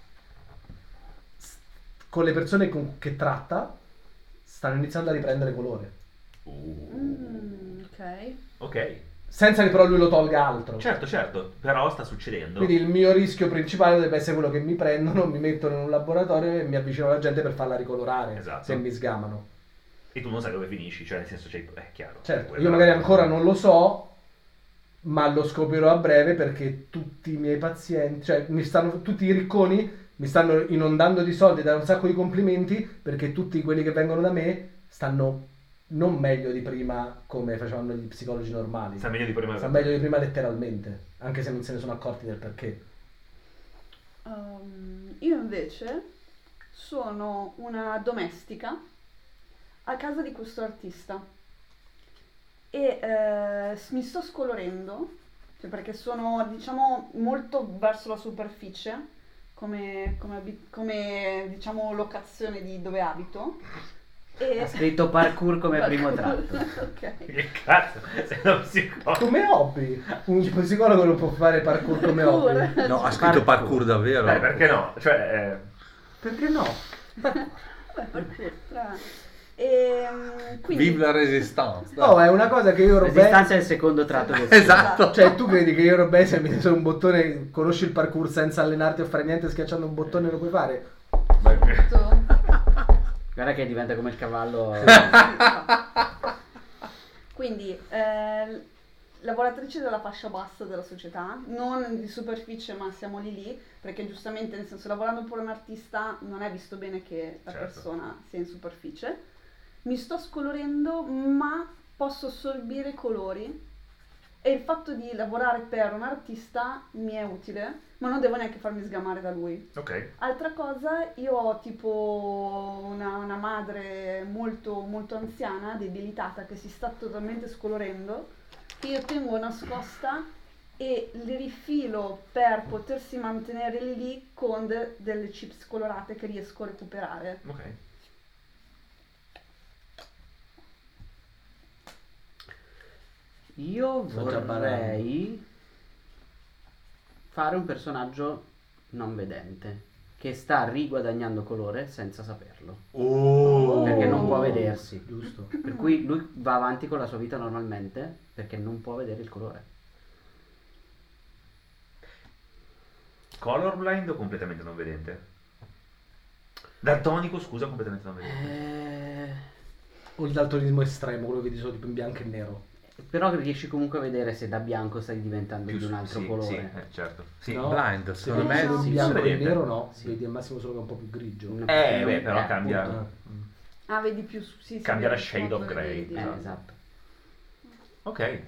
s- con le persone con- che tratta, stanno iniziando a riprendere colore, Uh, Mm, ok. ok. senza che però lui lo tolga altro. Certo, certo, però sta succedendo. Quindi il mio rischio principale dovrebbe essere quello che mi prendono, mi mettono in un laboratorio e mi avvicino alla gente per farla ricolorare, Esatto. se mi sgamano. E tu non sai dove finisci, cioè nel senso c'è... È chiaro. Certo, Quello- io magari ancora non lo so, ma lo scoprirò a breve perché tutti i miei pazienti, cioè mi stanno, tutti i ricconi mi stanno inondando di soldi, da un sacco di complimenti, perché tutti quelli che vengono da me stanno non meglio di prima come facevano gli psicologi normali. Sta meglio di prima. Stanno meglio di prima letteralmente, anche se non se ne sono accorti del perché. Um, io invece sono una domestica a casa di questo artista e eh, s- mi sto scolorendo, cioè perché sono diciamo molto verso la superficie come, come, abi- come, diciamo locazione di dove abito. E... Ha scritto parkour come primo Parkour, tratto. ok. Che cazzo, sei uno psicologo. Come hobby? Un psicologo non può fare parkour come hobby. Parkour. No, ha scritto parkour davvero. Beh, perché no? Cioè, eh, Perché no? Vabbè, parkour, tra- Ehm, quindi Vive la resistance. dai. No, è una cosa che io e Resistanza Robè... è il secondo tratto del Esatto. Cioè, tu credi che io e Robè se mi su un bottone conosci il parkour senza allenarti o fare niente, schiacciando un bottone lo puoi fare? tutto- Guarda che diventa come il cavallo. Quindi, eh, lavoratrice della fascia bassa della società, non di superficie ma siamo lì lì, perché giustamente nel senso lavorando per un artista non è visto bene che la Certo. persona sia in superficie. Mi sto scolorendo ma posso assorbire i colori e il fatto di lavorare per un artista mi è utile, ma non devo neanche farmi sgamare da lui. ok. Altra cosa, io ho tipo una, una madre molto, molto anziana, debilitata, che si sta totalmente scolorendo, che io tengo nascosta e li rifilo per potersi mantenere lì con de- delle chips colorate che riesco a recuperare. Ok. Io Sto già vorrei fare un personaggio non vedente che sta riguadagnando colore senza saperlo, Oh. perché non può vedersi. Giusto. Per cui lui va avanti con la sua vita normalmente perché non può vedere il colore. Colorblind o completamente non vedente? Daltonico, scusa, completamente non vedente. Eh, O il daltonismo estremo, quello che vedi solo tipo in bianco e nero. però riesci comunque a vedere se da bianco stai diventando di un altro sì, colore. sì, eh, certo. Sì. No? Blind, Se secondo vedi me solo sì, in bianco e vedete. nero no, Sì. vedi al massimo solo che è un po' più grigio. Una- Eh, beh, però eh, cambia. appunto. Ah. Ah, vedi più... Sì, sì, Cambia la vedi shade proprio of le grey. vedi. Eh, Esatto. esatto. Ok.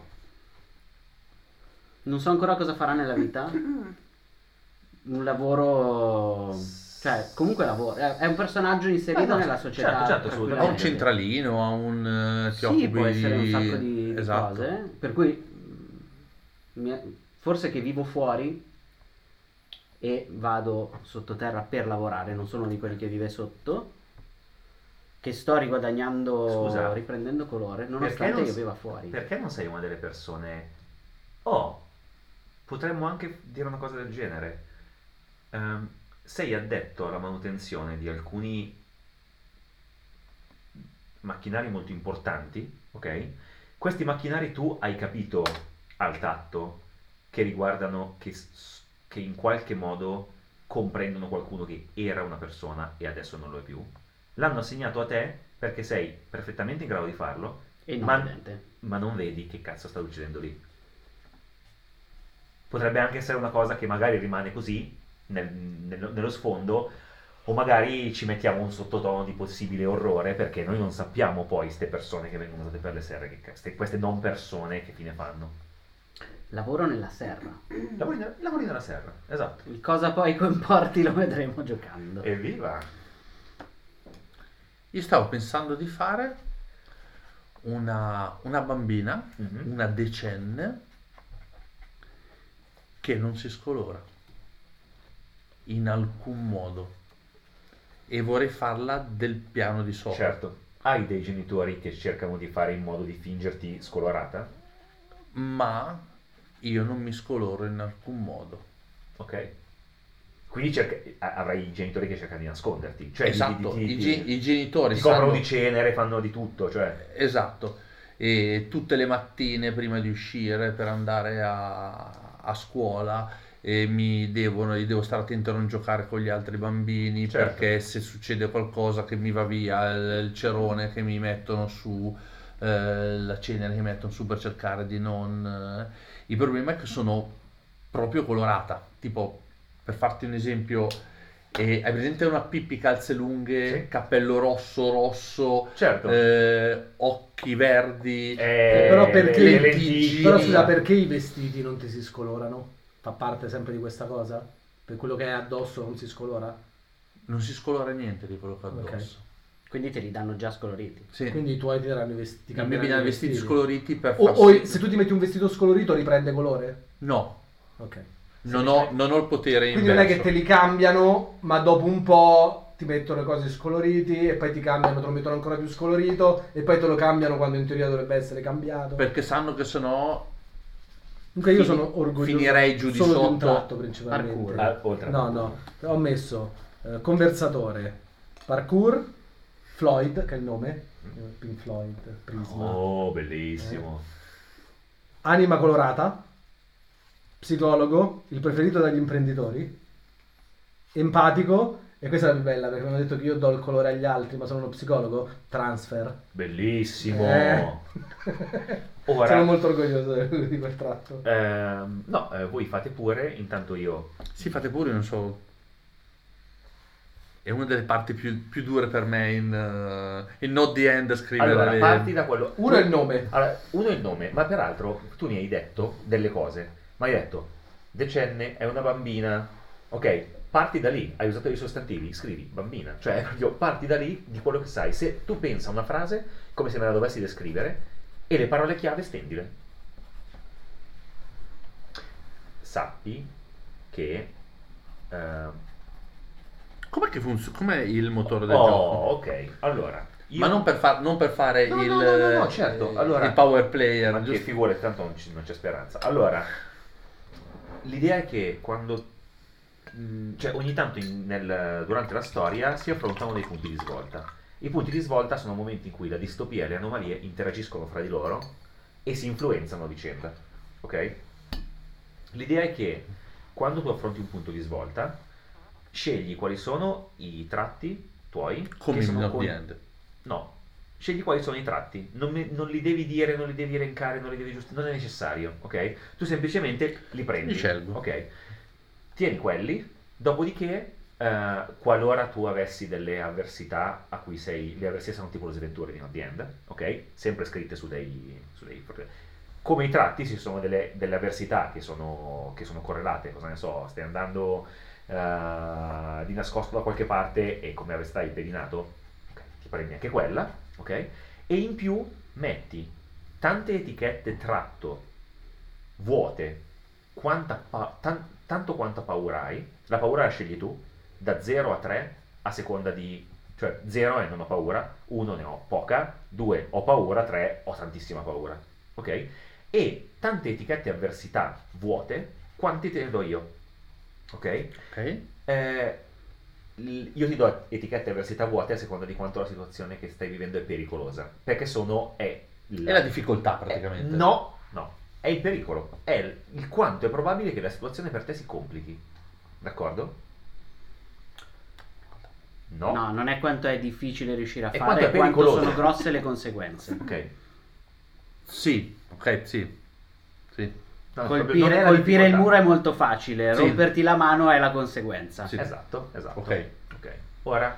Non so ancora cosa farà nella vita. Un lavoro, cioè comunque lavoro, è è un personaggio inserito Ah, no, nella certo, società. certo, ha tranquillamente. un centralino, ha un eh, ti Sì, occupi può essere un di- sacco di, di esatto. cose. Per cui mm, mi- forse che vivo fuori e vado sottoterra per lavorare, non sono di quelli che vive sotto, che sto riguadagnando, Scusa, riprendendo colore, Perché nonostante non io s- viva fuori. Perché non sei una delle persone... Oh, potremmo anche dire una cosa del genere. Ehm, sei addetto alla manutenzione di alcuni macchinari molto importanti, ok? Questi macchinari tu hai capito al tatto che riguardano, che, s- che in qualche modo comprendono qualcuno che era una persona e adesso non lo è più. L'hanno assegnato a te perché sei perfettamente in grado di farlo, E non ma, vedente. ma non vedi che cazzo sta succedendo lì. Potrebbe anche essere una cosa che magari rimane così nel- nello, nello sfondo, o magari ci mettiamo un sottotono di possibile orrore perché noi non sappiamo poi queste persone che vengono usate per le serre, che, ca- ste- queste non persone che fine fanno. Lavoro nella serra. Lavori, nella- lavori nella serra, esatto. Il cosa poi comporti lo vedremo giocando. Evviva! Io stavo pensando di fare una, una bambina, Mhm. una decenne, che non si scolora in alcun modo, e vorrei farla del piano di sopra. Certo, hai dei genitori che cercano di fare in modo di fingerti scolorata? Ma io non mi scoloro in alcun modo. Ok. Quindi cerca- a- avrai i genitori che cercano di nasconderti. Cioè di- Esatto, di- di- i, di- ge- i genitori ti coprono sanno- di cenere, fanno di tutto, cioè... Esatto, e tutte le mattine prima di uscire per andare a, a scuola e mi devono, io devo stare attento a non giocare con gli altri bambini, Certo. perché se succede qualcosa che mi va via il, il cerone che mi mettono su, eh, la cenere che mi mettono su per cercare di non... eh. Il problema è che sono proprio colorata, tipo, per farti un esempio, eh, hai presente una Pippi calze lunghe, Sì. cappello rosso rosso, Certo. eh, occhi verdi, Eh, però perché, le i lentiglie. però scusa, perché i vestiti non ti si scolorano? Fa parte sempre di questa cosa? Per quello che hai addosso non si scolora? Non si scolora niente di quello che ho addosso. Ok. Quindi te li danno già scoloriti. Sì. Quindi i tuoi ti daranno i vestiti. I miei mi danno vestiti scoloriti per O, far o sì- se tu ti metti un vestito scolorito riprende colore? No, Ok. non ho, non ho il potere inverso. Quindi non è che te li cambiano, ma dopo un po' ti mettono le cose scoloriti e poi ti cambiano, te lo mettono ancora più scolorito e poi te lo cambiano quando in teoria dovrebbe essere cambiato. Perché sanno che sennò Comunque io Fini- sono orgoglioso finirei giù di solo di un sotto. tratto principalmente. Parkour. Ah, oltre a- No, no, ho messo eh, conversatore, parkour, Floyd, che è il nome, eh, Pink Floyd, Prisma, Oh, bellissimo. anima colorata, psicologo, il preferito dagli imprenditori, empatico, e questa è la più bella perché mi hanno detto che io do il colore agli altri ma sono uno psicologo, transfer. Bellissimo. Eh. Ora- Sono molto orgoglioso di quel tratto. Ehm, no, eh, voi fate pure, intanto io... sì, fate pure, non so. È una delle parti più, più dure per me in, uh, in Not the End scrivere Allora, le... parti da quello... Uno è il nome. Allora, uno è il nome, ma peraltro tu mi hai detto delle cose. Mi hai detto, decenne è una bambina. Ok, parti da lì, hai usato i sostantivi, scrivi bambina. Cioè, proprio parti da lì di quello che sai. Se tu pensa a una frase, come se me la dovessi descrivere, e le parole chiave stendile. Sappi che... eh, Com'è che funziona? Com'è il motore del oh, gioco? ok. Allora, io... Ma non per, far, non per fare No, il, no, no, no, no, certo. eh, Allora- il power player, Ma che giusto? figure, tanto non, ci- non c'è speranza. Allora, l'idea è che quando, mh, cioè ogni tanto in- nel- durante la storia si affrontano dei punti di svolta. I punti di svolta sono momenti in cui la distopia e le anomalie interagiscono fra di loro e si influenzano a vicenda. Ok? L'idea è che quando tu affronti un punto di svolta, scegli quali sono i tratti tuoi Come che in sono Not con- the End. No, scegli quali sono i tratti, non, me- non li devi dire, non li devi elencare, non li devi giusti- non è necessario, ok? Tu semplicemente li prendi, Li scelgo. ok? Tieni quelli, dopodiché, eh, qualora tu avessi delle avversità a cui sei, le avversità sono tipo le sventure di Not the End, ok? Sempre scritte su dei, su dei come i tratti ci sono delle, delle avversità che sono, che sono correlate, cosa ne so, stai andando eh, di nascosto da qualche parte e come avestai pedinato, ok, ti prendi anche quella, ok? E in più metti tante etichette tratto vuote, quanta pa- tan- tanto quanta paura hai, la paura la scegli tu, da zero a tre, a seconda di, cioè zero è non ho paura, uno ne ho poca, due ho paura, tre ho tantissima paura, ok? E tante etichette avversità vuote, quanti te ne do io, ok? Ok? Eh, l- io ti do etichette avversità vuote a seconda di quanto la situazione che stai vivendo è pericolosa, perché sono è È la difficoltà praticamente. eh, no, no, è il pericolo, è il, il quanto è probabile che la situazione per te si complichi, d'accordo? No, No, non è quanto è difficile riuscire a È fare, quanto è è quanto pericoloso. sono grosse le conseguenze. ok. Sì, ok, sì. Sì. No, proprio non è Colpire, la colpire il difficoltà. muro è molto facile, Sì. romperti la mano è la conseguenza. Sì. Esatto, esatto. Ok. Ok. Ora,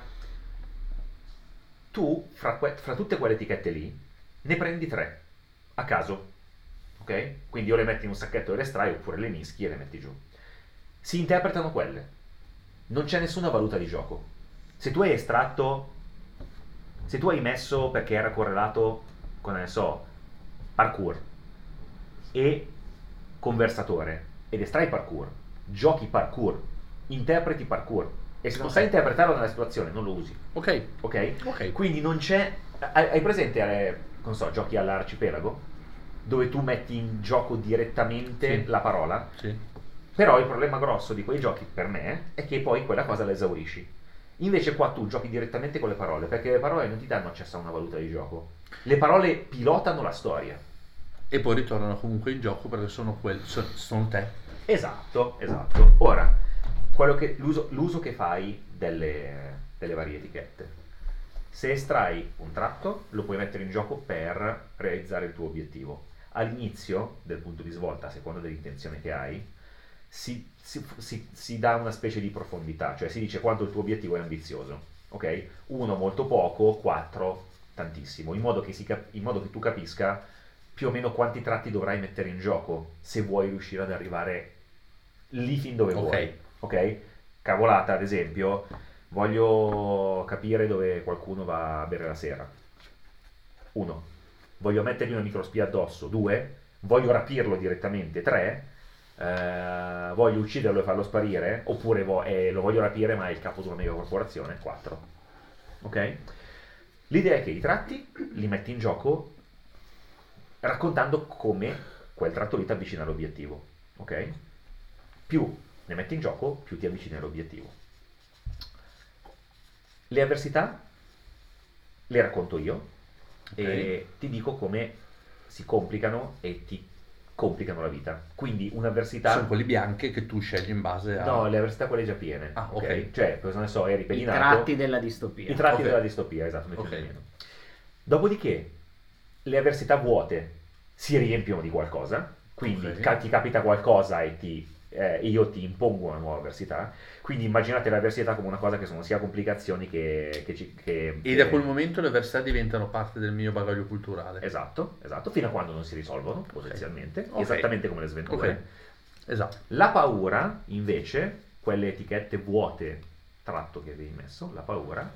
tu, fra, que- fra tutte quelle etichette lì, ne prendi tre, a caso, ok? Quindi o le metti in un sacchetto e le estrai, oppure le mischi e le metti giù. Si interpretano quelle. Non c'è nessuna valuta di gioco. Se tu hai estratto, se tu hai messo perché era correlato con, ne so, parkour e conversatore, ed estrai parkour, giochi parkour, interpreti parkour, e se non sai interpretarlo nella situazione non lo usi, Ok. ok? Ok. Quindi non c'è... Hai, hai presente, eh, non so, giochi all'arcipelago, dove tu metti in gioco direttamente Sì. la parola? Sì. Però il problema grosso di quei giochi, per me, è che poi quella cosa la esaurisci. Invece qua tu giochi direttamente con le parole, perché le parole non ti danno accesso a una valuta di gioco. Le parole pilotano la storia. E poi ritornano comunque in gioco perché sono, quel, so- sono te. Esatto, esatto. Ora, quello che, l'uso, l'uso che fai delle, delle varie etichette. Se estrai un tratto, lo puoi mettere in gioco per realizzare il tuo obiettivo. All'inizio del punto di svolta, a seconda dell'intenzione che hai, si, si, si, si dà una specie di profondità, cioè si dice quanto il tuo obiettivo è ambizioso, ok? Uno molto poco, quattro tantissimo, in modo che, si cap- in modo che tu capisca più o meno quanti tratti dovrai mettere in gioco se vuoi riuscire ad arrivare lì fin dove Ok. vuoi, ok? Cavolata, ad esempio, voglio capire dove qualcuno va a bere la sera. Uno, voglio mettergli una microspia addosso. Due, voglio rapirlo direttamente. Tre, eh, voglio ucciderlo e farlo sparire. Oppure vo- eh, lo voglio rapire ma è il capo di una mega corporazione. Quattro. Ok? L'idea è che i tratti li metti in gioco raccontando come quel tratto lì ti avvicina all'obiettivo. Ok? Più ne metti in gioco, più ti avvicini all'obiettivo. Le avversità le racconto io Ok. e ti dico come si complicano e ti complicano la vita. Quindi un'avversità... Sono quelli bianche che tu scegli in base a... No, le avversità quelle già piene. Ah, ok. Cioè, cosa ne so, eri I pedinato... tratti della distopia. I tratti Ok. della distopia, esatto, metti Ok. più o meno. Dopodiché, le avversità vuote si riempiono di qualcosa, quindi Ok. ca- ti capita qualcosa e ti, eh, io ti impongo una nuova avversità. Quindi immaginate l'avversità come una cosa che sono sia complicazioni che... che, ci- che E da quel momento le avversità diventano parte del mio bagaglio culturale. Esatto, esatto, fino a quando non si risolvono, potenzialmente, Ok. esattamente come le sventure. Ok. Esatto. La paura, invece, quelle etichette vuote, tratto che avevi messo, la paura,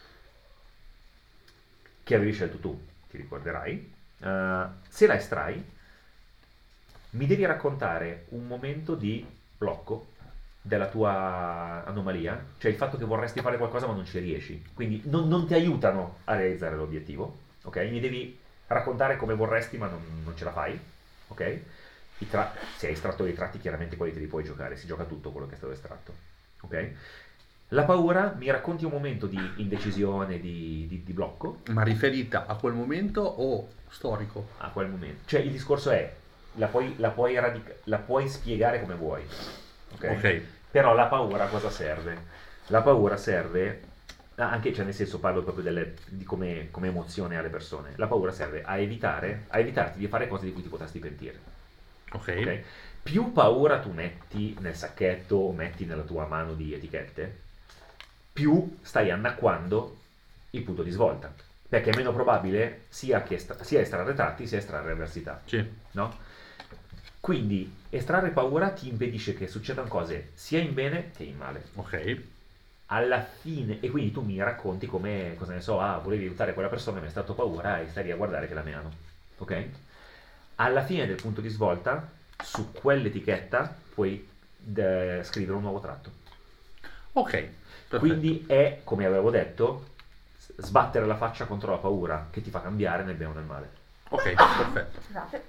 che avevi scelto tu, ti ricorderai, eh, se la estrai, mi devi raccontare un momento di blocco della tua anomalia, cioè il fatto che vorresti fare qualcosa ma non ci riesci, quindi non, non ti aiutano a realizzare l'obiettivo, ok? Mi devi raccontare come vorresti ma non, non ce la fai, ok? I tra- se hai estratto dei tratti, chiaramente quelli te li puoi giocare, si gioca tutto quello che è stato estratto, ok? La paura, mi racconti un momento di indecisione, di, di- di blocco Ma riferita a quel momento o storico? a quel momento. Cioè il discorso è, la puoi, la puoi, radica- la puoi spiegare come vuoi, ok? Ok. Però la paura cosa serve? La paura serve, ah, anche, cioè nel senso parlo proprio delle- di come, come emozione alle persone, la paura serve a evitare, a evitarti di fare cose di cui ti potresti pentire. Ok. Ok? Più paura tu metti nel sacchetto o metti nella tua mano di etichette, più stai annacquando il punto di svolta. Perché è meno probabile sia, che estra- sia estrarre tratti sia estrarre avversità. Sì. No? Quindi estrarre paura ti impedisce che succedano cose sia in bene che in male. Ok. Alla fine, e quindi tu mi racconti come, cosa ne so, ah, volevi aiutare quella persona, mi è stato paura e stai lì a guardare che la meano. Ok? Alla fine del punto di svolta, su quell'etichetta puoi eh, scrivere un nuovo tratto. Ok. Perfetto. Quindi è, come avevo detto, s- sbattere la faccia contro la paura che ti fa cambiare nel bene o nel male. Ok, perfetto. Scusate.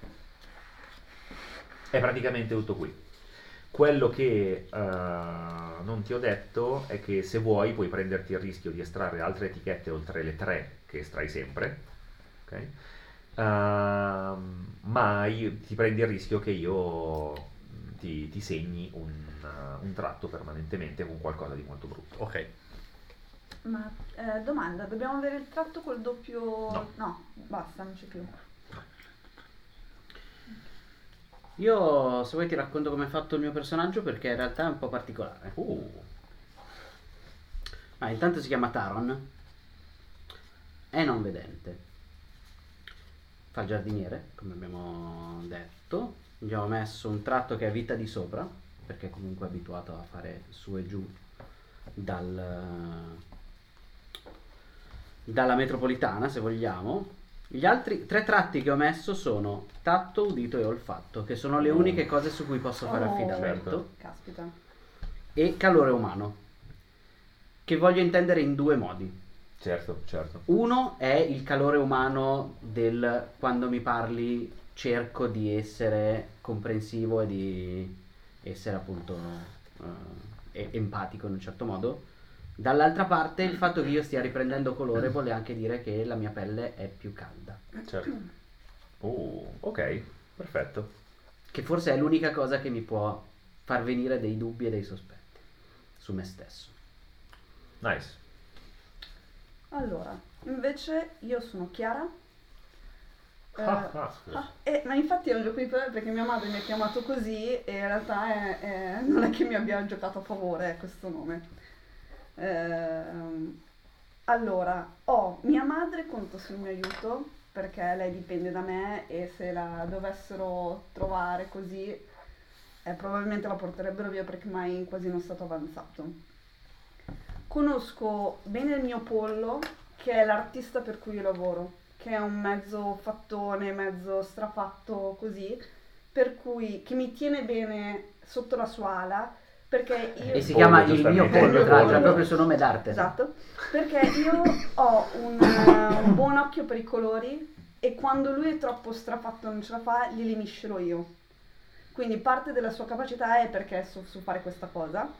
È praticamente tutto qui. Quello che eh, non ti ho detto è che se vuoi puoi prenderti il rischio di estrarre altre etichette oltre le tre che estrai sempre, ok? Ehm, ma io- ti prendi il rischio che io ti, ti segni un, uh, un tratto permanentemente con qualcosa di molto brutto. Ok. Ma eh, domanda, dobbiamo avere il tratto col doppio... No. basta, non c'è più. Io, se vuoi, ti racconto come è fatto il mio personaggio perché in realtà è un po' particolare. Uh, Ah, intanto si chiama Taron, è non vedente, fa il giardiniere, come abbiamo detto. Gli abbiamo messo un tratto che è vita di sopra, perché è comunque abituato a fare su e giù dal, dalla metropolitana, se vogliamo. Gli altri tre tratti che ho messo sono tatto, udito e olfatto, che sono le uniche cose su cui posso fare Oh. affidamento. Certo. Caspita. E calore umano, che voglio intendere in due modi. certo, certo. Uno è il calore umano del quando mi parli cerco di essere comprensivo e di essere appunto eh, empatico in un certo modo. Dall'altra parte il fatto che io stia riprendendo colore vuole anche dire che la mia pelle è più calda, Certo. Uh, ok, perfetto. che forse è l'unica cosa che mi può far venire dei dubbi e dei sospetti su me stesso. Nice. Allora, invece io sono Chiara. Eh, Ah, ah, scusa. ah, eh, ma infatti è un gioco di parole perché mia madre mi ha chiamato così e in realtà è- è- non è che mi abbia giocato a favore questo nome. Ehm, allora, ho mia madre, conto sul mio aiuto perché lei dipende da me e se la dovessero trovare così eh, probabilmente la porterebbero via perché mai quasi non è stato avanzato. conosco bene il mio pollo, che è l'artista per cui io lavoro, che è un mezzo fattone, mezzo strafatto così, per cui che mi tiene bene sotto la sua ala, perché io... E si Pollo, chiama il mio giustamente. pollo, tra l'altro, è Pollo. proprio il suo nome d'arte. Esatto, perché io ho un, eh, un buon occhio per i colori e quando lui è troppo strafatto non ce la fa, li miscelo io. Quindi parte della sua capacità è perché so, so fare questa cosa.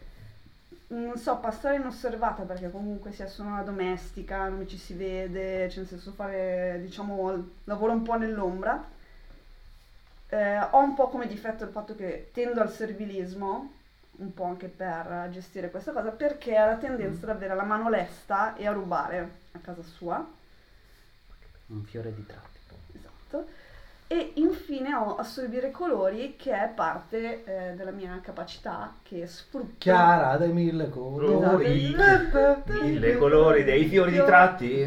Non so, passare inosservata perché comunque sia sono una domestica, non mi ci si vede, cioè nel senso fare, diciamo, lavoro un po' nell'ombra. Eh, ho un po' come difetto il fatto che tendo al servilismo, un po' anche per gestire questa cosa, perché ha la tendenza ad avere la mano lesta e a rubare a casa sua. Un fiore di tratti. Esatto. E infine ho assorbire colori, che è parte eh, della mia capacità che sfrutto. Chiara dai mille colori. Esatto. Mille colori dei fiori di tratti.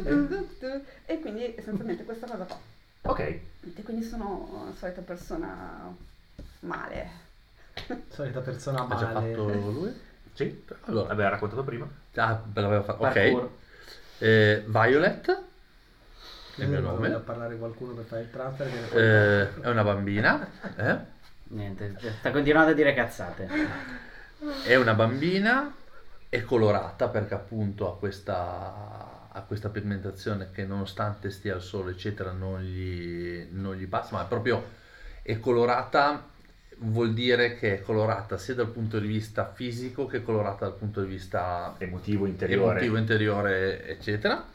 E quindi essenzialmente questa cosa qua. Ok, E quindi sono la solita persona male. Solita persona Ha già male. fatto lui? sì. Allora, Aveva raccontato prima. ah, ve l'aveva fatto. Ok. Parkour. Eh, Violet, è il mio Io voglio nome. parlare qualcuno per fare il transfer. Che ne poi- Eh, è una bambina. Eh? Niente, sta continuando a dire cazzate. È una bambina, è colorata perché appunto ha questa, ha questa pigmentazione che nonostante stia al sole eccetera non gli, non gli passa, ma è proprio è colorata, vuol dire che è colorata sia dal punto di vista fisico che colorata dal punto di vista Emotivo interiore. emotivo interiore eccetera.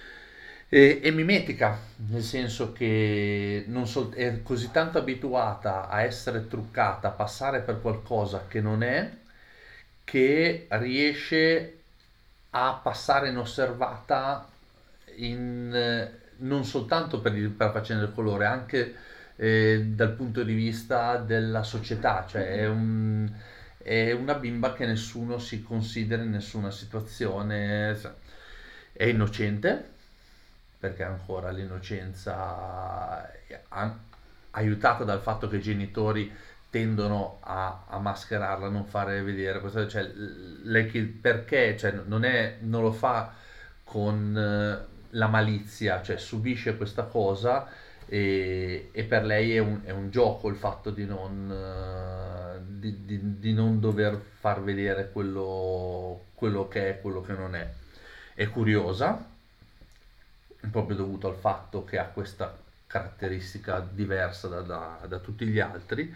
E, è mimetica, nel senso che non sol- è così tanto abituata a essere truccata, a passare per qualcosa che non è, che riesce a passare inosservata in, eh, non soltanto per, il- per la faccenda del colore, anche eh, dal punto di vista della società, cioè è, un- è una bimba che nessuno si considera in nessuna situazione, è innocente perché ancora l'innocenza è an- aiutata dal fatto che i genitori tendono a, a mascherarla, a non fare vedere questa, cioè, l- lei che- perché cioè, non, è, non lo fa con eh, la malizia, cioè subisce questa cosa e, e per lei è un, è un gioco il fatto di non, eh, di, di- di non dover far vedere quello, quello che è, quello che non è. È curiosa, proprio dovuto al fatto che ha questa caratteristica diversa da, da- da tutti gli altri.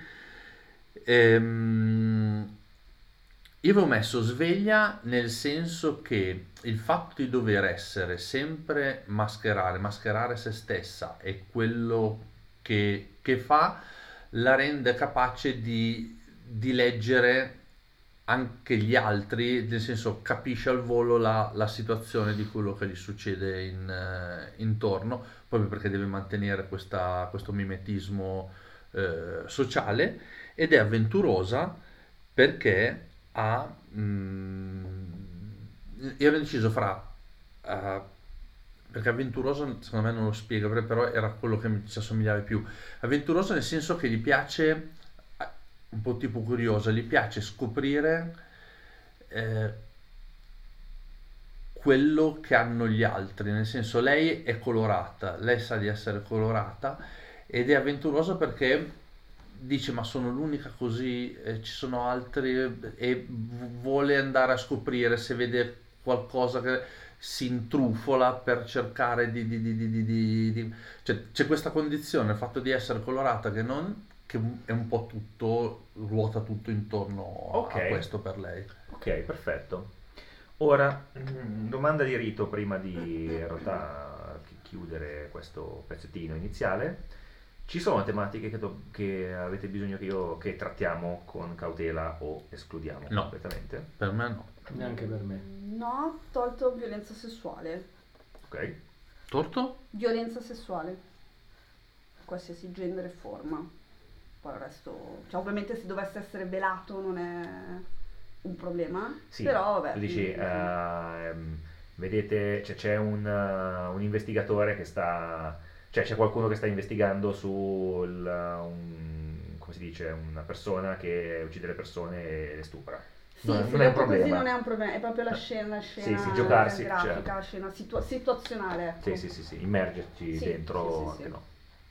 Ehm, io avevo messo sveglia nel senso che il fatto di dover essere sempre mascherare, mascherare se stessa e quello che, che fa la rende capace di, di leggere anche gli altri, nel senso capisce al volo la, la situazione di quello che gli succede in, eh, intorno, proprio perché deve mantenere questa- questo mimetismo eh, sociale, ed è avventurosa perché ha... mm, io ero deciso fra... eh, perché avventuroso secondo me non lo spiega, però era quello che mi ci assomigliava di più. Avventuroso nel senso che gli piace, un po' tipo curiosa, gli piace scoprire eh, quello che hanno gli altri, nel senso lei è colorata, lei sa di essere colorata ed è avventurosa perché dice ma sono l'unica così, eh, ci sono altri e vuole andare a scoprire se vede qualcosa che si intrufola per cercare di... di, di, di, di, di, di... Cioè, c'è questa condizione, il fatto di essere colorata che non... che è un po' tutto, ruota tutto intorno Ok. a questo per lei. Ok, perfetto. Ora, mm, domanda di rito prima di in realtà chi- chiudere questo pezzettino iniziale. Ci sono tematiche che, do- che avete bisogno che, io, che trattiamo con cautela o escludiamo No. completamente? Per me no. Neanche per me. No, tolto violenza sessuale. Ok. Torto? Violenza sessuale. Qualsiasi genere e forma. Poi il resto... Cioè, ovviamente se dovesse essere velato non è un problema. Sì, però, vabbè... tu dici, mm, ehm, vedete, c'è, c'è un, uh, un investigatore che sta, cioè c'è qualcuno che sta investigando sul, uh, un, come si dice, una persona che uccide le persone e le stupra. Sì, non, se non è un detto così problema. non è un problema, è proprio la scena, la scena Sì, sì, giocarsi, grafica, certo. la scena situa- situazionale. Ecco. Sì, sì, sì, sì, immergerci Sì, dentro sì, sì, anche sì. no.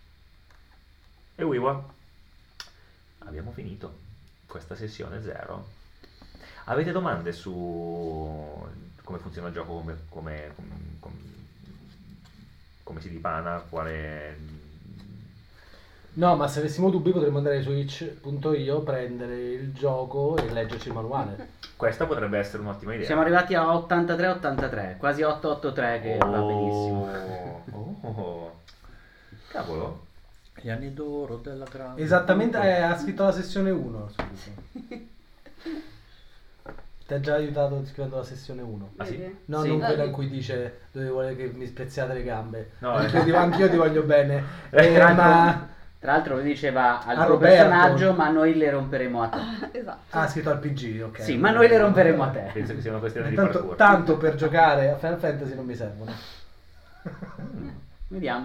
E Wiwa, abbiamo finito questa sessione zero. Avete domande su come funziona il gioco, come, come, come, come si dipana, quale... No, ma se avessimo dubbi potremmo andare su itch punto io, prendere il gioco e leggerci il manuale. Questa potrebbe essere un'ottima idea. Siamo arrivati a ottantatré ottantatré, quasi ottocentoottantatré che va benissimo. Oh, oh. Cavolo. Gli anni d'oro della grande. Esattamente, eh, ha scritto la sessione uno subito. Ti ha già aiutato scrivendo la sessione uno. Ah, sì? Vedi? No, Sì. non quella in cui dice dove vuole che mi spezziate le gambe. No, anch'io, eh. ti, anch'io ti voglio bene. Eh, Eh, Tra l'altro, ma tra l'altro lui diceva al A tuo Roberto. personaggio, ma noi le romperemo a te. Esatto. ha scritto al P G, ok. Sì, ma noi le romperemo a te. Penso che sia una questione di Tanto, parkour. tanto per giocare a Final Fantasy non mi servono. Mm. Vediamo.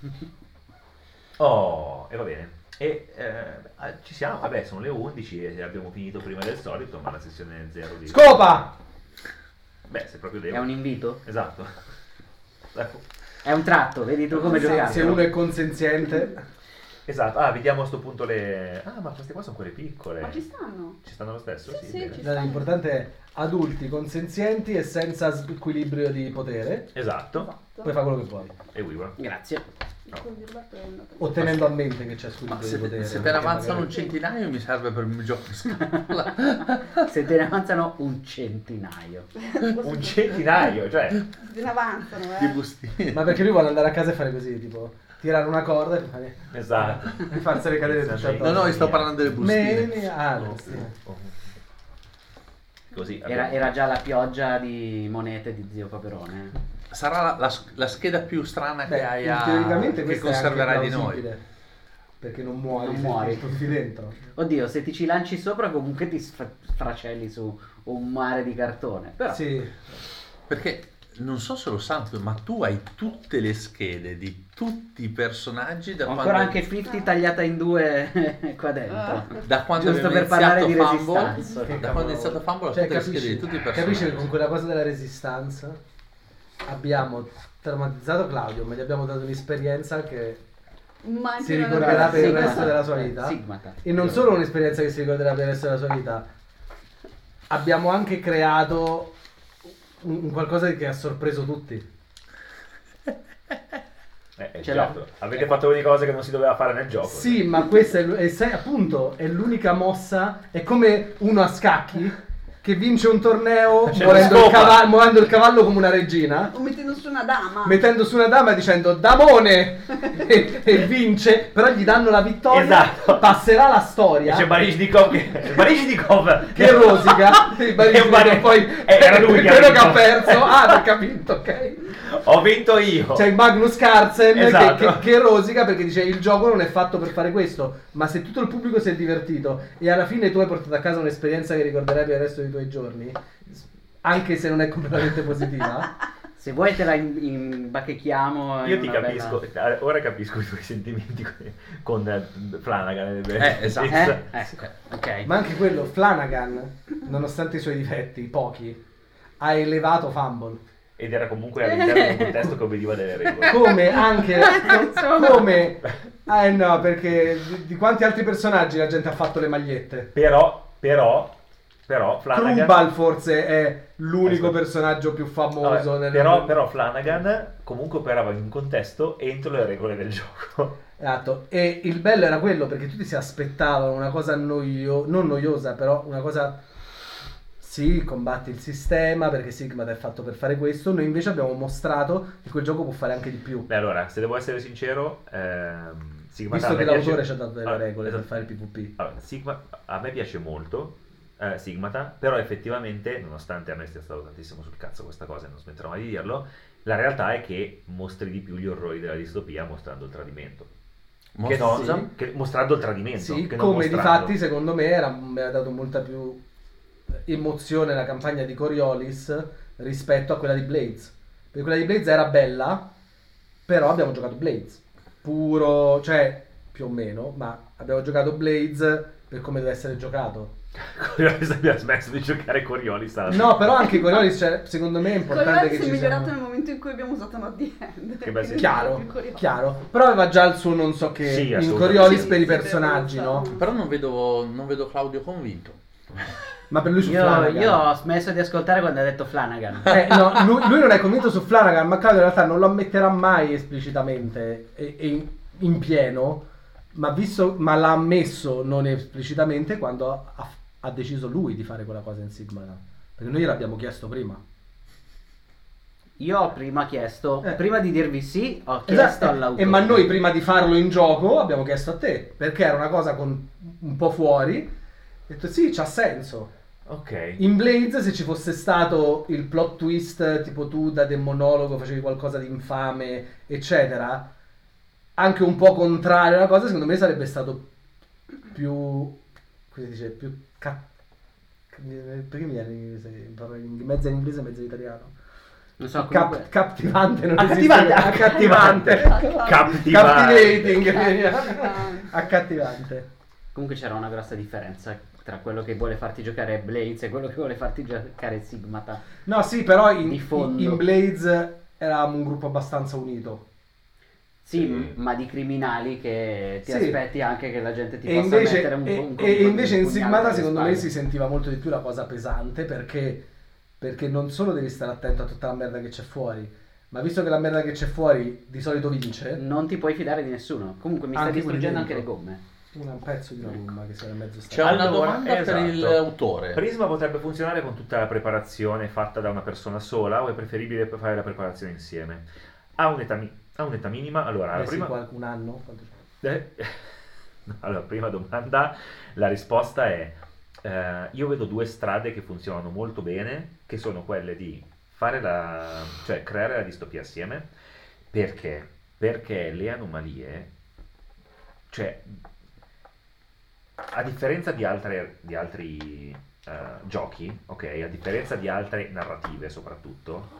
Oh, e va bene. E eh, ah, ci siamo, vabbè, sono le undici e abbiamo finito prima del solito, ma la sessione zero di... Scopa! Beh, se proprio È devo. un invito? Esatto. Ecco. È un tratto, vedi tu come Se, giochiamo. se uno è consenziente. Esatto, ah, vediamo a sto punto le... Ah, ma queste qua sono quelle piccole. Ma ci stanno. Ci stanno lo stesso? Sì, sì, bene. ci No, l'importante è adulti, consenzienti e senza squilibrio di potere. Esatto. Esatto. Puoi fare quello che vuoi. E Wiwa. Grazie. Quello di Roberto è andato. O tenendo a mente che c'è Ma squilibrio se, di potere. se te ne perché avanzano un magari- centinaio mi serve per il gioco di scatola. Se te ne avanzano un centinaio. Un centinaio, cioè... Se ne avanzano, di eh. bustine. Ma perché lui vuole andare a casa e fare così, tipo tirare una corda e fare... Esatto. e farsene cadere tutte Esattamente. No, addosso. no, io sto parlando delle bustine. Meni- ah, le Oh, bustine. oh. Così Era, abbiamo- era già la pioggia di monete di zio Paperone. Sarà la, la, la scheda più strana Beh, che hai a... teoricamente che questo è anche conserverai di noi. plausibile, perché non muori, Non se muori. ti stuffi dentro. Oddio, se ti ci lanci sopra comunque ti sfra- sfracelli su un mare di cartone. Però Sì. Perché non so se lo sanno, ma tu hai tutte le schede di tutti i personaggi da ho quando, ancora anche cinquanta tagliata in due qua dentro. Ah. da quando Giusto abbiamo per parlare iniziato di Fumble. Resistance. Che Da quando è iniziato Fumble ho Cioè, tutte le capisci, schede di tutti i personaggi. capisci che con quella cosa della resistenza abbiamo traumatizzato Claudio, ma gli abbiamo dato un'esperienza che Ma si anche non ricorderà è- per il Sigmata. resto della sua vita. Sigmata. E non solo un'esperienza che si ricorderà per il resto della sua vita, abbiamo anche creato un un qualcosa che ha sorpreso tutti. Eh, eh, Ce l'ho. certo. Avete fatto delle cose che non si doveva fare nel gioco. Sì, ma questa è, l- è se- appunto è l'unica mossa, è come uno a scacchi che vince un torneo C'è muovendo lo il, scopa. cava- muovendo il cavallo come una regina, O mettendo su una dama. mettendo su una dama e dicendo Damone e, e vince, però gli danno la vittoria, Esatto. passerà la E storia. c'è Baryshnikov che... Baryshnikov Che rosica, sì, È un bar- e poi eh, era lui che ha quello che ha vinto. perso. Ah, ho capito, ok. Ho vinto io. C'è il Magnus Carlsen Esatto. che, che, che rosica perché dice il gioco non è fatto per fare questo, ma se tutto il pubblico si è divertito e alla fine tu hai portato a casa un'esperienza che ricorderai per il resto dei tuoi giorni, anche se non è completamente positiva, Se vuoi te la in- imbacchecchiamo. Io in ti una capisco, bella- eh, ora capisco i tuoi sentimenti con eh, Flanagan. Eh, esatto. Eh? Ecco, ok. ma anche quello Flanagan, nonostante i suoi difetti, pochi, ha elevato Fumble. Ed era comunque all'interno di un contesto che obbediva delle regole. Come anche Insomma. come eh no, perché di, di quanti altri personaggi la gente ha fatto le magliette? Però, però, però Flanagan... Krubal forse è l'unico Aspetta. personaggio più famoso Vabbè, nel però, però Flanagan comunque operava in un contesto entro le regole del gioco. Esatto, e il bello era quello perché tutti si aspettavano una cosa noio, non noiosa, però una cosa, sì, combatti il sistema perché Sigma è fatto per fare questo, noi invece abbiamo mostrato che quel gioco può fare anche di più, Beh, allora, se devo essere sincero, ehm, Sigma visto a che me piace- l'autore ci ha dato delle Allora, regole per esatto. fare il PvP. Allora, Sigma a me piace molto, eh, Sigmata, però effettivamente, nonostante a me sia stato tantissimo sul cazzo questa cosa e non smetterò mai di dirlo, la realtà è che mostri di più gli orrori della distopia mostrando il tradimento. Che no, Sì. che- mostrando il tradimento. Sì, che non come mostrando- difatti secondo me era, mi ha dato molta più emozione la campagna di Coriolis rispetto a quella di Blades, perché quella di Blades era bella, però abbiamo giocato Blades puro, cioè più o meno, ma abbiamo giocato Blades per come deve essere giocato. Coriolis abbia smesso di giocare Coriolis. No, però anche Coriolis, cioè, secondo me è importante Coriolis che è ci migliorato siano... nel momento in cui abbiamo usato Not the End. Che bel senso. Chiaro, chiaro. Però aveva già il suo non so che Sì, in assolutamente. Coriolis Sì, per i sì, personaggi, per no? forza. Però non vedo, non vedo Claudio convinto. Ma per lui su Io, Flanagan. io ho smesso di ascoltare quando ha detto Flanagan. Eh, no, lui, lui non è convinto su Flanagan, ma Claudio in realtà non lo ammetterà mai esplicitamente e, e in, in pieno, ma, visto, ma l'ha ammesso non esplicitamente quando ha, ha deciso lui di fare quella cosa in Sigmara. Perché noi gliel'abbiamo chiesto prima. Io ho prima chiesto, Eh. prima di dirvi sì, ho chiesto Esatto, all'autore. e ma noi prima di farlo in gioco abbiamo chiesto a te, perché era una cosa con, un po' fuori. Ho detto sì, c'ha senso. Ok. In Blades, se ci fosse stato il plot twist, tipo tu da demonologo facevi qualcosa di infame, eccetera, anche un po' contrario alla cosa, secondo me sarebbe stato più, come si dice, più ca- perché mi viene in inglese, parlo in- mezzo in inglese e mezzo in italiano. Non so, Cap- comunque... cattivante, non Accattivante, esiste. accattivante, Captivante. Captivating, accattivante. Comunque c'era una grossa differenza tra quello che vuole farti giocare Blades e quello che vuole farti giocare Sigmata. No, sì, però in, Di fondo. in Blades eravamo un gruppo abbastanza unito. Sì, Sì. m- ma di criminali che ti Sì. aspetti anche che la gente ti E possa invece, mettere un, e- un, un, e invece in pugnale Sigmata alle secondo me spalle. si sentiva molto di più la cosa pesante perché, perché non solo devi stare attento a tutta la merda che c'è fuori, ma visto che la merda che c'è fuori di solito vince, Non ti puoi fidare di nessuno. Comunque mi stai Anche quelli distruggendo anche le dentro. gomme. un pezzo di una gomma che si era mezzo C'è stato. una Allora, domanda esatto. per l'autore. Prisma potrebbe funzionare con tutta la preparazione fatta da una persona sola o è preferibile fare la preparazione insieme? Ha un'età, mi- ha un'età minima? Allora, la Eh sì, prima... qualche- un anno? Quanto c'è? Eh, allora, prima domanda, la risposta è eh, io vedo due strade che funzionano molto bene, che sono quelle di fare la, cioè creare la distopia assieme. Perché? Perché le anomalie, cioè a differenza di altre di altri eh, giochi, ok, a differenza di altre narrative soprattutto,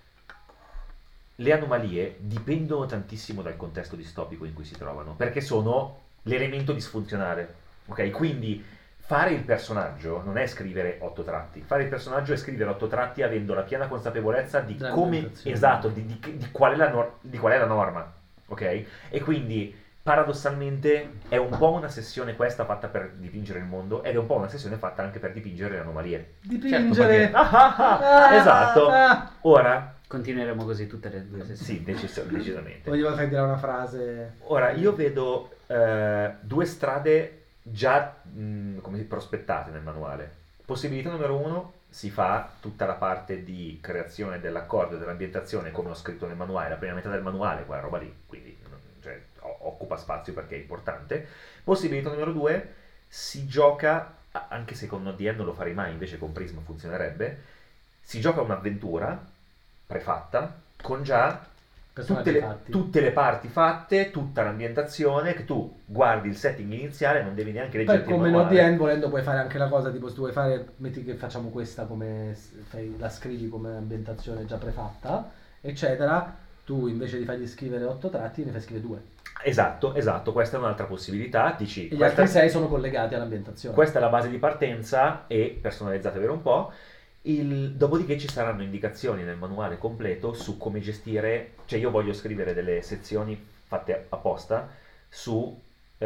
le anomalie dipendono tantissimo dal contesto distopico in cui si trovano, perché sono l'elemento disfunzionale, ok? Quindi fare il personaggio non è scrivere otto tratti, fare il personaggio è scrivere otto tratti avendo la piena consapevolezza di Della come, ambientazione. esatto, di, di- di qual è la nor- di qual è la norma, ok? E quindi paradossalmente è un po' una sessione questa fatta per dipingere il mondo ed è un po' una sessione fatta anche per dipingere le anomalie. Dipingere! Ah, ah, ah, Ah, esatto. ah. Ora, Continueremo così tutte le due sessioni. sì, decis- decisamente. Volevo far dire una frase. Ora, io vedo eh, due strade già mh, come si- prospettate nel manuale. Possibilità numero uno, si fa tutta la parte di creazione dell'accordo e dell'ambientazione come ho scritto nel manuale, la prima metà del manuale, quella roba lì, quindi non- cioè, o- occupa spazio perché è importante. Possibilità numero due, si gioca, a- anche se con Not the End non lo farei mai, invece con Prisma funzionerebbe, si gioca un'avventura prefatta con già Personaggi tutte le, fatti. tutte le parti fatte, tutta l'ambientazione, che tu guardi il setting iniziale, non devi neanche Poi leggerti il come manuale. Not the End, volendo puoi fare anche la cosa tipo se tu vuoi fare, metti che facciamo questa come s- fai, la scrivi come ambientazione già prefatta, eccetera, tu invece di fargli scrivere otto tratti ne fai scrivere due. Esatto, esatto, questa è un'altra possibilità, dici, E gli questa, altri sei sono collegati all'ambientazione. questa è la base di partenza e personalizzate per un po'. Il, dopodiché ci saranno indicazioni nel manuale completo su come gestire, cioè io voglio scrivere delle sezioni fatte apposta su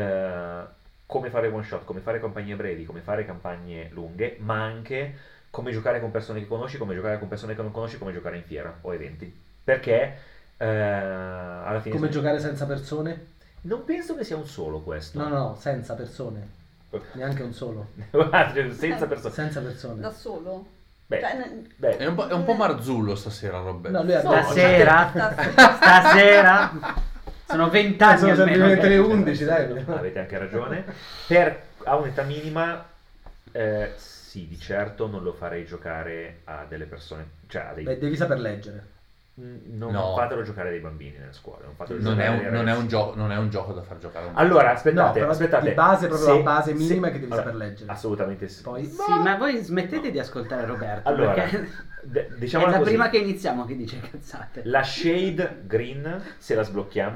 eh, come fare one shot, come fare campagne brevi, come fare campagne lunghe, ma anche come giocare con persone che conosci, come giocare con persone che non conosci, come giocare in fiera o eventi. Perché eh, alla fine... Come giocare senza persone? Non penso che sia un solo questo. No, no, no, senza persone. Neanche un solo. Guarda, senza persone. Senza persone. Da solo? Beh, Cioè, ne- beh, È un po', è un po' Marzullo stasera, Roberto. No, lui ha No, detto- Stasera, Stasera. stasera, sono vent'anni sono almeno. semplicemente le che- undici, dai. avete anche ragione. Per, a un'età minima, eh, sì, di certo non lo farei giocare a delle persone, cioè a dei... Beh, devi saper leggere. Mm, non No. fatelo giocare dei bambini nelle scuole. Non, fatelo Non è, giocare un, dei non, è un ragazzi. gioco, non è un gioco da far giocare a un Allora, No, aspettate, però aspettate. di base proprio Se- la base se- minima è che devi allora, saper leggere. Assolutamente sì. Poi Sì, ma voi smettete di ascoltare Roberto. Allora, perché de- è diciamola da così. prima che iniziamo che dice cazzate. La shade green, se la sblocchiamo,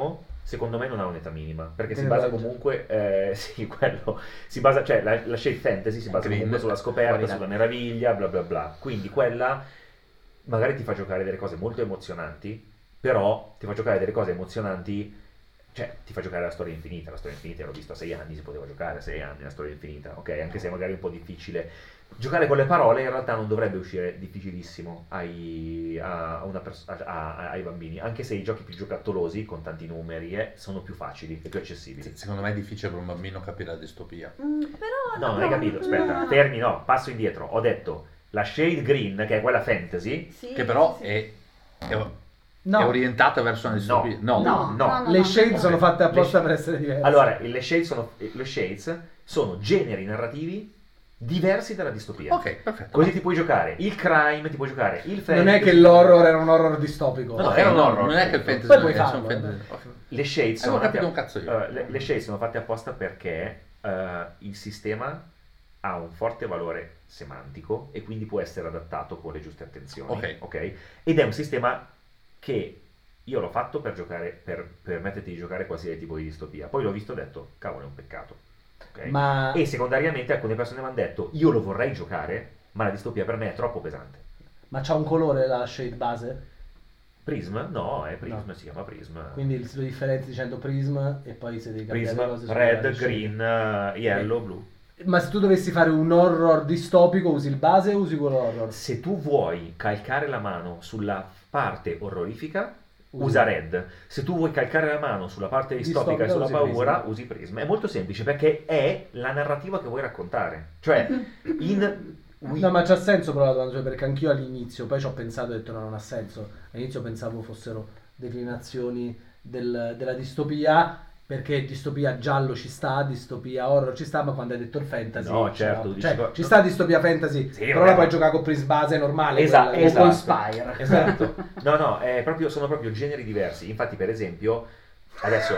secondo me non ha un'età minima, perché si Green basa Ranger. comunque, eh, sì, quello, si basa, cioè la, la shade fantasy si basa Green, comunque sulla scoperta, fuori da- sulla meraviglia, bla bla bla, quindi quella magari ti fa giocare delle cose molto emozionanti, però ti fa giocare delle cose emozionanti, cioè ti fa giocare la storia infinita, la storia infinita l'ho visto a sei anni, si poteva giocare a sei anni la storia infinita, ok, anche se magari è un po' difficile. Giocare con le parole in realtà non dovrebbe uscire difficilissimo ai, a una pers- a- a- ai bambini, anche se i giochi più giocattolosi, con tanti numeri, eh, sono più facili e più accessibili. Secondo me è difficile per un bambino capire la distopia. Mm, però No, non hai capito, aspetta, fermi, no, passo indietro. Ho detto la shade green, che è quella fantasy, Sì, Che però sì, sì. è, è, No, è orientata verso una distopia. No, No, no. no, no, le no, shade no. sono fatte apposta Le- per essere diverse. allora, le shades sono, le shades sono generi narrativi diversi dalla distopia. Ok, perfetto. Così ti puoi giocare il crime, ti puoi giocare il fantasy. non è che l'horror era un horror distopico. No, no, Ok, era un no, horror. non è che il fantasy Poi puoi sono farlo, fantasy. eh. Ok. Le shades sono Avevo capito fatte- un cazzo io. eh, le, le shades sono fatte apposta perché eh, il sistema ha un forte valore semantico e quindi può essere adattato con le giuste attenzioni. Ok. ok? Ed è un sistema che io l'ho fatto per giocare, per permetterti di giocare qualsiasi tipo di distopia. Poi l'ho visto e ho detto, cavolo, è un peccato. ok? Ma E secondariamente alcune persone mi hanno detto, io lo vorrei giocare, ma la distopia per me è troppo pesante. ma c'ha un colore la shade base? Prism? No, è Prism, No. si chiama Prism. Quindi lo differenzi dicendo prism e poi se devi cambiare le Prism, cose sono red, le shade. green, eh, yellow, blu. Ma se tu dovessi fare un horror distopico usi il base o usi quello horror? Se tu vuoi calcare la mano sulla parte orrorifica, Usi- usa red. Se tu vuoi calcare la mano sulla parte distopica e Distopica, sulla usi paura, Prism. usi Prism. È molto semplice perché è la narrativa che vuoi raccontare. Cioè, in... No, ma c'ha senso però la domanda, cioè, perché anch'io all'inizio, poi ci ho pensato e ho detto no, non ha senso. All'inizio pensavo fossero declinazioni del- della distopia, perché distopia giallo ci sta, distopia horror ci sta, ma quando hai detto il fantasy... No, ce certo, l'ho. dici- Cioè, ci sta distopia fantasy, Sì, però vabbè, la puoi ma- giocare con Prism base normale. Esa- quella- esatto. O con Spire. Esatto. No, no, è proprio- sono proprio generi diversi. Infatti, per esempio, adesso...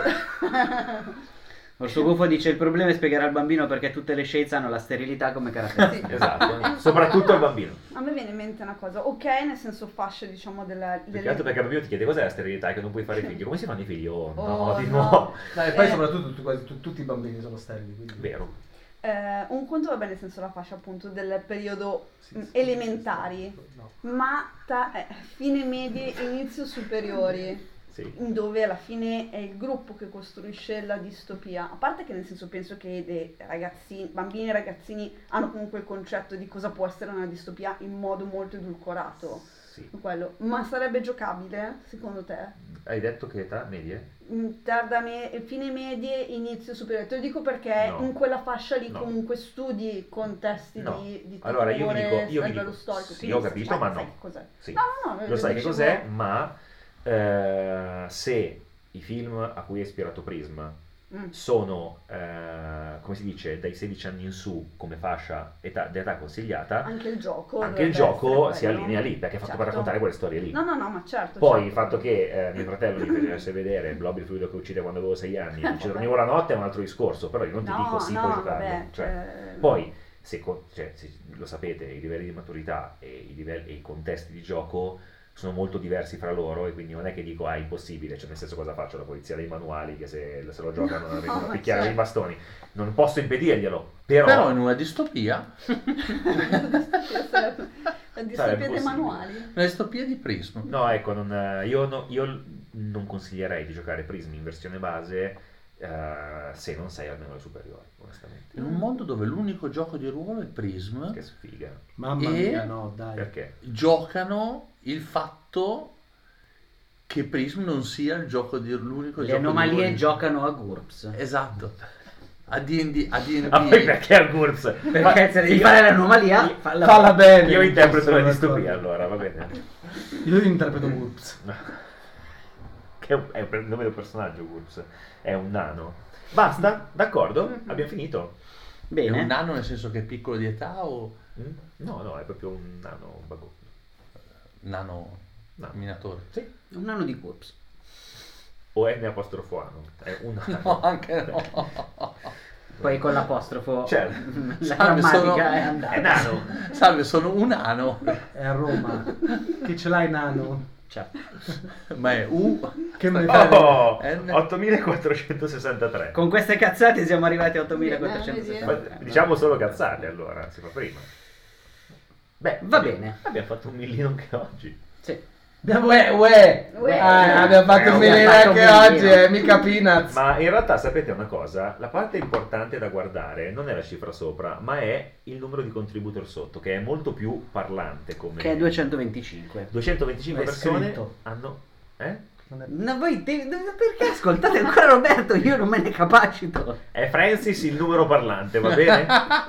Orso Gufo dice il problema è spiegare al bambino perché tutte le shades hanno la sterilità come caratteristica. Esatto, soprattutto al bambino. A me viene in mente una cosa, ok, nel senso fascia, diciamo, della... Più delle- che altro perché il bambino ti chiede cos'è la sterilità, che non puoi fare figli. Come si fanno i figli? Oh, no, Oh, di no. nuovo. No, e poi Eh. soprattutto tu- quasi tu- tutti i bambini sono sterili. Quindi... Vero. Eh, un conto va bene nel senso la fascia appunto del periodo Sì, mh, sì, elementari, no. ma ta- eh, fine medie, inizio superiori, Sì. dove alla fine è il gruppo che costruisce la distopia. A parte che nel senso penso che dei ragazzini, bambini e ragazzini hanno comunque il concetto di cosa può essere una distopia in modo molto edulcorato. Sì. Quello. Ma sarebbe giocabile secondo te? Hai detto che età medie? Mm, Tarda me- fine medie, inizio superiore. Te lo dico perché No. in quella fascia lì No. comunque studi contesti No. di, di Allora, io vi terrore dico- io a vi livello dico, storico. sì, quindi ho capito, sai- ma sai no. che cos'è. Sì. No, no, no, Lo sai che dicevo- cos'è, ma eh, se i film a cui è ispirato Prism Mm. sono, eh, come si dice, dai sedici anni in su come fascia età, d'età consigliata, Anche il gioco. anche il dovrebbe gioco essere si quello. allinea lì, perché è fatto per Certo. raccontare quelle storie lì. No, no, no, ma certo. Poi certo. il fatto che eh, mio fratello mi facesse vedere Blob il fluido che uccide quando avevo sei anni e ci dormivo la notte è un altro discorso, però io non ti No, dico sì, no, puoi giocarlo. vabbè, Cioè, cioè- Poi, se, co- cioè, se lo sapete, i livelli di maturità e i, livelli, e i contesti di gioco sono molto diversi fra loro e quindi non è che dico ah è impossibile, cioè nel senso cosa faccio? La polizia dei manuali che se, se lo giocano non vengono a ma picchiare certo. i bastoni, non posso impedirglielo, però, Però in una distopia, La distopia Sarebbe dei possibile. manuali. una distopia di Prism. no ecco, non, eh, io, no- io non consiglierei di giocare Prism in versione base eh, se non sei almeno alle superiori, onestamente. In un mondo dove l'unico gioco di ruolo è Prism, Che sfiga. Mamma E- mia, no, dai. Perché? giocano il fatto che Prism non sia il gioco di l'unico Le gioco di anomalie ruolo. giocano a GURPS. Esatto. A D and D, a D and D Ah, poi perché al GURPS? Perché se devi io- fare l'anomalia, falla, Falla bene. Io interpreto Sono la distopia d'accordo. allora, va bene. Io interpreto Whoops. Che è, un, è un nome del personaggio GURPS, è un nano. Basta? D'accordo? Mhm. Abbiamo finito? È Bene. un nano nel senso che è piccolo di età o Mm? No, no, è proprio un nano bagò. nano No. minatore? Sì. Un nano di GURPS. O N apostrofo ano. È un nano. No, anche no. Poi con l'apostrofo Certo. la Salve, grammatica sono- è andata. È nano. Salve, sono un nano. È a Roma. Che ce l'hai, nano? Certo. Ma è U. Che me fai? Oh, N. ottomilaquattrocentosessantatré. Con queste cazzate siamo arrivati a Ma ottomilaquattrocentosessanta. Diciamo solo cazzate allora, si fa prima. Beh, Va abbiamo- bene. Abbiamo fatto un millino anche oggi. Sì. Abbiamo, uè, uè. Uè. Ah, abbiamo fatto un Eh, milione abbiamo anche fatto un oggi, milione. eh, mica peanuts. Ma in realtà sapete una cosa? La parte importante da guardare non è la cifra sopra, ma è il numero di contributor sotto, che è molto più parlante come... Che è duecentoventicinque. duecentoventicinque È persone scritto. hanno... Eh? Non è- No, voi te- perché ascoltate ancora Roberto? Io non me ne capacito. È Francis il numero parlante, va bene?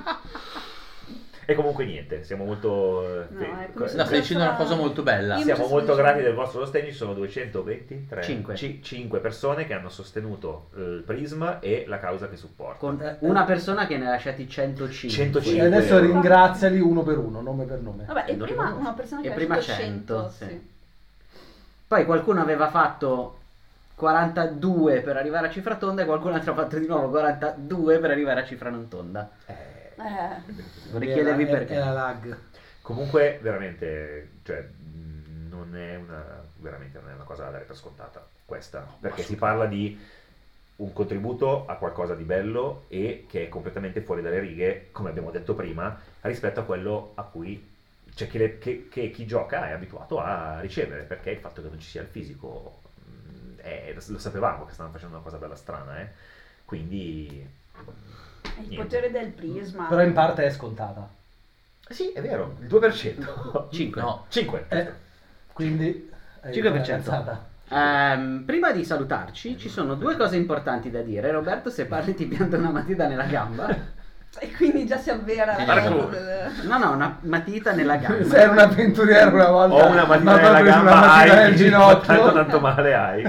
E comunque niente, siamo molto... eh, No, fe- è co- come se No, stai dicendo una cosa molto bella. Io- Siamo mi molto sono- grati del vostro sostegno, ci sono duecentoventitré Cinque. ci- cinque persone che hanno sostenuto il Prisma e la causa che supporta. Con Eh, una eh. persona che ne ha lasciati centocinque. E centocinque. adesso euro. ringraziali uno per uno, nome per nome. Vabbè, e Eh, non prima lo conosco. una persona che E ha prima fatto cento, sì. sì. Poi qualcuno aveva fatto quarantadue per arrivare a cifra tonda e qualcun altro ha fatto di nuovo quarantadue per arrivare a cifra non tonda. Eh, Vorrei chiedervi Era- perché. Era lag. Comunque, veramente, cioè, mh, non è una, veramente non è una cosa da dare per scontata questa, perché si parla di un contributo a qualcosa di bello e che è completamente fuori dalle righe, come abbiamo detto prima, rispetto a quello a cui, cioè, che, le- che- che chi gioca è abituato a ricevere, perché il fatto che non ci sia il fisico, mh, è- lo sapevamo che stavano facendo una cosa bella strana, eh? Quindi... è il niente. potere del prisma. Però in parte è scontata. Sì, è vero, il due per cento. cinque. No. cinque. Eh, quindi... hai cinque per detto una cento. cazzata. Ehm, prima di salutarci ci sono due cose importanti da dire. Roberto, se parli ti pianta una matita nella gamba. E quindi già si avvera. Marco. No, no, una matita nella gamba. Sei un avventuriero una volta. Ho una matita ma nella proprio gamba, una matita hai, nel ginocchio. tanto tanto male hai.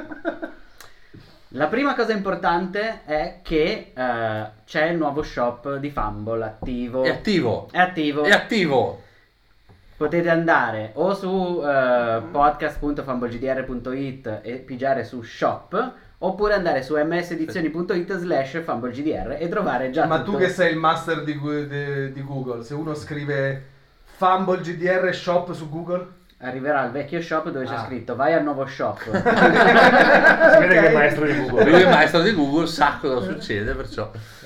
La prima cosa importante è che eh, c'è il nuovo shop di Fumble attivo. È attivo. È attivo. È attivo. Potete andare o su eh, podcast punto fumblegdr punto it e pigiare su shop, oppure andare su msedizioni punto it slash fumblegdr e trovare già Ma tutto. tu che sei il master di, Gu- di- di Google, se uno scrive Fumble G D R Shop su Google... Arriverà il vecchio shop dove c'è Ah. scritto vai al nuovo shop. Si vede che è il maestro di Google. Lui è il maestro di Google, sa cosa succede, perciò.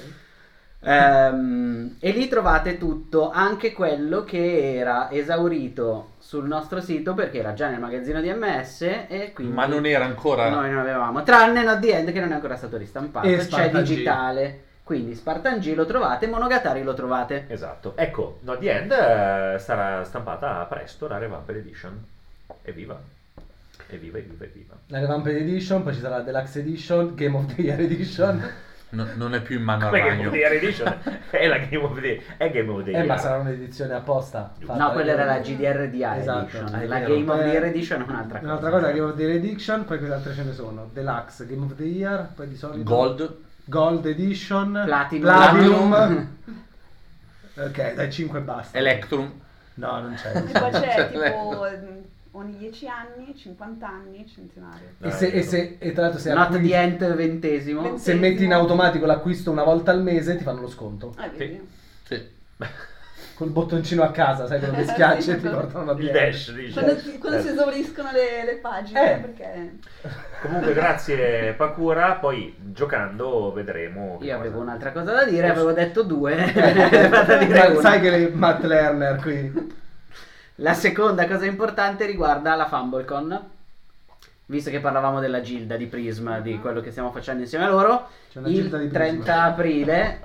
Ehm, e lì trovate tutto, anche quello che era esaurito sul nostro sito perché era già nel magazzino di M S e quindi Ma non era ancora. noi non avevamo, tranne Not The End che non è ancora stato ristampato, E c'è Spartan G. digitale, quindi Spartan G lo trovate, Monogatari lo trovate. Esatto. Ecco, No The End eh, sarà stampata presto la Revamped Edition. Evviva. Evviva, evviva, evviva. La Revamped Edition, poi ci sarà la Deluxe Edition, Game of the Year Edition. No- non è più in mano al Come Game of ragno. the Year Edition? È la Game of the è Game of the Eh, Year. ma sarà un'edizione apposta. fatta No, quella era la Game- G D R D A Esatto, Edition, è la vero. Game of the Year Eh, Edition è un'altra cosa. Un'altra cosa, Game of the Year Edition, poi cos'altre ce ne sono? Deluxe, Game of the Year, poi di solito... Gold. Gold Edition. Platinum. Platinum. Ok, dai, cinque basta. Electrum. No, non c'è. E non poi c'è. c'è tipo mm, ogni dieci anni, cinquanta anni, centenario. E, se, e, se, e tra l'altro se, Not acquisti- The End ventesimo. Vent- se metti in automatico l'acquisto una volta al mese ti fanno lo sconto. Eh, vedi? Sì. Col bottoncino a casa, sai, quello che schiacci Sì, e ti quello- portano a Il dash, dice. Quando, quando Eh. si esauriscono le, le pagine, Eh. perché... Comunque grazie Pakura, poi giocando vedremo. che Io cosa- avevo un'altra cosa da dire, avevo detto due. Ma sai che le Matt Lerner qui. La seconda cosa importante riguarda la FumbleCon. Visto che parlavamo della Gilda di Prisma, di quello che stiamo facendo insieme a loro, C'è una Gilda di il Prisma. trenta aprile,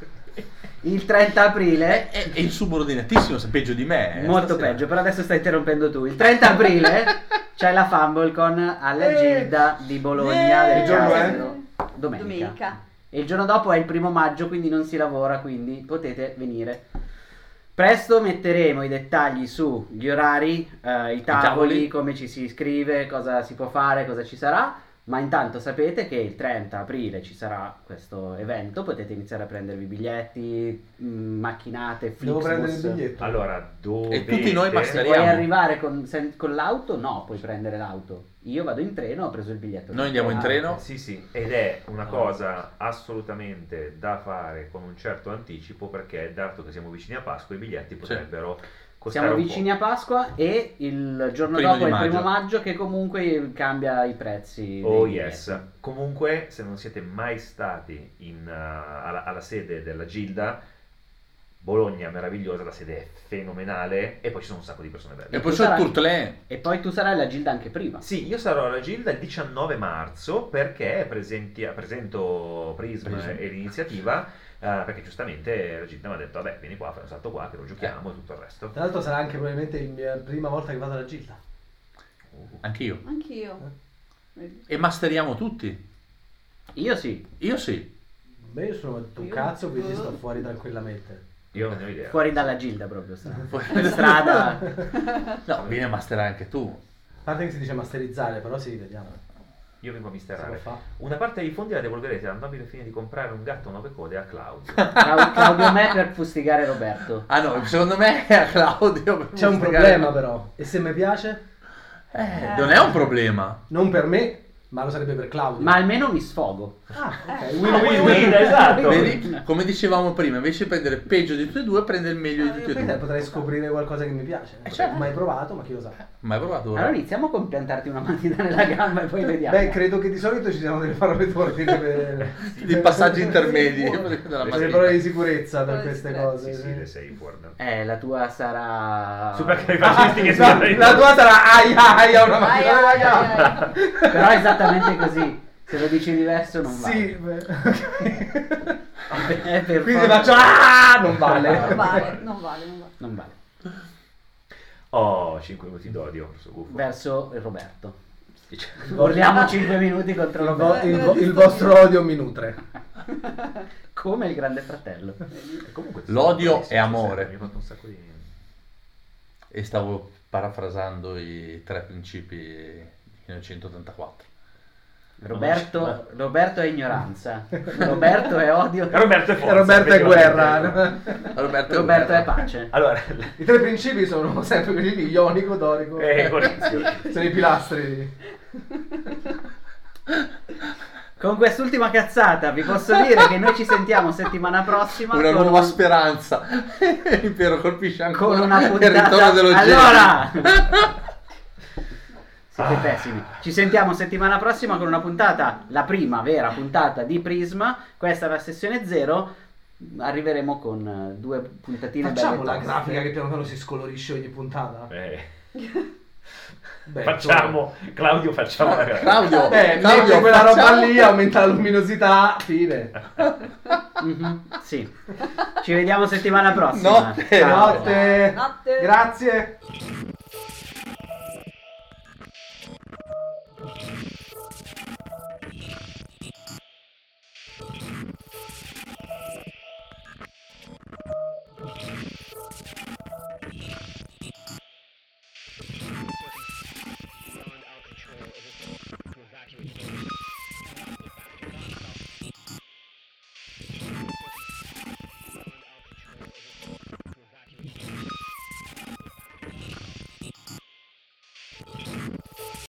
il trenta aprile, È, è insubordinatissimo, se peggio di me. eh, molto stasera. peggio, però adesso stai interrompendo tu. Il trenta aprile c'è la FumbleCon alla Eh. Gilda di Bologna Eh. del Che giorno è? Castello. Domenica. Domenica. E il giorno dopo è il primo maggio, quindi non si lavora, quindi potete venire. Presto metteremo i dettagli sugli orari, eh, i tavoli, tavoli. come ci si iscrive, cosa si può fare, cosa ci sarà. Ma intanto sapete che il trenta aprile ci sarà questo evento, potete iniziare a prendervi biglietti, mh, macchinate, Devo prendere il Flixbus. biglietto. Allora, dovete... E tutti noi Se masteriamo. vuoi arrivare con, se- con l'auto, no, puoi prendere l'auto. Io vado in treno, ho preso il biglietto. Noi andiamo in Ah, treno. Eh, Sì, sì, ed è una cosa assolutamente da fare con un certo anticipo perché dato che siamo vicini a Pasqua i biglietti potrebbero costare Siamo un vicini a Pasqua e il giorno Primo dopo di è il primo maggio. maggio che comunque cambia i prezzi. po'. Oh dei yes. biglietti. Comunque, se non siete mai stati in, uh, alla, alla sede della Gilda, Bologna meravigliosa, la sede è fenomenale e poi ci sono un sacco di persone belle. E poi tu c'è il sarai- Tourtelè. E poi tu sarai alla Gilda anche prima. Sì, io sarò alla Gilda il diciannove marzo perché presenti- presento Prism Prism. e l'iniziativa, eh, perché giustamente la Gilda mi ha detto vabbè vieni qua, fai un salto qua che lo giochiamo e tutto il resto. Tra l'altro sarà anche probabilmente la mia prima volta che vado alla Gilda. Uh. Anch'io. Anch'io. Vedi? E masteriamo tutti. Io sì, Io sì. Beh, io sono un Io- cazzo, quindi sto fuori tranquillamente. Io non ne ho idea. fuori dalla Gilda proprio. sta. Fuori- Per strada. No, vieni a masterare anche tu. A parte che si dice masterizzare, però sì, vediamo. Io vengo a Si misterare. può fa. Una parte dei fondi la devolverete al nobile fine di comprare un gatto a nove code a Claudio. Clau- Claudio me per fustigare Roberto. Ah no, secondo me è a Claudio. per C'è un spiegare- problema però. E se mi piace? Eh, non è un problema. Non per me, ma lo sarebbe per Claudio. Ma almeno mi sfogo. Ah, ok. Eh, Win Ah, win win-win, win. esatto. Vedi? Come dicevamo prima, invece di prendere peggio di tutti e due, prende il meglio di tutti e Poi due. potrei scoprire qualcosa che mi piace. Non certo. ho mai provato, ma chi lo sa. Mai provato ora? Allora iniziamo con piantarti una matita nella gamba e poi vediamo. Beh, credo che di solito ci siano delle parole torte per... Di passaggi intermedi Per della le matita. parole di sicurezza per Parole queste discrete. cose. Sì, sì, le safe word. Eh, la tua sarà... Super Ah, califascistiche esatto, sono la tua sarà aia aia una Ai, mattina ai, nella ai, gamba. ai. Però è esattamente così. Se lo dici diverso non Sì, vale. beh. Eh, per Quindi forza. faccio ah, non vale. Non vale, non vale, non vale. Non vale. Oh, cinque minuti d'odio verso Gufo. Verso Roberto. Dice- Urliamo cinque minuti contro Il, vo- Roberto. il vo- il vostro odio mi nutre. Come il grande fratello. E comunque L'odio sì, è amore. Mi ha fatto un sacco di... E stavo parafrasando i tre principi di millenovecentottantaquattro. Roberto, Roberto è ignoranza. Roberto è odio. Roberto è forza. Roberto è vedi, guerra. Roberto, Roberto è guerra. pace. Allora, I tre principi sono sempre quelli lì, ionico, dorico. eh, Corinzio. Sono i pilastri. Con quest'ultima cazzata vi posso dire che noi ci sentiamo settimana prossima Una con, nuova un- speranza. L'impero colpisce ancora con una il puntata. ritorno dello genio. Allora! Siete Ah. pessimi. Ci sentiamo settimana prossima con una puntata, la prima vera puntata di Prisma. Questa è la sessione zero. Arriveremo con eh, due puntatine Facciamo belle la toste. grafica che piano piano si scolorisce ogni puntata. Eh, Beh, facciamo, Claudio, facciamo la grafica. Claudio, Eh, Claudio, mette quella roba facciamo- lì, aumenta la luminosità, fine. Mhm, sì. Ci vediamo settimana prossima. Notte. Ciao. Notte. Notte. Grazie.